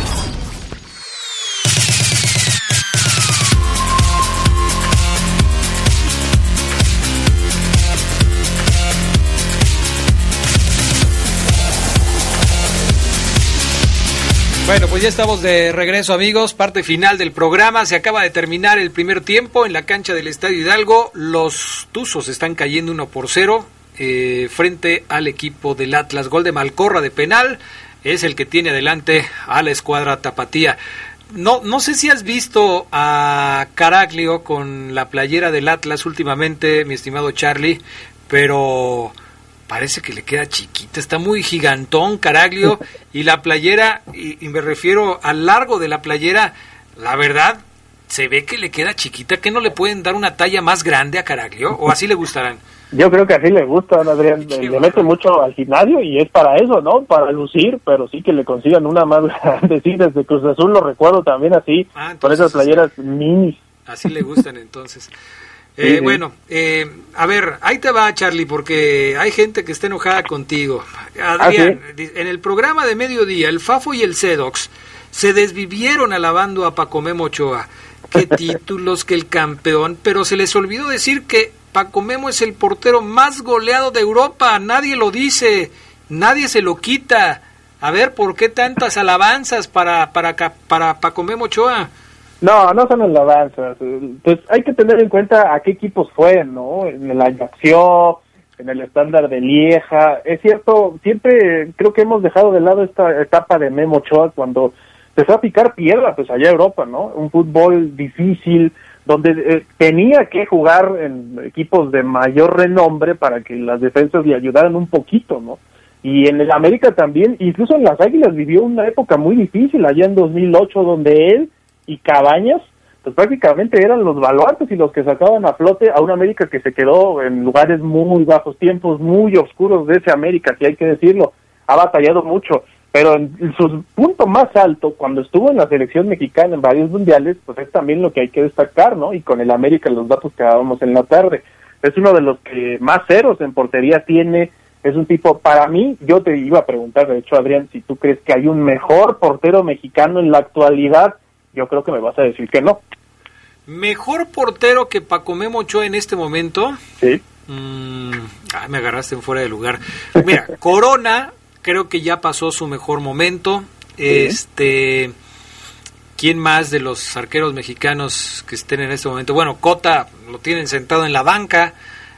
Bueno, pues ya estamos de regreso, amigos, parte final del programa. Se acaba de terminar el primer tiempo en la cancha del Estadio Hidalgo. Los Tuzos están cayendo uno por cero. eh, frente al equipo del Atlas. Gol de Malcorra de penal, es el que tiene adelante a la escuadra tapatía. No, no sé si has visto a Caraglio con la playera del Atlas últimamente, mi estimado Charlie, pero parece que le queda chiquita, está muy gigantón Caraglio, y la playera, y, y me refiero al largo de la playera, la verdad, se ve que le queda chiquita. ¿Que no le pueden dar una talla más grande a Caraglio? ¿O así le gustarán? Yo creo que así le gusta, Adrián. Le bueno. mete mucho al gimnasio y es para eso, ¿no? Para lucir, pero sí que le consigan una más grande. Sí, desde Cruz Azul lo recuerdo también así, ah, con esas playeras sí. mini. Así le gustan entonces. Eh, sí, sí. Bueno, eh, a ver, ahí te va, Charlie, porque hay gente que está enojada contigo. Adrián, ¿Ah, sí? En el programa de mediodía, el Fafo y el Sedox se desvivieron alabando a Paco Memo Ochoa. Qué títulos, que el campeón, pero se les olvidó decir que Paco Memo es el portero más goleado de Europa. Nadie lo dice, nadie se lo quita. A ver, ¿por qué tantas alabanzas para, para, para Paco Memo Ochoa? No, no son alabanzas. Pues hay que tener en cuenta a qué equipos fue, ¿no? En el Ajaccio, en el Estándar de Lieja. Es cierto, siempre creo que hemos dejado de lado esta etapa de Memo Ochoa cuando empezó a picar piedra, pues allá en Europa, ¿no? Un fútbol difícil, donde eh, tenía que jugar en equipos de mayor renombre para que las defensas le ayudaran un poquito, ¿no? Y en el América también, incluso en las Águilas vivió una época muy difícil allá en dos mil ocho, donde él y Cabañas, pues prácticamente eran los baluartes y los que sacaban a flote a un América que se quedó en lugares muy bajos, tiempos muy oscuros de ese América, si hay que decirlo, ha batallado mucho. Pero en su punto más alto, cuando estuvo en la selección mexicana en varios mundiales, pues es también lo que hay que destacar, ¿no? Y con el América, los datos que dábamos en la tarde. Es uno de los que más ceros en portería tiene. Es un tipo, para mí, yo te iba a preguntar, de hecho, Adrián, si tú crees que hay un mejor portero mexicano en la actualidad, yo creo que me vas a decir que no. ¿Mejor portero que Paco Memo Ochoa en este momento? Sí. Mm, ah, me agarraste en fuera de lugar. Mira, Corona... creo que ya pasó su mejor momento. Sí. Este, ¿quién más de los arqueros mexicanos que estén en este momento? Bueno, Cota lo tienen sentado en la banca.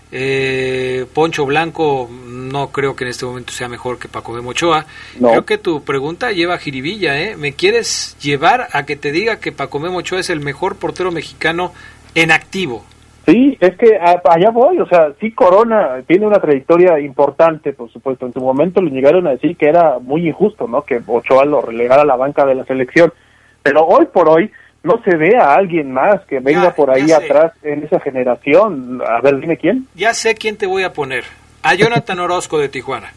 Eh, Poncho Blanco no creo que en este momento sea mejor que Paco Memo Ochoa. No. Creo que tu pregunta lleva jiribilla, ¿eh? ¿Me quieres llevar a que te diga que Paco Memo Ochoa es el mejor portero mexicano en activo? Sí, es que a, allá voy, o sea, sí, Corona tiene una trayectoria importante, por supuesto. En su momento le llegaron a decir que era muy injusto, ¿no? Que Ochoa lo relegara a la banca de la selección. Pero hoy por hoy no se ve a alguien más que venga ya, por ahí atrás en esa generación. A ver, dime quién. Ya sé quién te voy a poner. A Jonathan Orozco de Tijuana.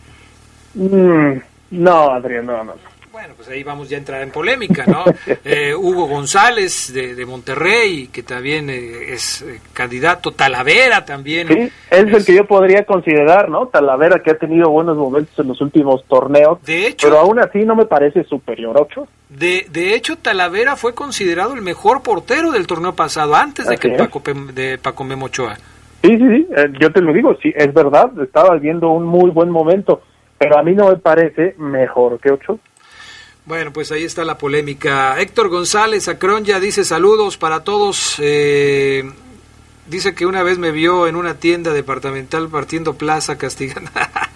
Mm, no, Adrián, no, no. Bueno, pues ahí vamos ya a entrar en polémica, ¿no? eh, Hugo González de, de Monterrey, que también eh, es eh, candidato. Talavera también. Sí, es, es el que yo podría considerar, ¿no? Talavera, que ha tenido buenos momentos en los últimos torneos. De hecho, pero aún así no me parece superior a Ochoa. De, de hecho, Talavera fue considerado el mejor portero del torneo pasado, antes de así que Paco, de Paco Memo Ochoa. Sí, sí, sí, eh, yo te lo digo, sí, es verdad, estaba viendo un muy buen momento, pero a mí no me parece mejor que Ochoa. Bueno, pues ahí está la polémica. Héctor González Acronya dice saludos para todos. Eh, dice que una vez me vio en una tienda departamental partiendo plaza castigando.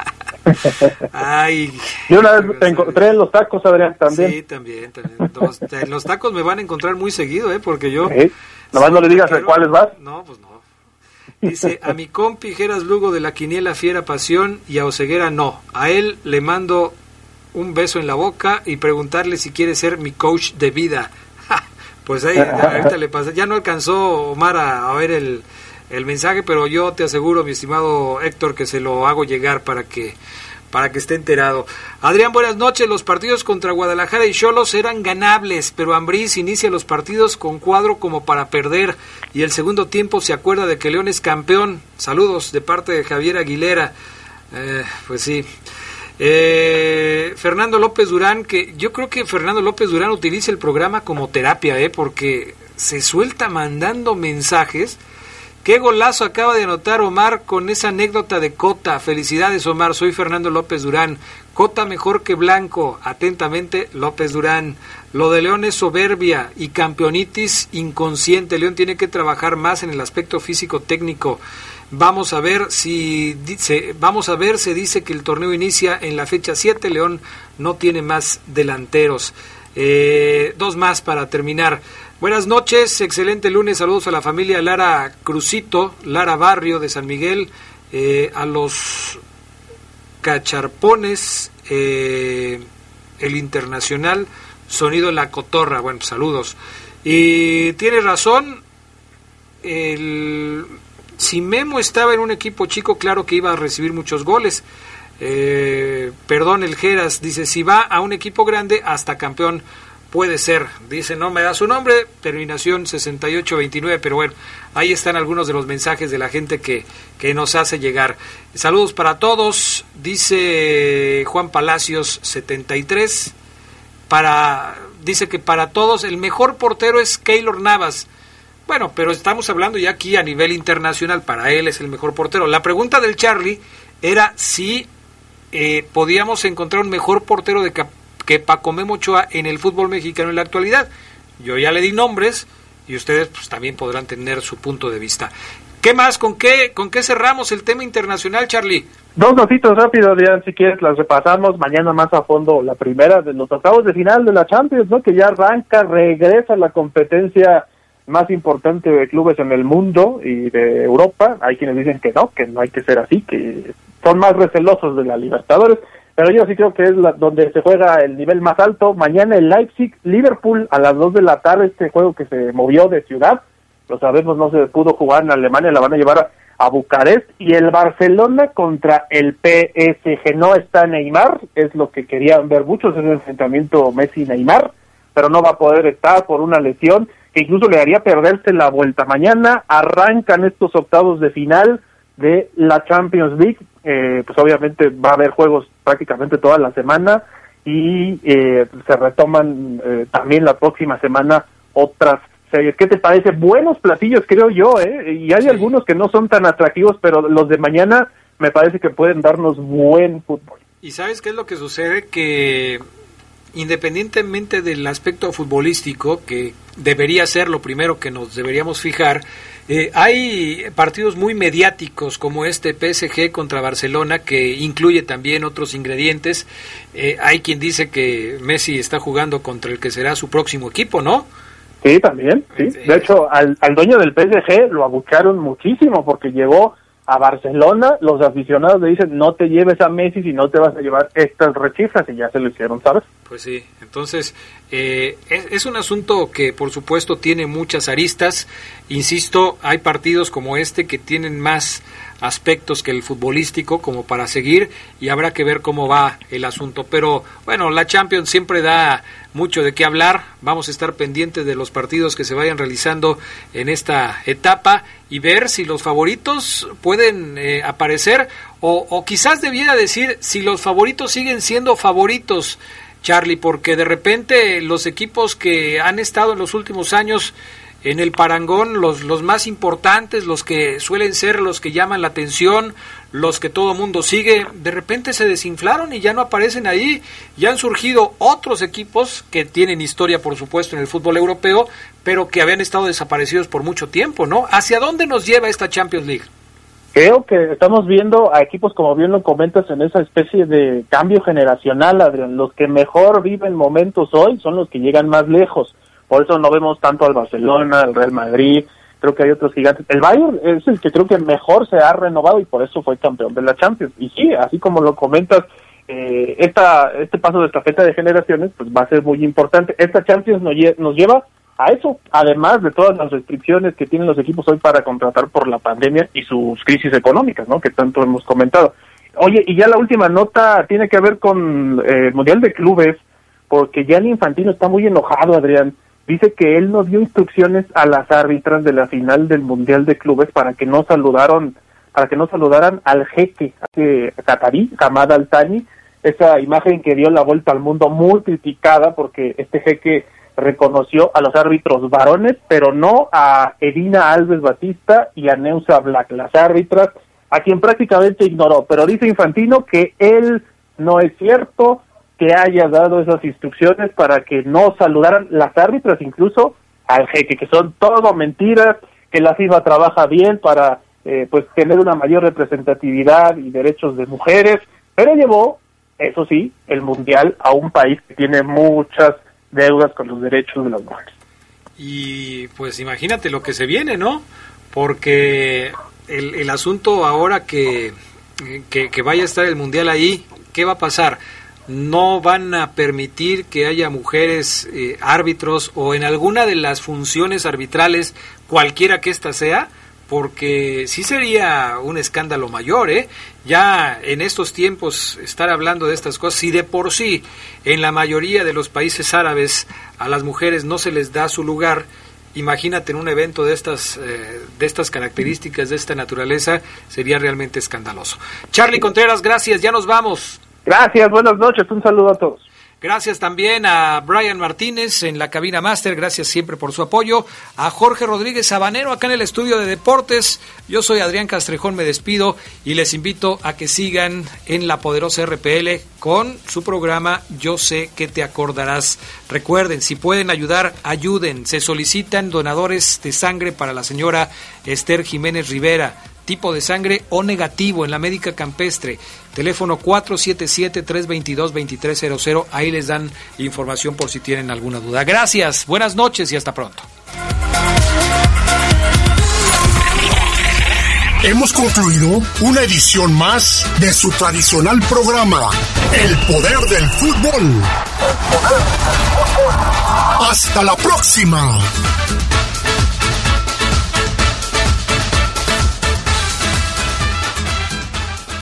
Ay. Yo una vez te encontré en los tacos, Adrián, también. Sí, también. también. Los, en los tacos me van a encontrar muy seguido, ¿eh? Porque yo... ¿Sí? Nomás no le digas de cuáles vas. No, pues no. Dice, a mi compi Geras Lugo de la Quiniela Fiera Pasión y a Oseguera no. A él le mando un beso en la boca y preguntarle si quiere ser mi coach de vida. Pues ahí, ahorita le pasa. Ya no alcanzó Omar a, a ver el, el mensaje, pero yo te aseguro, mi estimado Héctor, que se lo hago llegar para que para que esté enterado. Adrián, buenas noches. Los partidos contra Guadalajara y Xolos eran ganables, pero Ambriz inicia los partidos con cuadro como para perder y el segundo tiempo se acuerda de que León es campeón. Saludos de parte de Javier Aguilera. Eh, pues sí. Eh, Fernando López Durán, que yo creo que Fernando López Durán utiliza el programa como terapia, eh, porque se suelta mandando mensajes. Qué golazo acaba de anotar Omar con esa anécdota de Cota. Felicidades, Omar, soy Fernando López Durán. Cota mejor que Blanco. Atentamente, López Durán. Lo de León es soberbia y campeonitis inconsciente. León tiene que trabajar más en el aspecto físico técnico. Vamos a ver si dice, vamos a ver, se dice que el torneo inicia en la fecha siete, León no tiene más delanteros. Eh, dos más para terminar. Buenas noches, excelente lunes, saludos a la familia Lara Crucito, Lara Barrio de San Miguel, eh, a los Cacharpones, eh, el Internacional, Sonido La Cotorra, bueno, saludos. Y tiene razón, el... si Memo estaba en un equipo chico, claro que iba a recibir muchos goles. Eh, perdón, el Geras dice, si va a un equipo grande, hasta campeón puede ser. Dice, no me da su nombre, terminación sesenta y ocho veintinueve, pero bueno, ahí están algunos de los mensajes de la gente que, que nos hace llegar. Saludos para todos, dice Juan Palacios setenta y tres, para, dice que para todos el mejor portero es Keylor Navas. Bueno, pero estamos hablando ya aquí a nivel internacional, para él es el mejor portero. La pregunta del Charlie era si eh, podíamos encontrar un mejor portero de cap- que Paco Memo Ochoa en el fútbol mexicano en la actualidad. Yo ya le di nombres y ustedes pues también podrán tener su punto de vista. ¿Qué más? ¿Con qué, con qué cerramos el tema internacional, Charlie? Dos noticias rápido, Adrián, si quieres las repasamos mañana más a fondo. La primera de los octavos de final de la Champions, ¿no? Que ya arranca, regresa la competencia más importante de clubes en el mundo y de Europa. Hay quienes dicen que no, que no hay que ser así, que son más recelosos de la Libertadores, pero yo sí creo que es la, donde se juega el nivel más alto. Mañana el Leipzig, Liverpool a las dos de la tarde, este juego que se movió de ciudad, lo sabemos, no se pudo jugar en Alemania, la van a llevar a, a Bucarest, y el Barcelona contra el P S G. No está Neymar, es lo que querían ver muchos, es el enfrentamiento Messi-Neymar, pero no va a poder estar por una lesión que incluso le haría perderse la vuelta. Mañana arrancan estos octavos de final de la Champions League, eh, pues obviamente va a haber juegos prácticamente toda la semana y eh, se retoman eh, también la próxima semana otras series. ¿Qué te parece? Buenos platillos, creo yo, ¿eh? Y hay sí. algunos que no son tan atractivos, pero los de mañana me parece que pueden darnos buen fútbol. ¿Y sabes qué es lo que sucede? Que independientemente del aspecto futbolístico, que debería ser lo primero que nos deberíamos fijar, eh, hay partidos muy mediáticos como este P S G contra Barcelona, que incluye también otros ingredientes. Eh, hay quien dice que Messi está jugando contra el que será su próximo equipo, ¿no? Sí, también, sí. De hecho, al, al dueño del P S G lo abuchearon muchísimo porque llegó a Barcelona, los aficionados le dicen, no te lleves a Messi si no te vas a llevar estas rechifras, y ya se lo hicieron, ¿sabes? Pues sí, entonces eh, es, es un asunto que por supuesto tiene muchas aristas. Insisto, hay partidos como este que tienen más aspectos que el futbolístico como para seguir, y habrá que ver cómo va el asunto. Pero bueno, la Champions siempre da mucho de qué hablar. Vamos a estar pendientes de los partidos que se vayan realizando en esta etapa y ver si los favoritos pueden eh, aparecer, o, o quizás debiera decir si los favoritos siguen siendo favoritos, Charlie, porque de repente los equipos que han estado en los últimos años en el parangón, los, los más importantes, los que suelen ser los que llaman la atención, los que todo mundo sigue, de repente se desinflaron y ya no aparecen ahí. Ya han surgido otros equipos que tienen historia, por supuesto, en el fútbol europeo, pero que habían estado desaparecidos por mucho tiempo, ¿no? ¿Hacia dónde nos lleva esta Champions League? Creo que estamos viendo a equipos, como bien lo comentas, en esa especie de cambio generacional, Adrián. Los que mejor viven momentos hoy son los que llegan más lejos. Por eso no vemos tanto al Barcelona, al Real Madrid, creo que hay otros gigantes. El Bayern es el que creo que mejor se ha renovado y por eso fue campeón de la Champions. Y sí, así como lo comentas, eh, esta este paso de estafeta de generaciones pues va a ser muy importante. Esta Champions nos, lle- nos lleva a eso, además de todas las restricciones que tienen los equipos hoy para contratar por la pandemia y sus crisis económicas, ¿no? Que tanto hemos comentado. Oye, y ya la última nota tiene que ver con eh, el Mundial de Clubes, porque Gianni Infantino está muy enojado, Adrián. Dice que él no dio instrucciones a las árbitras de la final del Mundial de Clubes para que no saludaron, para que no saludaran al jeque eh, catarí, Hamad Al Thani, esa imagen que dio la vuelta al mundo muy criticada porque este jeque reconoció a los árbitros varones, pero no a Edina Alves Batista y a Neusa Black, las árbitras, a quien prácticamente ignoró. Pero dice Infantino que él no es cierto que haya dado esas instrucciones para que no saludaran las árbitras, incluso al jeque, que son todo mentiras, que la FIFA trabaja bien para eh, pues tener una mayor representatividad y derechos de mujeres, pero llevó, eso sí, el Mundial a un país que tiene muchas deudas con los derechos de las mujeres. Y pues imagínate lo que se viene, ¿no? Porque el, el asunto ahora que, que, que vaya a estar el Mundial ahí, ¿qué va a pasar? No van a permitir que haya mujeres eh, árbitros o en alguna de las funciones arbitrales, cualquiera que ésta sea, porque sí sería un escándalo mayor, ¿eh? Ya en estos tiempos estar hablando de estas cosas, si de por sí en la mayoría de los países árabes a las mujeres no se les da su lugar, imagínate en un evento de estas eh, de estas características, de esta naturaleza, sería realmente escandaloso. Charlie Contreras, gracias, ya nos vamos. Gracias, buenas noches, un saludo a todos. Gracias también a Brian Martínez en la cabina máster, gracias siempre por su apoyo. A Jorge Rodríguez Sabanero acá en el estudio de deportes. Yo soy Adrián Castrejón, me despido y les invito a que sigan en la poderosa R P L con su programa Yo sé que te acordarás. Recuerden, si pueden ayudar, ayuden. Se solicitan donadores de sangre para la señora Esther Jiménez Rivera, tipo de sangre O negativo en la Médica Campestre. Teléfono cuatro siete siete, tres dos dos, dos tres cero cero. Ahí les dan información por si tienen alguna duda. Gracias, buenas noches y hasta pronto. Hemos concluido una edición más de su tradicional programa, El Poder del Fútbol. Hasta la próxima.